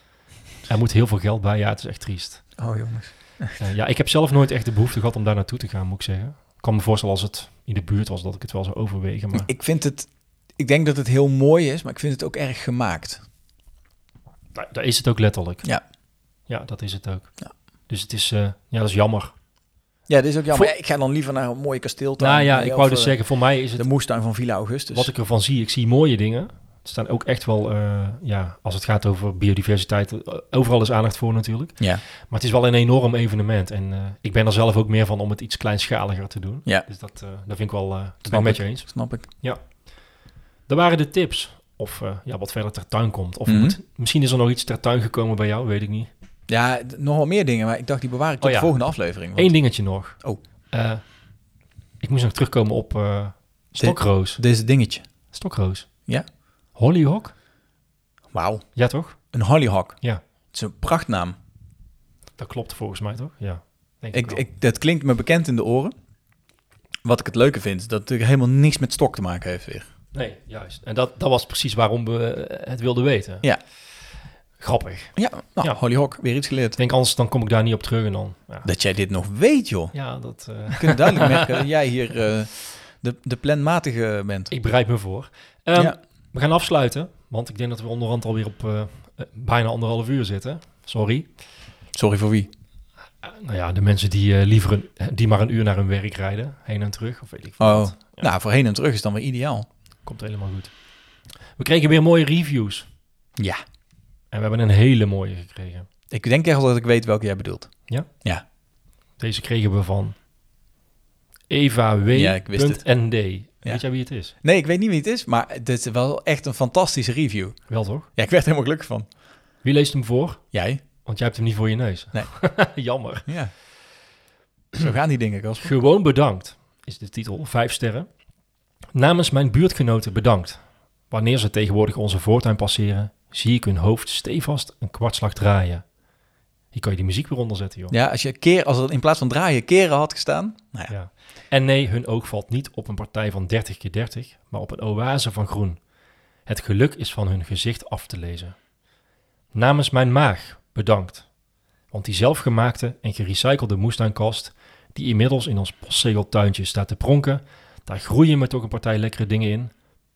Er moet heel veel geld bij. Ja, het is echt triest. Oh, jongens. Uh, ja, ik heb zelf nooit echt de behoefte gehad om daar naartoe te gaan, moet ik zeggen. Ik kan me voorstellen als het in de buurt was dat ik het wel zou overwegen. Maar... Ik vind het... Ik denk dat het heel mooi is, maar ik vind het ook erg gemaakt. Daar, daar is het ook letterlijk. Ja. Ja, dat is het ook. Ja. Dus het is... Uh, ja, dat is jammer. Ja, dat is ook jammer. Voor... Ja, ik ga dan liever naar een mooie kasteeltuin. Nou ja, ik wou dus uh, zeggen, voor mij is het... De moestuin van Villa Augustus. Wat ik ervan zie, ik zie mooie dingen. Er staan ook echt wel... Uh, ja, als het gaat over biodiversiteit... Uh, overal is aandacht voor natuurlijk. Ja. Maar het is wel een enorm evenement. En uh, ik ben er zelf ook meer van om het iets kleinschaliger te doen. Ja. Dus dat, uh, dat vind ik wel... Uh, dat ben ik met je eens. Snap ik. Ja. Dat waren de tips. Of uh, ja, wat verder ter tuin komt. Of mm-hmm. moet, misschien is er nog iets ter tuin gekomen bij jou, weet ik niet. Ja, nog wel meer dingen, maar ik dacht die bewaar ik tot oh, ja. de volgende aflevering. Want... Eén dingetje nog. Oh. Uh, ik moest nog terugkomen op uh, stokroos. De, deze dingetje. Stokroos. Ja. Hollyhock? Wauw. Ja, toch? Een hollyhock. Ja. Het is een prachtnaam. Dat klopt volgens mij, toch? Ja. Denk ik, ik ik, dat klinkt me bekend in de oren. Wat ik het leuke vind, is dat het helemaal niks met stok te maken heeft weer. Nee, juist. En dat, dat was precies waarom we het wilden weten. Ja. Grappig. Ja, nou, ja. hollyhock, weer iets geleerd. Ik denk anders, dan kom ik daar niet op terug en dan... Ja. Dat jij dit nog weet, joh. Ja, dat... Uh... Je kunt duidelijk merken dat jij hier uh, de, de planmatige bent. Ik bereid me voor. Um, ja. We gaan afsluiten, want ik denk dat we onderhand alweer op uh, bijna anderhalf uur zitten. Sorry. Sorry voor wie? Uh, nou ja, de mensen die uh, liever een, die maar een uur naar hun werk rijden, heen en terug, of weet ik veel. Oh, wat. Ja. Nou, voor heen en terug is dan weer ideaal. Komt helemaal goed. We kregen weer mooie reviews. Ja. En we hebben een hele mooie gekregen. Ik denk echt dat ik weet welke jij bedoelt. Ja? Ja. Deze kregen we van Eva W. Ja, ik wist het. N D. Ja. Weet jij wie het is? Nee, ik weet niet wie het is, maar het is wel echt een fantastische review. Wel toch? Ja, ik werd er helemaal gelukkig van. Wie leest hem voor? Jij. Want jij hebt hem niet voor je neus. Nee. Jammer. Ja. Zo gaan die dingen, Kasper. Gewoon bedankt, is de titel. Vijf sterren. Namens mijn buurtgenoten bedankt. Wanneer ze tegenwoordig onze voortuin passeren, zie ik hun hoofd stevast een kwartslag draaien. Hier kan je die muziek weer onder zetten, joh. Ja, als je keer, als het in plaats van draaien keren had gestaan. Nou ja. Ja. En nee, hun oog valt niet op een partij van dertig keer dertig, maar op een oase van groen. Het geluk is van hun gezicht af te lezen. Namens mijn maag bedankt. Want die zelfgemaakte en gerecyclede moestuinkast, die inmiddels in ons postzegeltuintje staat te pronken, daar groeien me toch een partij lekkere dingen in.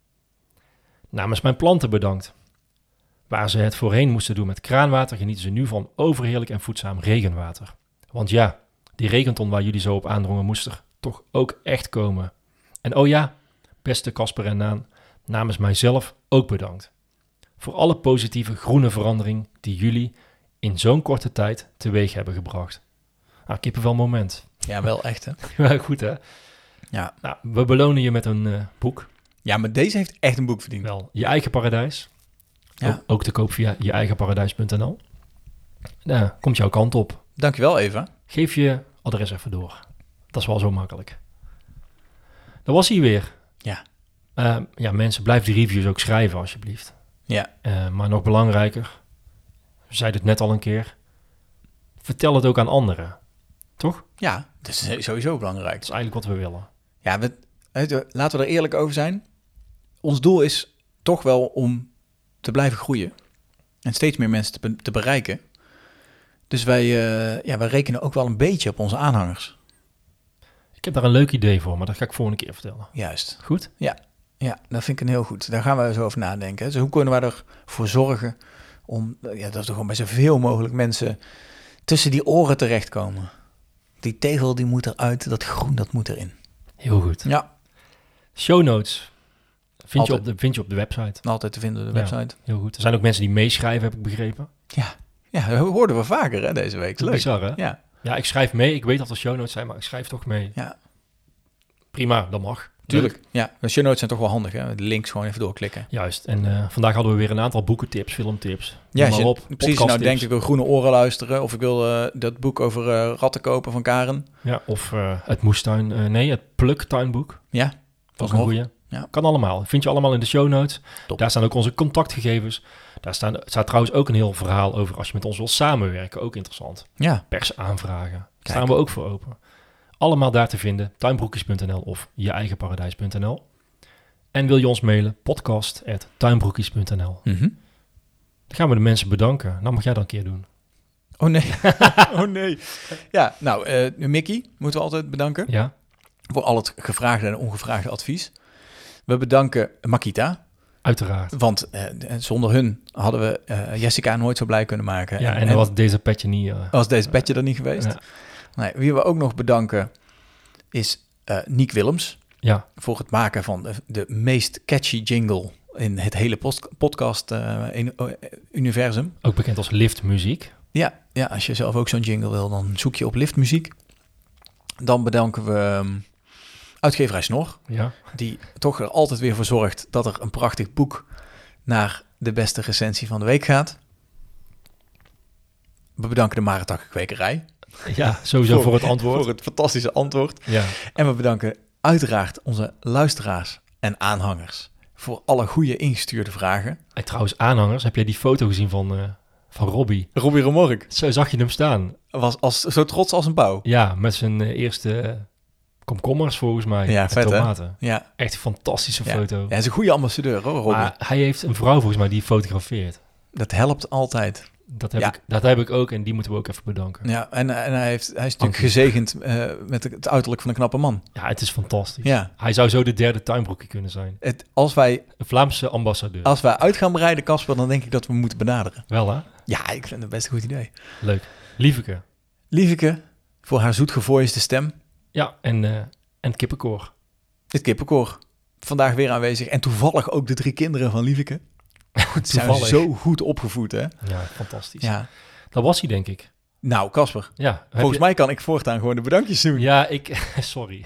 Namens mijn planten bedankt. Waar ze het voorheen moesten doen met kraanwater, genieten ze nu van overheerlijk en voedzaam regenwater. Want ja, die regenton waar jullie zo op aandrongen moest er toch ook echt komen. En oh ja, beste Casper en Naan, namens mijzelf ook bedankt. Voor alle positieve groene verandering die jullie in zo'n korte tijd teweeg hebben gebracht. Nou, kippenvel moment. Ja, wel echt, hè? Ja, goed, hè? Ja. Nou, we belonen je met een uh, boek. Ja, maar deze heeft echt een boek verdiend. Wel, Je Eigen Paradijs. Ja. Ook, ook te koop via je eigen paradijs punt n l. Nou, komt jouw kant op. Dankjewel, Eva. Geef je adres even door. Dat is wel zo makkelijk. Dat was hij weer. Ja. Uh, ja, mensen, blijf die reviews ook schrijven, alsjeblieft. Ja. Uh, maar nog belangrijker, we zeiden het net al een keer, vertel het ook aan anderen. Toch? Ja, dat is sowieso belangrijk. Dat is eigenlijk wat we willen. Ja, we, laten we er eerlijk over zijn. Ons doel is toch wel om te blijven groeien. En steeds meer mensen te, be- te bereiken. Dus wij, uh, ja, wij rekenen ook wel een beetje op onze aanhangers. Ik heb daar een leuk idee voor, maar dat ga ik volgende keer vertellen. Juist. Goed? Ja, ja, dat vind ik een heel goed. Daar gaan we zo over nadenken. Dus hoe kunnen wij ervoor zorgen om ja, dat er gewoon bij zoveel mogelijk mensen tussen die oren terechtkomen. Die tegel die moet eruit, dat groen dat moet erin. Heel goed. Ja. Show notes vind je, Altijd. op de, vind je op de website. Altijd te vinden op de Ja, website. heel goed. Er zijn ook mensen die meeschrijven, heb ik begrepen. Ja, ja dat hoorden we vaker hè, deze week. Leuk. Bizar, hè? Ja. Ja, ik schrijf mee. Ik weet dat er show notes zijn, maar ik schrijf toch mee. Ja. Prima, dat mag. Tuurlijk. Ja, de show notes zijn toch wel handig, hè? De links gewoon even doorklikken. Juist. En uh, vandaag hadden we weer een aantal boekentips, filmtips. Ja, Noem maar op. precies. Nou denk ik, ik wil Groene Oren luisteren. Of ik wil uh, dat boek over uh, ratten kopen van Karen. Ja, of uh, het moestuin... Uh, nee, het pluktuinboek. Ja. Dat is een goeie. Ja. Kan allemaal. Vind je allemaal in de show notes. Top. Daar staan ook onze contactgegevens. Daar staan, staat trouwens ook een heel verhaal over als je met ons wil samenwerken. Ook interessant. Ja. Persaanvragen. Daar Kijk. staan we ook voor open. Allemaal daar te vinden. tuinbroekjes punt n l of je eigen paradijs punt n l. En wil je ons mailen? podcast at tuinbroekies punt n l. Mm-hmm. Dan gaan we de mensen bedanken. Nou mag jij dat een keer doen. Oh nee. oh nee. Ja, nou, uh, Mickey moeten we altijd bedanken. Ja. Voor al het gevraagde en ongevraagde advies. We bedanken Makita. Uiteraard. Want uh, zonder hun hadden we uh, Jessica nooit zo blij kunnen maken. Ja, en, en dan was deze petje niet... Uh, was deze petje er niet geweest. Ja. Nee, wie we ook nog bedanken is uh, Niek Willems. Ja. Voor het maken van de, de meest catchy jingle in het hele post, podcast uh, in, uh, universum. Ook bekend als liftmuziek. Ja, ja, als je zelf ook zo'n jingle wil, dan zoek je op liftmuziek. Dan bedanken we um, uitgeverij Snor. Ja. Die toch er altijd weer voor zorgt dat er een prachtig boek naar de beste recensie van de week gaat. We bedanken de Maretak Kwekerij. Ja, sowieso voor, voor het antwoord. Voor het fantastische antwoord. Ja. En we bedanken uiteraard onze luisteraars en aanhangers voor alle goede ingestuurde vragen. En trouwens, aanhangers, heb jij die foto gezien van, uh, van Robbie? Robbie Remork. Zo zag je hem staan. Was als, zo trots als een pauw. Ja, met zijn uh, eerste uh, komkommers volgens mij. Ja, vet tomaten. Hè? Ja. Echt een fantastische ja. foto. Ja, hij is een goede ambassadeur hoor, Robbie. Maar hij heeft een vrouw volgens mij die fotografeert. Dat helpt altijd. Dat heb, ja. ik, dat heb ik ook en die moeten we ook even bedanken. Ja, en, en hij, heeft, hij is natuurlijk gezegend uh, met het uiterlijk van een knappe man. Ja, het is fantastisch. Ja. Hij zou zo de derde tuinbroekie kunnen zijn. Het, als wij... Een Vlaamse ambassadeur. Als wij uit gaan bereiden, Casper, dan denk ik dat we moeten benaderen. Wel hè? Ja, ik vind het best een goed idee. Leuk. Lieveke. Lieveke, voor haar zoetgevoiste stem. Ja, en, uh, en het kippenkoor. Het kippenkoor. Vandaag weer aanwezig. En toevallig ook de drie kinderen van Lieveke. Goed, zijn zo goed opgevoed, hè? Ja, fantastisch. Ja. Dat was hij, denk ik. Nou, Casper. Ja. Volgens je... mij kan ik voortaan gewoon de bedankjes doen. Ja, ik... Sorry.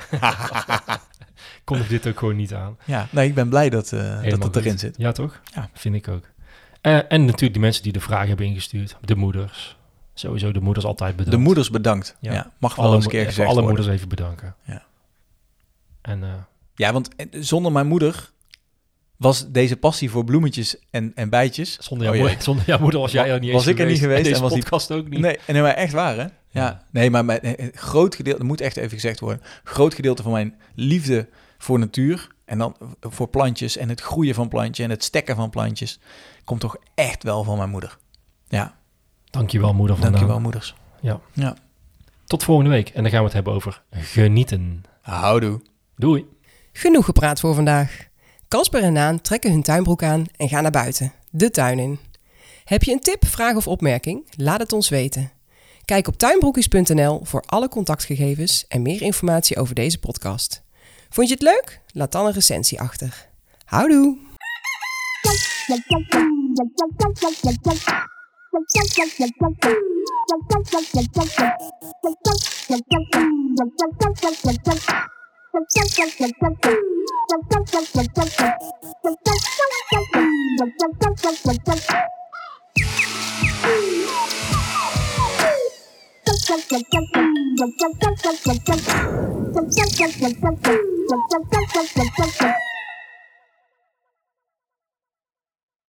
Kon ik dit ook gewoon niet aan. Ja, nee, ik ben blij dat, uh, dat het erin zit. Ja, toch? Ja. Vind ik ook. Uh, en natuurlijk die mensen die de vragen hebben ingestuurd. De moeders. Sowieso de moeders altijd bedankt. De moeders bedankt. Ja, ja mag wel alle, eens een keer gezegd alle worden. moeders even bedanken. Ja. En... Uh, ja, want zonder mijn moeder... was deze passie voor bloemetjes en, en bijtjes... Zonder jouw, oh, moeder, zonder jouw moeder was jij er niet was eens ik er niet geweest. En deze en was podcast die, ook niet. Nee, en nee, maar echt waar, hè? Ja. ja. Nee, maar mijn groot gedeelte... Dat moet echt even gezegd worden. Groot gedeelte van mijn liefde voor natuur... en dan voor plantjes en het groeien van plantjes... en het stekken van plantjes... komt toch echt wel van mijn moeder. Ja. Dankjewel, moeder. Vandaan. Dankjewel, moeders. Ja. ja. Tot volgende week. En dan gaan we het hebben over genieten. Houdoe. Doei. Genoeg gepraat voor vandaag. Casper en Naan trekken hun tuinbroek aan en gaan naar buiten, de tuin in. Heb je een tip, vraag of opmerking? Laat het ons weten. Kijk op tuinbroekies punt n l voor alle contactgegevens en meer informatie over deze podcast. Vond je het leuk? Laat dan een recensie achter. Houdoe!